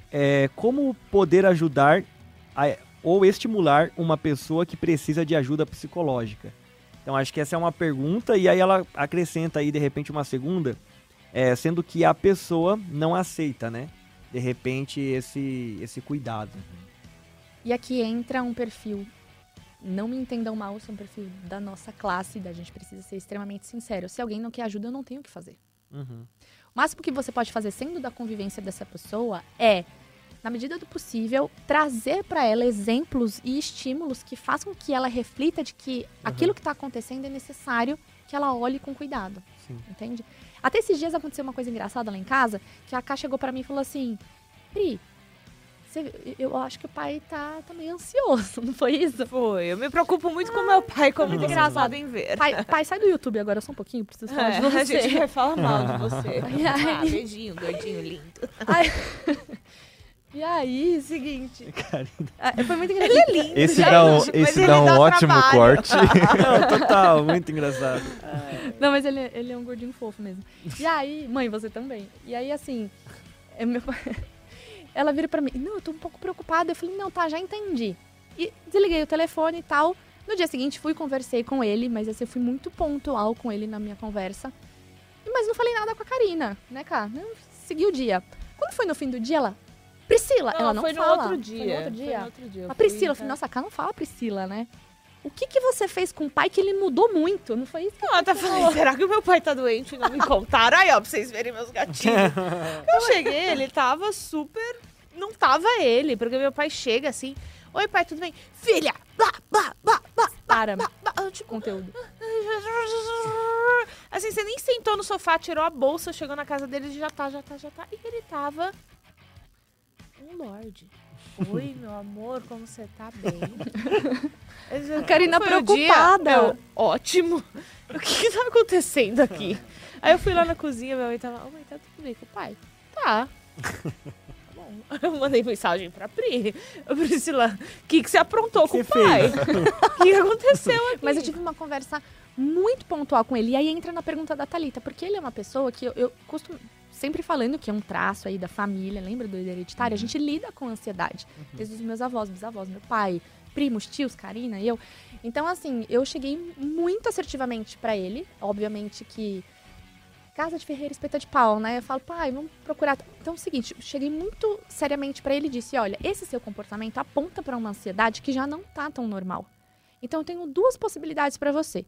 poder ajudar ou estimular uma pessoa que precisa de ajuda psicológica? Então, acho que essa é uma pergunta, e aí ela acrescenta aí, de repente, uma segunda, sendo que a pessoa não aceita, né? De repente, esse cuidado. E aqui entra um perfil, não me entendam mal, esse é um perfil da nossa classe, da gente precisa ser extremamente sincero. Se alguém não quer ajuda, eu não tenho o que fazer. Uhum. O máximo que você pode fazer sendo da convivência dessa pessoa é, na medida do possível, trazer para ela exemplos e estímulos que façam que ela reflita de que aquilo que está acontecendo é necessário que ela olhe com cuidado. Sim. Entende? Até esses dias aconteceu uma coisa engraçada lá em casa, que a Ká chegou para mim e falou assim, Pri, eu acho que o pai tá meio ansioso, não foi isso? Foi, eu me preocupo muito com meu pai, como muito vocês engraçado. podem ver. Pai, sai do YouTube agora só um pouquinho, preciso falar de você. A gente vai falar mal de você. Ai. Beijinho, gordinho lindo. Ai. E aí, seguinte. Foi muito engraçado. Ele é lindo, Esse gente, dá um, mas esse ele dá um dá ótimo trabalho. corte. Não, total, muito engraçado. Não, mas ele é um gordinho fofo mesmo. E aí, mãe, você também. E aí, assim, meu pai... ela vira pra mim, não, eu tô um pouco preocupada. Eu falei, não, tá, já entendi. E desliguei o telefone e tal. No dia seguinte, fui conversei com ele, mas assim, eu fui muito pontual com ele na minha conversa. Mas não falei nada com a Karina, né, Ká? Eu segui o dia. Quando foi no fim do dia, Priscila, ela não foi fala. no outro dia. Foi no outro dia. Foi no outro dia. A Priscila, eu falei, nossa, a Ká não fala Priscila, né? O que você fez com o pai que ele mudou muito? Não foi isso que Não, eu até falei, será que o meu pai tá doente e não me contaram? Aí, ó, pra vocês verem meus gatinhos. Eu cheguei, ele tava super... Não tava ele, porque meu pai chega assim, oi pai, tudo bem? Filha! Blá, blá, blá, blá, Para, blá, blá. Eu, tipo, conteúdo. assim, você nem sentou no sofá, tirou a bolsa, chegou na casa dele e já tá. E ele tava um lorde. Oi, meu amor, como você tá bem? A Karina Foi o preocupada. dia? Eu, ótimo. O que tá acontecendo aqui? Aí eu fui lá na cozinha, minha mãe tava, mãe, tá tudo bem com o pai? Tá. Bom, eu mandei mensagem pra Pri. Priscila, o que você aprontou com o pai? O que aconteceu aqui? Mas eu tive uma conversa muito pontual com ele. E aí entra na pergunta da Thalita, porque ele é uma pessoa que eu costumo sempre falando que é um traço aí da família, lembra do hereditário? A gente lida com ansiedade. Desde os meus avós, bisavós, meu pai, primos, tios, Karina e eu. Então, assim, eu cheguei muito assertivamente pra ele. Obviamente que casa de ferreiro, espeta de pau, né? Eu falo, pai, vamos procurar. Então é o seguinte, eu cheguei muito seriamente pra ele e disse, olha, esse seu comportamento aponta pra uma ansiedade que já não tá tão normal. Então eu tenho duas possibilidades pra você.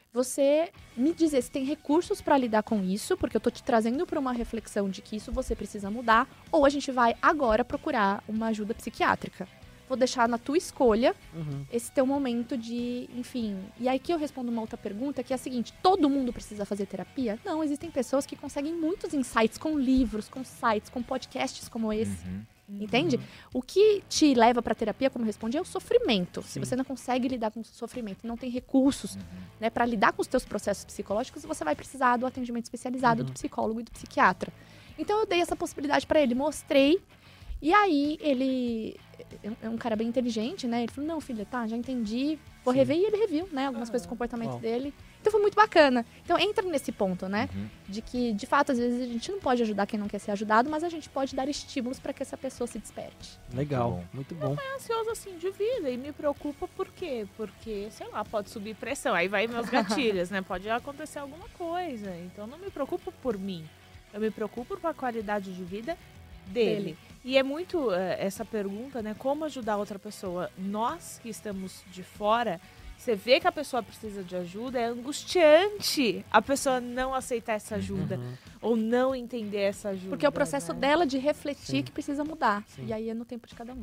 Você me dizer se tem recursos pra lidar com isso, porque eu tô te trazendo pra uma reflexão de que isso você precisa mudar, ou a gente vai agora procurar uma ajuda psiquiátrica. Vou deixar na tua escolha esse teu momento de, enfim... E aí que eu respondo uma outra pergunta, que é a seguinte, todo mundo precisa fazer terapia? Não, existem pessoas que conseguem muitos insights com livros, com sites, com podcasts como esse. Entende? O que te leva pra terapia, como eu respondi, é o sofrimento. Se você não consegue lidar com o sofrimento e não tem recursos, né, para lidar com os teus processos psicológicos, você vai precisar do atendimento especializado do psicólogo e do psiquiatra. Então eu dei essa possibilidade pra ele, mostrei. E aí ele é um cara bem inteligente, né? Ele falou, não, filha, tá, já entendi. Vou rever, e ele reviu, né? Algumas coisas do comportamento dele. Então foi muito bacana. Então entra nesse ponto, né? De que, de fato, às vezes a gente não pode ajudar quem não quer ser ajudado, mas a gente pode dar estímulos para que essa pessoa se desperte. Legal, muito bom. É ansioso assim de vida e me preocupa por quê? Porque, sei lá, pode subir pressão. Aí vai meus gatilhos, né? Pode acontecer alguma coisa. Então não me preocupo por mim. Eu me preocupo com a qualidade de vida dele. E é muito essa pergunta, né? Como ajudar outra pessoa? Nós que estamos de fora, você vê que a pessoa precisa de ajuda, é angustiante a pessoa não aceitar essa ajuda ou não entender essa ajuda. Porque é o processo né? dela de refletir Sim. que precisa mudar. Sim. E aí é no tempo de cada um.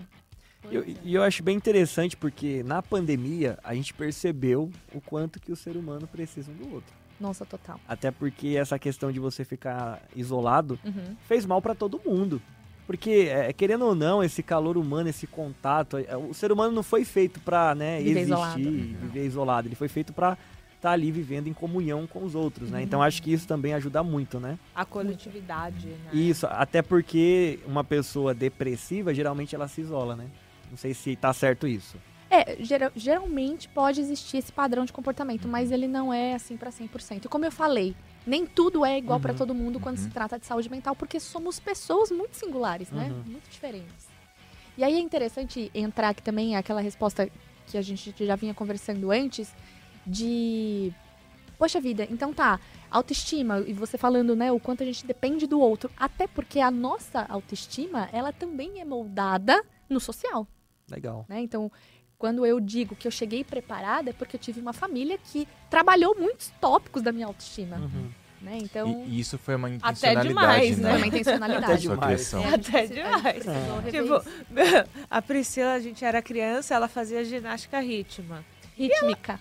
E eu acho bem interessante porque na pandemia a gente percebeu o quanto que o ser humano precisa um do outro. Nossa, total. Até porque essa questão de você ficar isolado fez mal pra todo mundo. Porque, querendo ou não, esse calor humano, esse contato, o ser humano não foi feito pra, né, Viver existir, isolado. viver isolado. Ele foi feito pra estar ali vivendo em comunhão com os outros, né? Então acho que isso também ajuda muito, né? A coletividade, né? Isso, até porque uma pessoa depressiva, geralmente ela se isola, né? Não sei se tá certo isso. Geralmente pode existir esse padrão de comportamento, mas ele não é assim pra 100%. E como eu falei, nem tudo é igual pra todo mundo quando se trata de saúde mental, porque somos pessoas muito singulares, né? Muito diferentes. E aí é interessante entrar aqui também aquela resposta que a gente já vinha conversando antes, de... Poxa vida, então tá, autoestima, e você falando, né, o quanto a gente depende do outro, até porque a nossa autoestima, ela também é moldada no social, Legal. né? Então, quando eu digo que eu cheguei preparada, é porque eu tive uma família que trabalhou muitos tópicos da minha autoestima. né? Então, E isso foi uma Até intencionalidade, demais, né? né? foi uma intencionalidade. Até Sua demais. criação. Até demais. Precisou rever Tipo, isso. a Priscila, a gente era criança, ela fazia ginástica rítmica. Rítmica.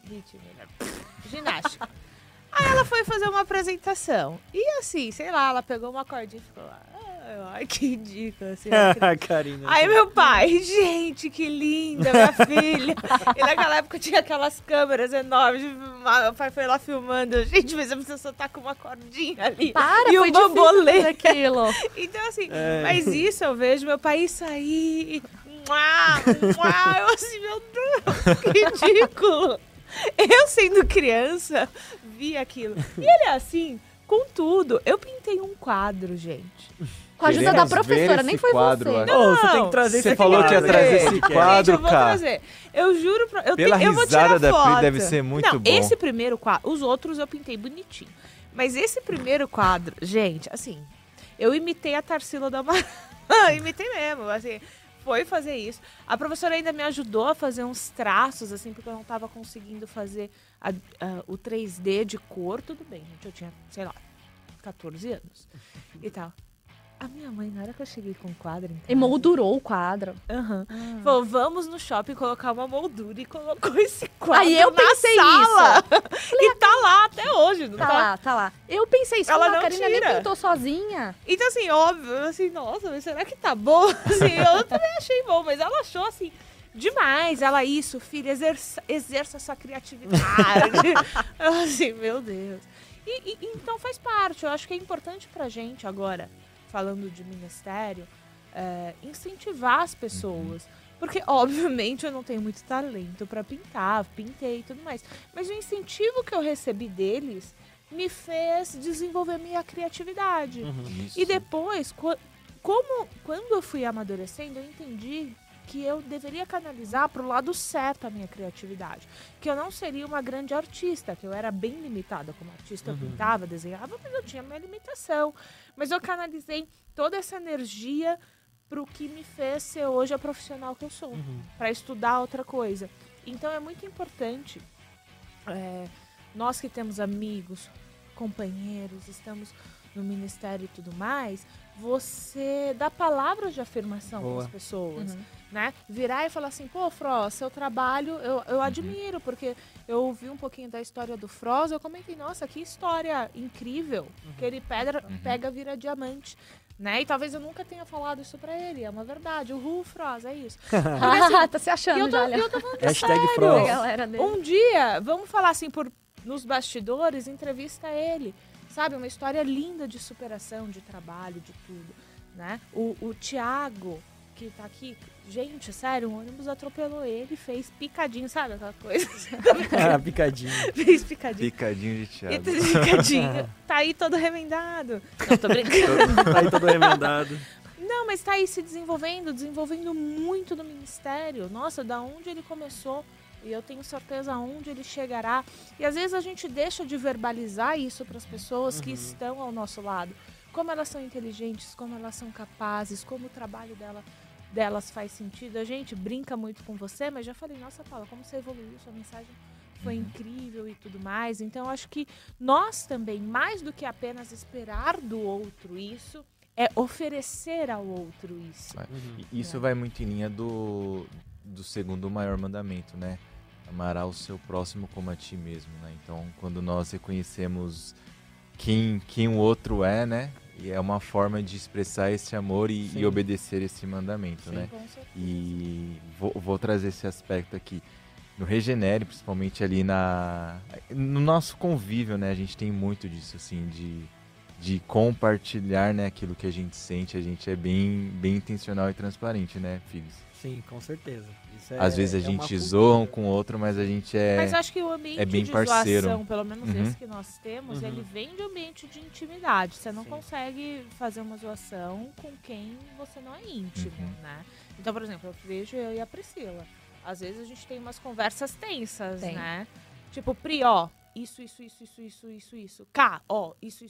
Ginástica. Aí ela foi fazer uma apresentação. E assim, sei lá, ela pegou uma cordinha e ficou lá. Ai, que ridículo. Assim, Karina. Aí meu pai, gente, que linda, minha filha. E naquela época tinha aquelas câmeras enormes. Meu pai foi lá filmando. Gente, mas a pessoa só tá com uma cordinha ali. Para, e foi um bambolê. difícil fazer aquilo. Então, assim, É. mas isso eu vejo meu pai sair. Eu assim, meu Deus, que ridículo. Eu, sendo criança, vi aquilo. E ele é assim, com tudo. Eu pintei um quadro, gente. Com a ajuda Queremos da professora, ver nem esse foi quadro, você. Ana. Ô, você tem que trazer Você esse falou que ia quadro. trazer esse Gente, quadro, eu vou cara. trazer. Eu juro pra... Eu, Pela eu vou tirar risada da Pri foto. deve ser muito Não, bom. esse primeiro quadro... Os outros eu pintei bonitinho. Mas esse primeiro quadro, gente, assim... Eu imitei a Tarsila da Amaral. Imitei mesmo, assim... Foi fazer isso. A professora ainda me ajudou a fazer uns traços, assim, porque eu não tava conseguindo fazer o 3D de cor. Tudo bem, gente. Eu tinha, sei lá, 14 anos e tal. A minha mãe, na hora que eu cheguei com o quadro em casa... Emoldurou o quadro. Aham. Falou, vamos no shopping colocar uma moldura e colocou esse quadro Aí eu na pensei sala. E tá lá até hoje, não Tá tá? lá, tá lá. Eu pensei isso, Ela a não Karina tira. nem pintou sozinha. Então, assim, óbvio, assim, nossa, mas será que tá bom? Assim, eu também achei bom, mas ela achou, assim, demais. Ela, isso, filha, exerça sua criatividade. Eu, assim, meu Deus. E então faz parte. Eu acho que é importante pra gente agora, falando de ministério, incentivar as pessoas. Porque, obviamente, eu não tenho muito talento pra pintar, pintei e tudo mais. Mas o incentivo que eu recebi deles me fez desenvolver minha criatividade. Isso. E depois, quando eu fui amadurecendo, eu entendi que eu deveria canalizar para o lado certo a minha criatividade. Que eu não seria uma grande artista, que eu era bem limitada como artista. Eu pintava, desenhava, mas eu tinha minha limitação. Mas eu canalizei toda essa energia para o que me fez ser hoje a profissional que eu sou. Para estudar outra coisa. Então é muito importante, nós que temos amigos, companheiros, estamos no ministério e tudo mais, você dá palavras de afirmação para as pessoas, né? Virar e falar assim, pô, Fro, seu trabalho eu admiro, porque eu ouvi um pouquinho da história do Froz, eu comentei, nossa, que história incrível, que ele pega, vira diamante, né? E talvez eu nunca tenha falado isso pra ele, é uma verdade, Froz, é isso. Tá se achando já, olha. Eu tô falando Hashtag sério. Froz. A galera dele. Um dia, vamos falar assim, nos bastidores, entrevista ele. Sabe, uma história linda de superação, de trabalho, de tudo, né? O Thiago, que tá aqui, gente, sério, um ônibus atropelou ele, fez picadinho, sabe aquela coisa? Picadinho. Fez picadinho. Picadinho de E Thiago. picadinho. Tá aí todo remendado. Não, tô brincando. Tá aí todo remendado. Não, mas tá aí se desenvolvendo muito no ministério. Nossa, da onde ele começou... E eu tenho certeza aonde ele chegará. E às vezes a gente deixa de verbalizar isso para as pessoas que estão ao nosso lado. Como elas são inteligentes, como elas são capazes, como o trabalho delas faz sentido. A gente brinca muito com você, mas já falei, nossa, Paula, como você evoluiu, sua mensagem foi incrível e tudo mais. Então, acho que nós também, mais do que apenas esperar do outro isso, é oferecer ao outro isso. E isso vai muito em linha do segundo maior mandamento, né? Amará o seu próximo como a ti mesmo, né? Então, quando nós reconhecemos quem o outro é, né? E é uma forma de expressar esse amor e obedecer esse mandamento, né? Com certeza. E vou trazer esse aspecto aqui. No Regenere, principalmente ali no nosso convívio, né? A gente tem muito disso, assim, de compartilhar, né, aquilo que a gente sente. A gente é bem intencional e transparente, né, filhos? Sim, com certeza. Isso Às vezes a uma gente cultura. zoa um com o outro, mas a gente Mas acho que o ambiente bem de parceiro. zoação, pelo menos Uhum. esse que nós temos, ele vem de ambiente de intimidade. Você não consegue fazer uma zoação com quem você não é íntimo, né? Então, por exemplo, eu vejo eu e a Priscila. Às vezes a gente tem umas conversas tensas, Tem. né? Tipo, Pri, ó, isso. K, ó, isso.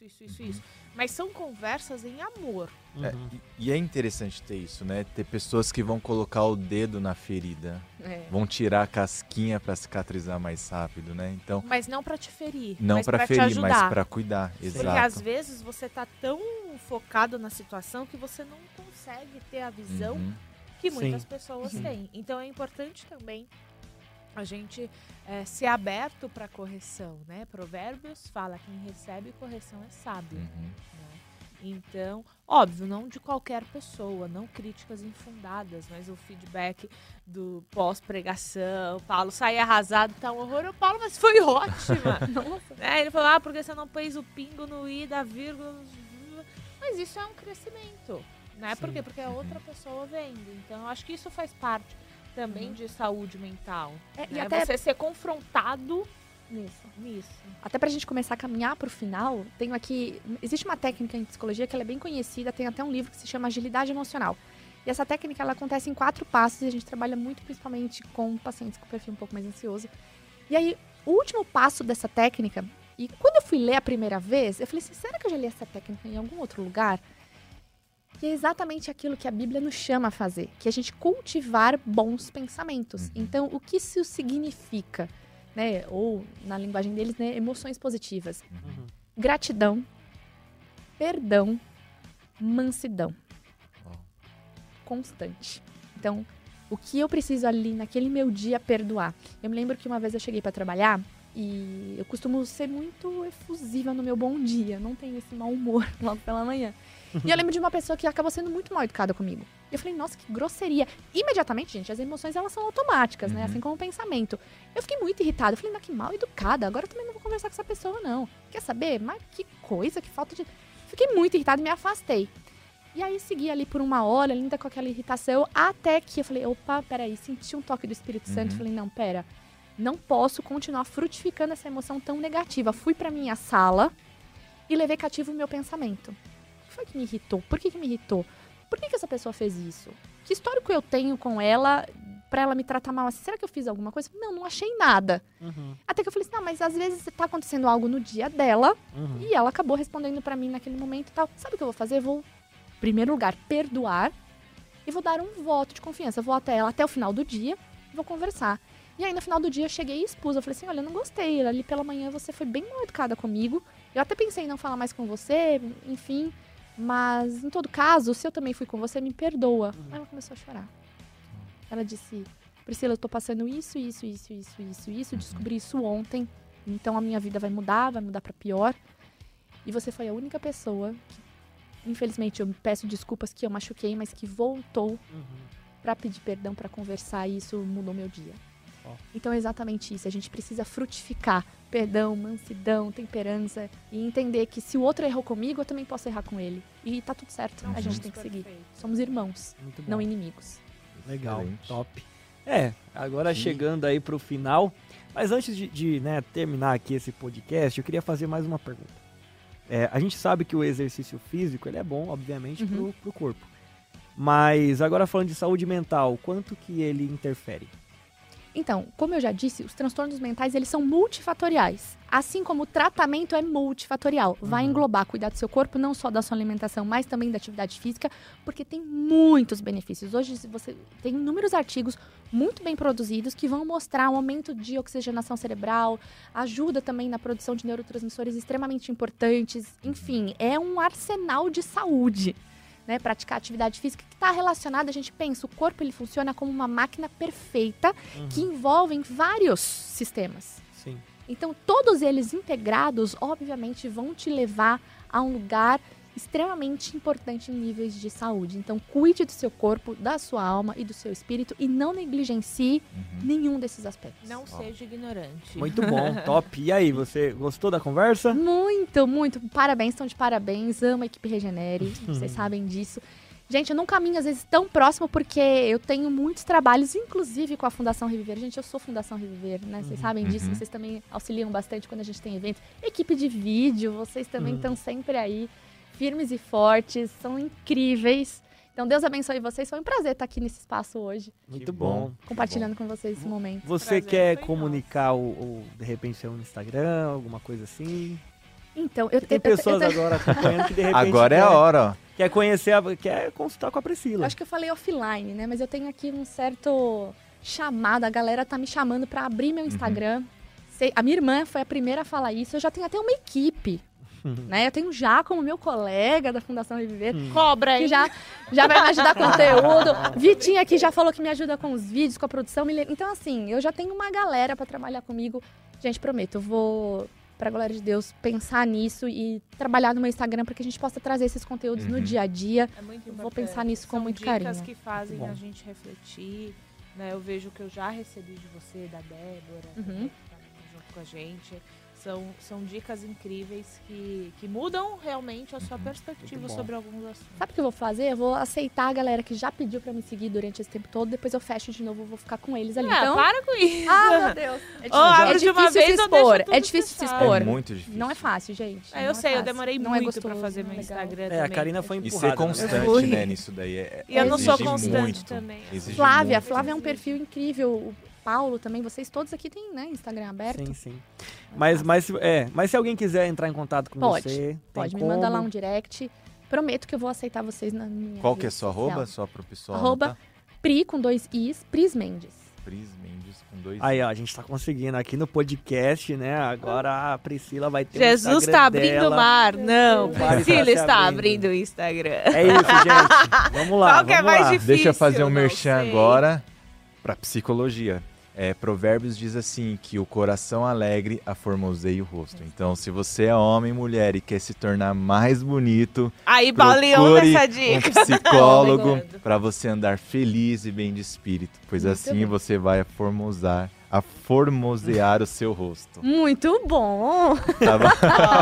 Mas são conversas em amor. E é interessante ter isso, né? Ter pessoas que vão colocar o dedo na ferida, vão tirar a casquinha pra cicatrizar mais rápido, né? Então, Mas não pra te ferir, não mas pra pra te ferir, ajudar. mas pra cuidar. Porque Exato. às vezes você tá tão focado na situação que você não consegue ter a visão Uhum. que Sim. muitas pessoas têm. Então é importante também a gente ser aberto para correção, né? Provérbios fala: quem recebe correção é sábio. Uhum. Né? Então, óbvio, não de qualquer pessoa, não críticas infundadas, mas o feedback do pós-pregação, Paulo sai arrasado, tá um horror. Paulo, mas foi ótima. Nossa. Ele falou, porque você não pôs o pingo no i da vírgula. Mas isso é um crescimento, né? Por quê? Porque é outra pessoa vendo. Então, eu acho que isso faz parte também de saúde mental. E Né? até Você ser confrontado nisso. nisso. Até pra gente começar a caminhar pro final, tenho aqui... Existe uma técnica em psicologia que ela é bem conhecida, tem até um livro que se chama Agilidade Emocional. E essa técnica, ela acontece em 4 passos e a gente trabalha muito principalmente com pacientes com perfil um pouco mais ansioso. E aí, o último passo dessa técnica, e quando eu fui ler a primeira vez, eu falei assim, será que eu já li essa técnica em algum outro lugar? E é exatamente aquilo que a Bíblia nos chama a fazer, que é a gente cultivar bons pensamentos. Então, o que isso significa? Né? Ou, na linguagem deles, né, emoções positivas. Gratidão, perdão, mansidão. Constante. Então, o que eu preciso ali naquele meu dia perdoar? Eu me lembro que uma vez eu cheguei para trabalhar e eu costumo ser muito efusiva no meu bom dia, não tenho esse mau humor logo pela manhã. E eu lembro de uma pessoa que acabou sendo muito mal educada comigo. Eu falei, nossa, que grosseria. Imediatamente, gente, as emoções, elas são automáticas, né? Assim como o pensamento. Eu fiquei muito irritada. Eu falei, não, que mal educada. Agora eu também não vou conversar com essa pessoa, não. Quer saber? Mas que coisa, que falta de... Fiquei muito irritada e me afastei. E aí, segui ali por uma hora, ainda com aquela irritação, até que eu falei, opa, peraí, senti um toque do Espírito Santo. Falei, não, pera, não posso continuar frutificando essa emoção tão negativa. Fui pra minha sala e levei cativo o meu pensamento. O que foi que me irritou? Por que me irritou? Por que essa pessoa fez isso? Que histórico eu tenho com ela pra ela me tratar mal assim? Será que eu fiz alguma coisa? Não achei nada. Até que eu falei assim, não, mas às vezes tá acontecendo algo no dia dela e ela acabou respondendo pra mim naquele momento e tal. Sabe o que eu vou fazer? Eu vou, em primeiro lugar, perdoar e vou dar um voto de confiança. Eu vou até ela até o final do dia e vou conversar. E aí, no final do dia, eu cheguei e expus. Eu falei assim, olha, eu não gostei. Ali pela manhã você foi bem mal educada comigo. Eu até pensei em não falar mais com você, enfim. Mas, em todo caso, se eu também fui com você, me perdoa. Aí ela começou a chorar. Ela disse, Priscila, eu tô passando isso. Descobri isso ontem. Então, a minha vida vai mudar pra pior. E você foi a única pessoa que, infelizmente, eu peço desculpas que eu machuquei, mas que voltou pra pedir perdão, pra conversar. E isso mudou meu dia. Então é exatamente isso, a gente precisa frutificar perdão, mansidão, temperança e entender que se o outro errou comigo, eu também posso errar com ele. E tá tudo certo, a gente tem que seguir. Somos irmãos, não inimigos. Legal, Excelente. top. Agora chegando aí pro final, mas antes de terminar aqui esse podcast, eu queria fazer mais uma pergunta. A gente sabe que o exercício físico ele é bom, obviamente, pro corpo. Mas agora falando de saúde mental, quanto que ele interfere? Então, como eu já disse, os transtornos mentais, eles são multifatoriais. Assim como o tratamento é multifatorial. Vai englobar cuidar do seu corpo, não só da sua alimentação, mas também da atividade física, porque tem muitos benefícios. Hoje você tem inúmeros artigos muito bem produzidos que vão mostrar um aumento de oxigenação cerebral, ajuda também na produção de neurotransmissores extremamente importantes. Enfim, é um arsenal de saúde. Né, praticar atividade física que está relacionada, a gente pensa, o corpo ele funciona como uma máquina perfeita que envolve vários sistemas. Sim. Então, todos eles integrados, obviamente, vão te levar a um lugar extremamente importante em níveis de saúde. Então, cuide do seu corpo, da sua alma e do seu espírito e não negligencie nenhum desses aspectos. Não seja ignorante. Muito bom, top. E aí, você gostou da conversa? Muito, muito. Parabéns, estão de parabéns. Amo a equipe Regenere, vocês sabem disso. Gente, eu não caminho às vezes tão próximo porque eu tenho muitos trabalhos, inclusive com a Fundação Reviver. Gente, eu sou Fundação Reviver, né? Vocês sabem disso, vocês também auxiliam bastante quando a gente tem eventos. Equipe de vídeo, vocês também estão sempre aí, firmes e fortes, são incríveis. Então, Deus abençoe vocês. Foi um prazer estar aqui nesse espaço hoje, Muito bom. bom. compartilhando com vocês esse momento. Você Prazer quer foi comunicar de repente, seu Instagram, alguma coisa assim? Então, Tem pessoas agora acompanhando que de repente Agora é a hora, ó. quer conhecer, quer consultar com a Eu Priscila. acho que eu falei offline, né? Mas eu tenho aqui um certo chamado. A galera tá me chamando pra abrir meu Instagram. A minha irmã foi a primeira a falar isso. Eu já tenho até uma equipe, né? Eu tenho já como meu colega da Fundação Reviver, Cobra, que hein? já vai me ajudar com conteúdo. Vitinha aqui já falou que me ajuda com os vídeos, com a produção. Então, assim, eu já tenho uma galera pra trabalhar comigo. Gente, prometo, eu vou, pra glória de Deus, pensar nisso e trabalhar no meu Instagram para que a gente possa trazer esses conteúdos no dia a dia. É muito Eu importante. vou pensar nisso com São muito dicas carinho. que fazem Bom. a gente refletir, né? Eu vejo que eu já recebi de você, da Débora, Uhum. que tá junto com a gente. São dicas incríveis que mudam realmente a sua perspectiva Muito bom. sobre alguns assuntos. Sabe o que eu vou fazer? Eu vou aceitar a galera que já pediu pra me seguir durante esse tempo todo, depois eu fecho de novo, eu vou ficar com eles ali. Ah, Então, para com isso. meu Deus. É Ou abre difícil, de uma se vez ou deixa expor. tudo É difícil se fechado. expor. É muito difícil. Não é fácil, gente. É, Não eu é sei, eu fácil. demorei Não é muito pra gostoso, fazer não é meu legal. Instagram É, também. a Karina foi E empurrada. ser constante, Fui. né, nisso daí. E eu não sou exige constante muito, também. exige Flávia, a muito. Flávia é um perfil incrível. O Paulo também, vocês todos aqui têm, né, Instagram aberto. Sim, sim. Mas se alguém quiser entrar em contato com Pode, você, tem Pode me como? mandar lá um direct. Prometo que eu vou aceitar vocês na minha Qual que é rede sua social. arroba? Só pro pessoal Arroba anotar? Pri com 2 Is, Pris Mendes. Pris Mendes com 2 Aí, ó, a gente tá conseguindo aqui no podcast, né? Agora a Priscila vai ter Jesus o Instagram tá abrindo o dela. mar. Não, O mar Priscila está se está abrindo. abrindo o Instagram. É isso, gente. Vamos lá, Qual que é vamos mais lá. difícil? Deixa eu fazer um não merchan sei. agora pra psicologia. Provérbios diz assim, que o coração alegre aformoseia o rosto. Então, se você é homem, mulher e quer se tornar mais bonito, Aí, Paulinho, procure essa um dica. psicólogo Obrigado. para você andar feliz e bem de espírito, pois Muito assim bem. você vai aformosear o seu rosto. Muito bom! Tá bom?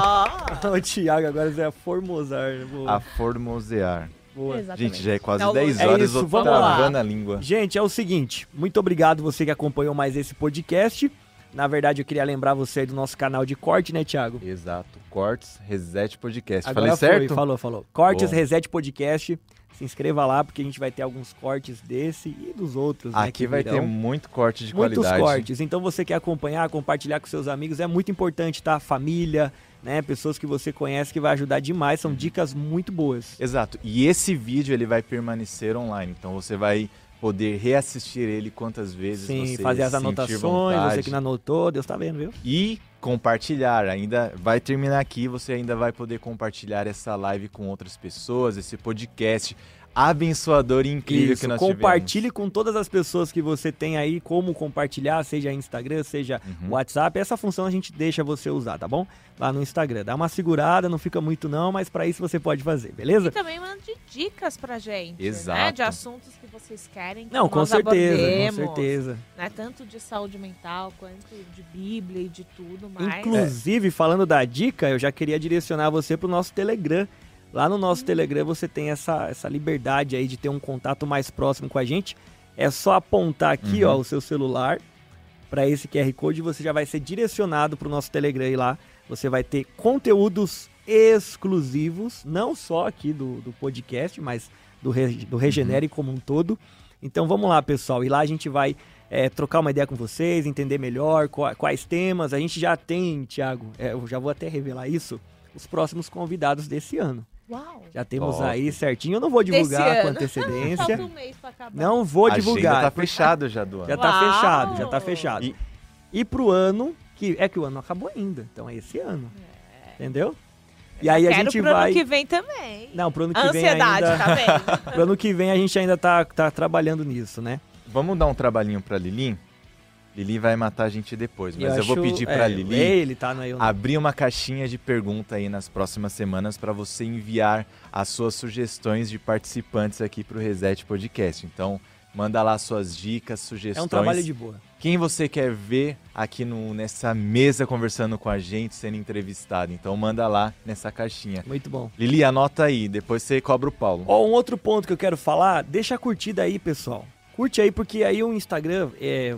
Ó. O Thiago agora é formosar. Né? Boa. Aformosear. Boa. Exatamente. Gente, já é quase É o- 10 é horas, isso, eu tô vamos lá. travando a língua. Gente, é o seguinte, muito obrigado você que acompanhou mais esse podcast. Na verdade, eu queria lembrar você aí do nosso canal de corte, né, Thiago? Exato. Cortes Reset Podcast. Agora Falei foi, certo? falou. Cortes Bom. Reset Podcast. Se inscreva lá, porque a gente vai ter alguns cortes desse e dos outros, né, Aqui que vai ter virão. muito corte de Muitos qualidade. cortes. Então você quer acompanhar, compartilhar com seus amigos, é muito importante, tá? Família, né? Pessoas que você conhece que vai ajudar demais, são dicas muito boas. Exato. E esse vídeo ele vai permanecer online. Então você vai poder reassistir ele quantas vezes Sim, você fazer as sentir anotações, vontade. você que não anotou, Deus tá vendo, viu? E compartilhar. Ainda vai terminar aqui, você ainda vai poder compartilhar essa live com outras pessoas, esse podcast abençoador e incrível Isso, que nós compartilhe com todas as pessoas que você tem aí como compartilhar, seja Instagram, seja Uhum. WhatsApp. Essa função a gente deixa você usar, tá bom? Lá no Instagram. Dá uma segurada, não fica muito não, mas pra isso você pode fazer, beleza? E também mande dicas pra gente, né? Exato. De assuntos que vocês querem que Não, com nós certeza, abordemos, com certeza. né? Tanto de saúde mental, quanto de Bíblia e de tudo mais. Inclusive, falando da dica, eu já queria direcionar você pro nosso Telegram. Lá no nosso Telegram você tem essa liberdade aí de ter um contato mais próximo com a gente. É só apontar aqui, ó, o seu celular para esse QR Code e você já vai ser direcionado pro nosso Telegram e lá você vai ter conteúdos exclusivos, não só aqui do podcast, mas do Regenere como um todo. Então vamos lá, pessoal. E lá a gente vai trocar uma ideia com vocês, entender melhor quais temas. A gente já tem, Thiago, eu já vou até revelar isso, os próximos convidados desse ano. Uau! Já temos Top. aí certinho. Eu não vou divulgar Desse com ano. antecedência. Falta um mês pra acabar. Não vou A agenda divulgar. tá fechado já do ano. Já tá Uau! fechado, já tá fechado. E- E pro ano, que o ano não acabou ainda. Então é esse ano. Entendeu? E aí a Quero gente pro vai... ano que vem também. Não, pro ano que A vem ansiedade, ainda... tá vendo? Pro ano que vem a gente ainda tá trabalhando nisso, né? Vamos dar um trabalhinho pra Lili? Lili vai matar a gente depois, mas eu vou acho- pedir pra Lili Ele tá, não é eu não. abrir uma caixinha de pergunta aí nas próximas semanas para você enviar as suas sugestões de participantes aqui pro Reset Podcast. Então, manda lá suas dicas, sugestões. É um trabalho de boa. Quem você quer ver aqui nessa mesa conversando com a gente, sendo entrevistado. Então, manda lá nessa caixinha. Muito bom. Lili, anota aí, depois você cobra o Paulo. Ó, um outro ponto que eu quero falar, deixa a curtida aí, pessoal. Curte aí, porque aí o Instagram,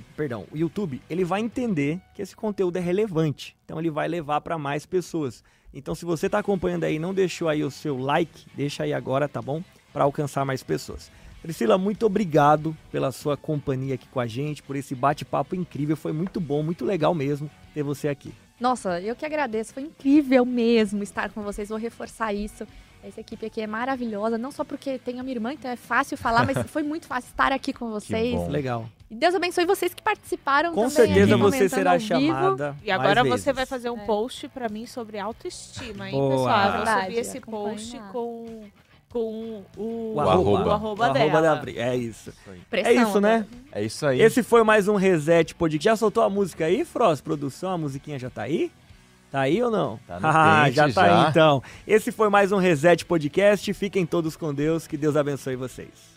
o YouTube, ele vai entender que esse conteúdo é relevante. Então ele vai levar para mais pessoas. Então se você tá acompanhando aí e não deixou aí o seu like, deixa aí agora, tá bom? para alcançar mais pessoas. Priscila, muito obrigado pela sua companhia aqui com a gente, por esse bate-papo incrível. Foi muito bom, muito legal mesmo ter você aqui. Nossa, eu que agradeço. Foi incrível mesmo estar com vocês. Vou reforçar isso. Essa equipe aqui é maravilhosa, não só porque tem a minha irmã, então é fácil falar, mas foi muito fácil estar aqui com vocês. bom. Legal. E Deus abençoe vocês que participaram Com também. certeza aqui, você comentando será ao vivo. chamada. E agora mais você vezes. vai fazer um post pra mim sobre autoestima, hein, Boa. pessoal? Eu vou Verdade, subir esse acompanhe post lá. com O arroba. arroba da dela. Pri. É isso. Pressão, É isso, né? É isso aí. Esse foi mais um Reset Podcast. Já soltou a música aí, Frost? Produção, a musiquinha já tá aí? Tá aí ou não? Tá no pente, já tá já. aí então. Esse foi mais um Reset Podcast. Fiquem todos com Deus. Que Deus abençoe vocês.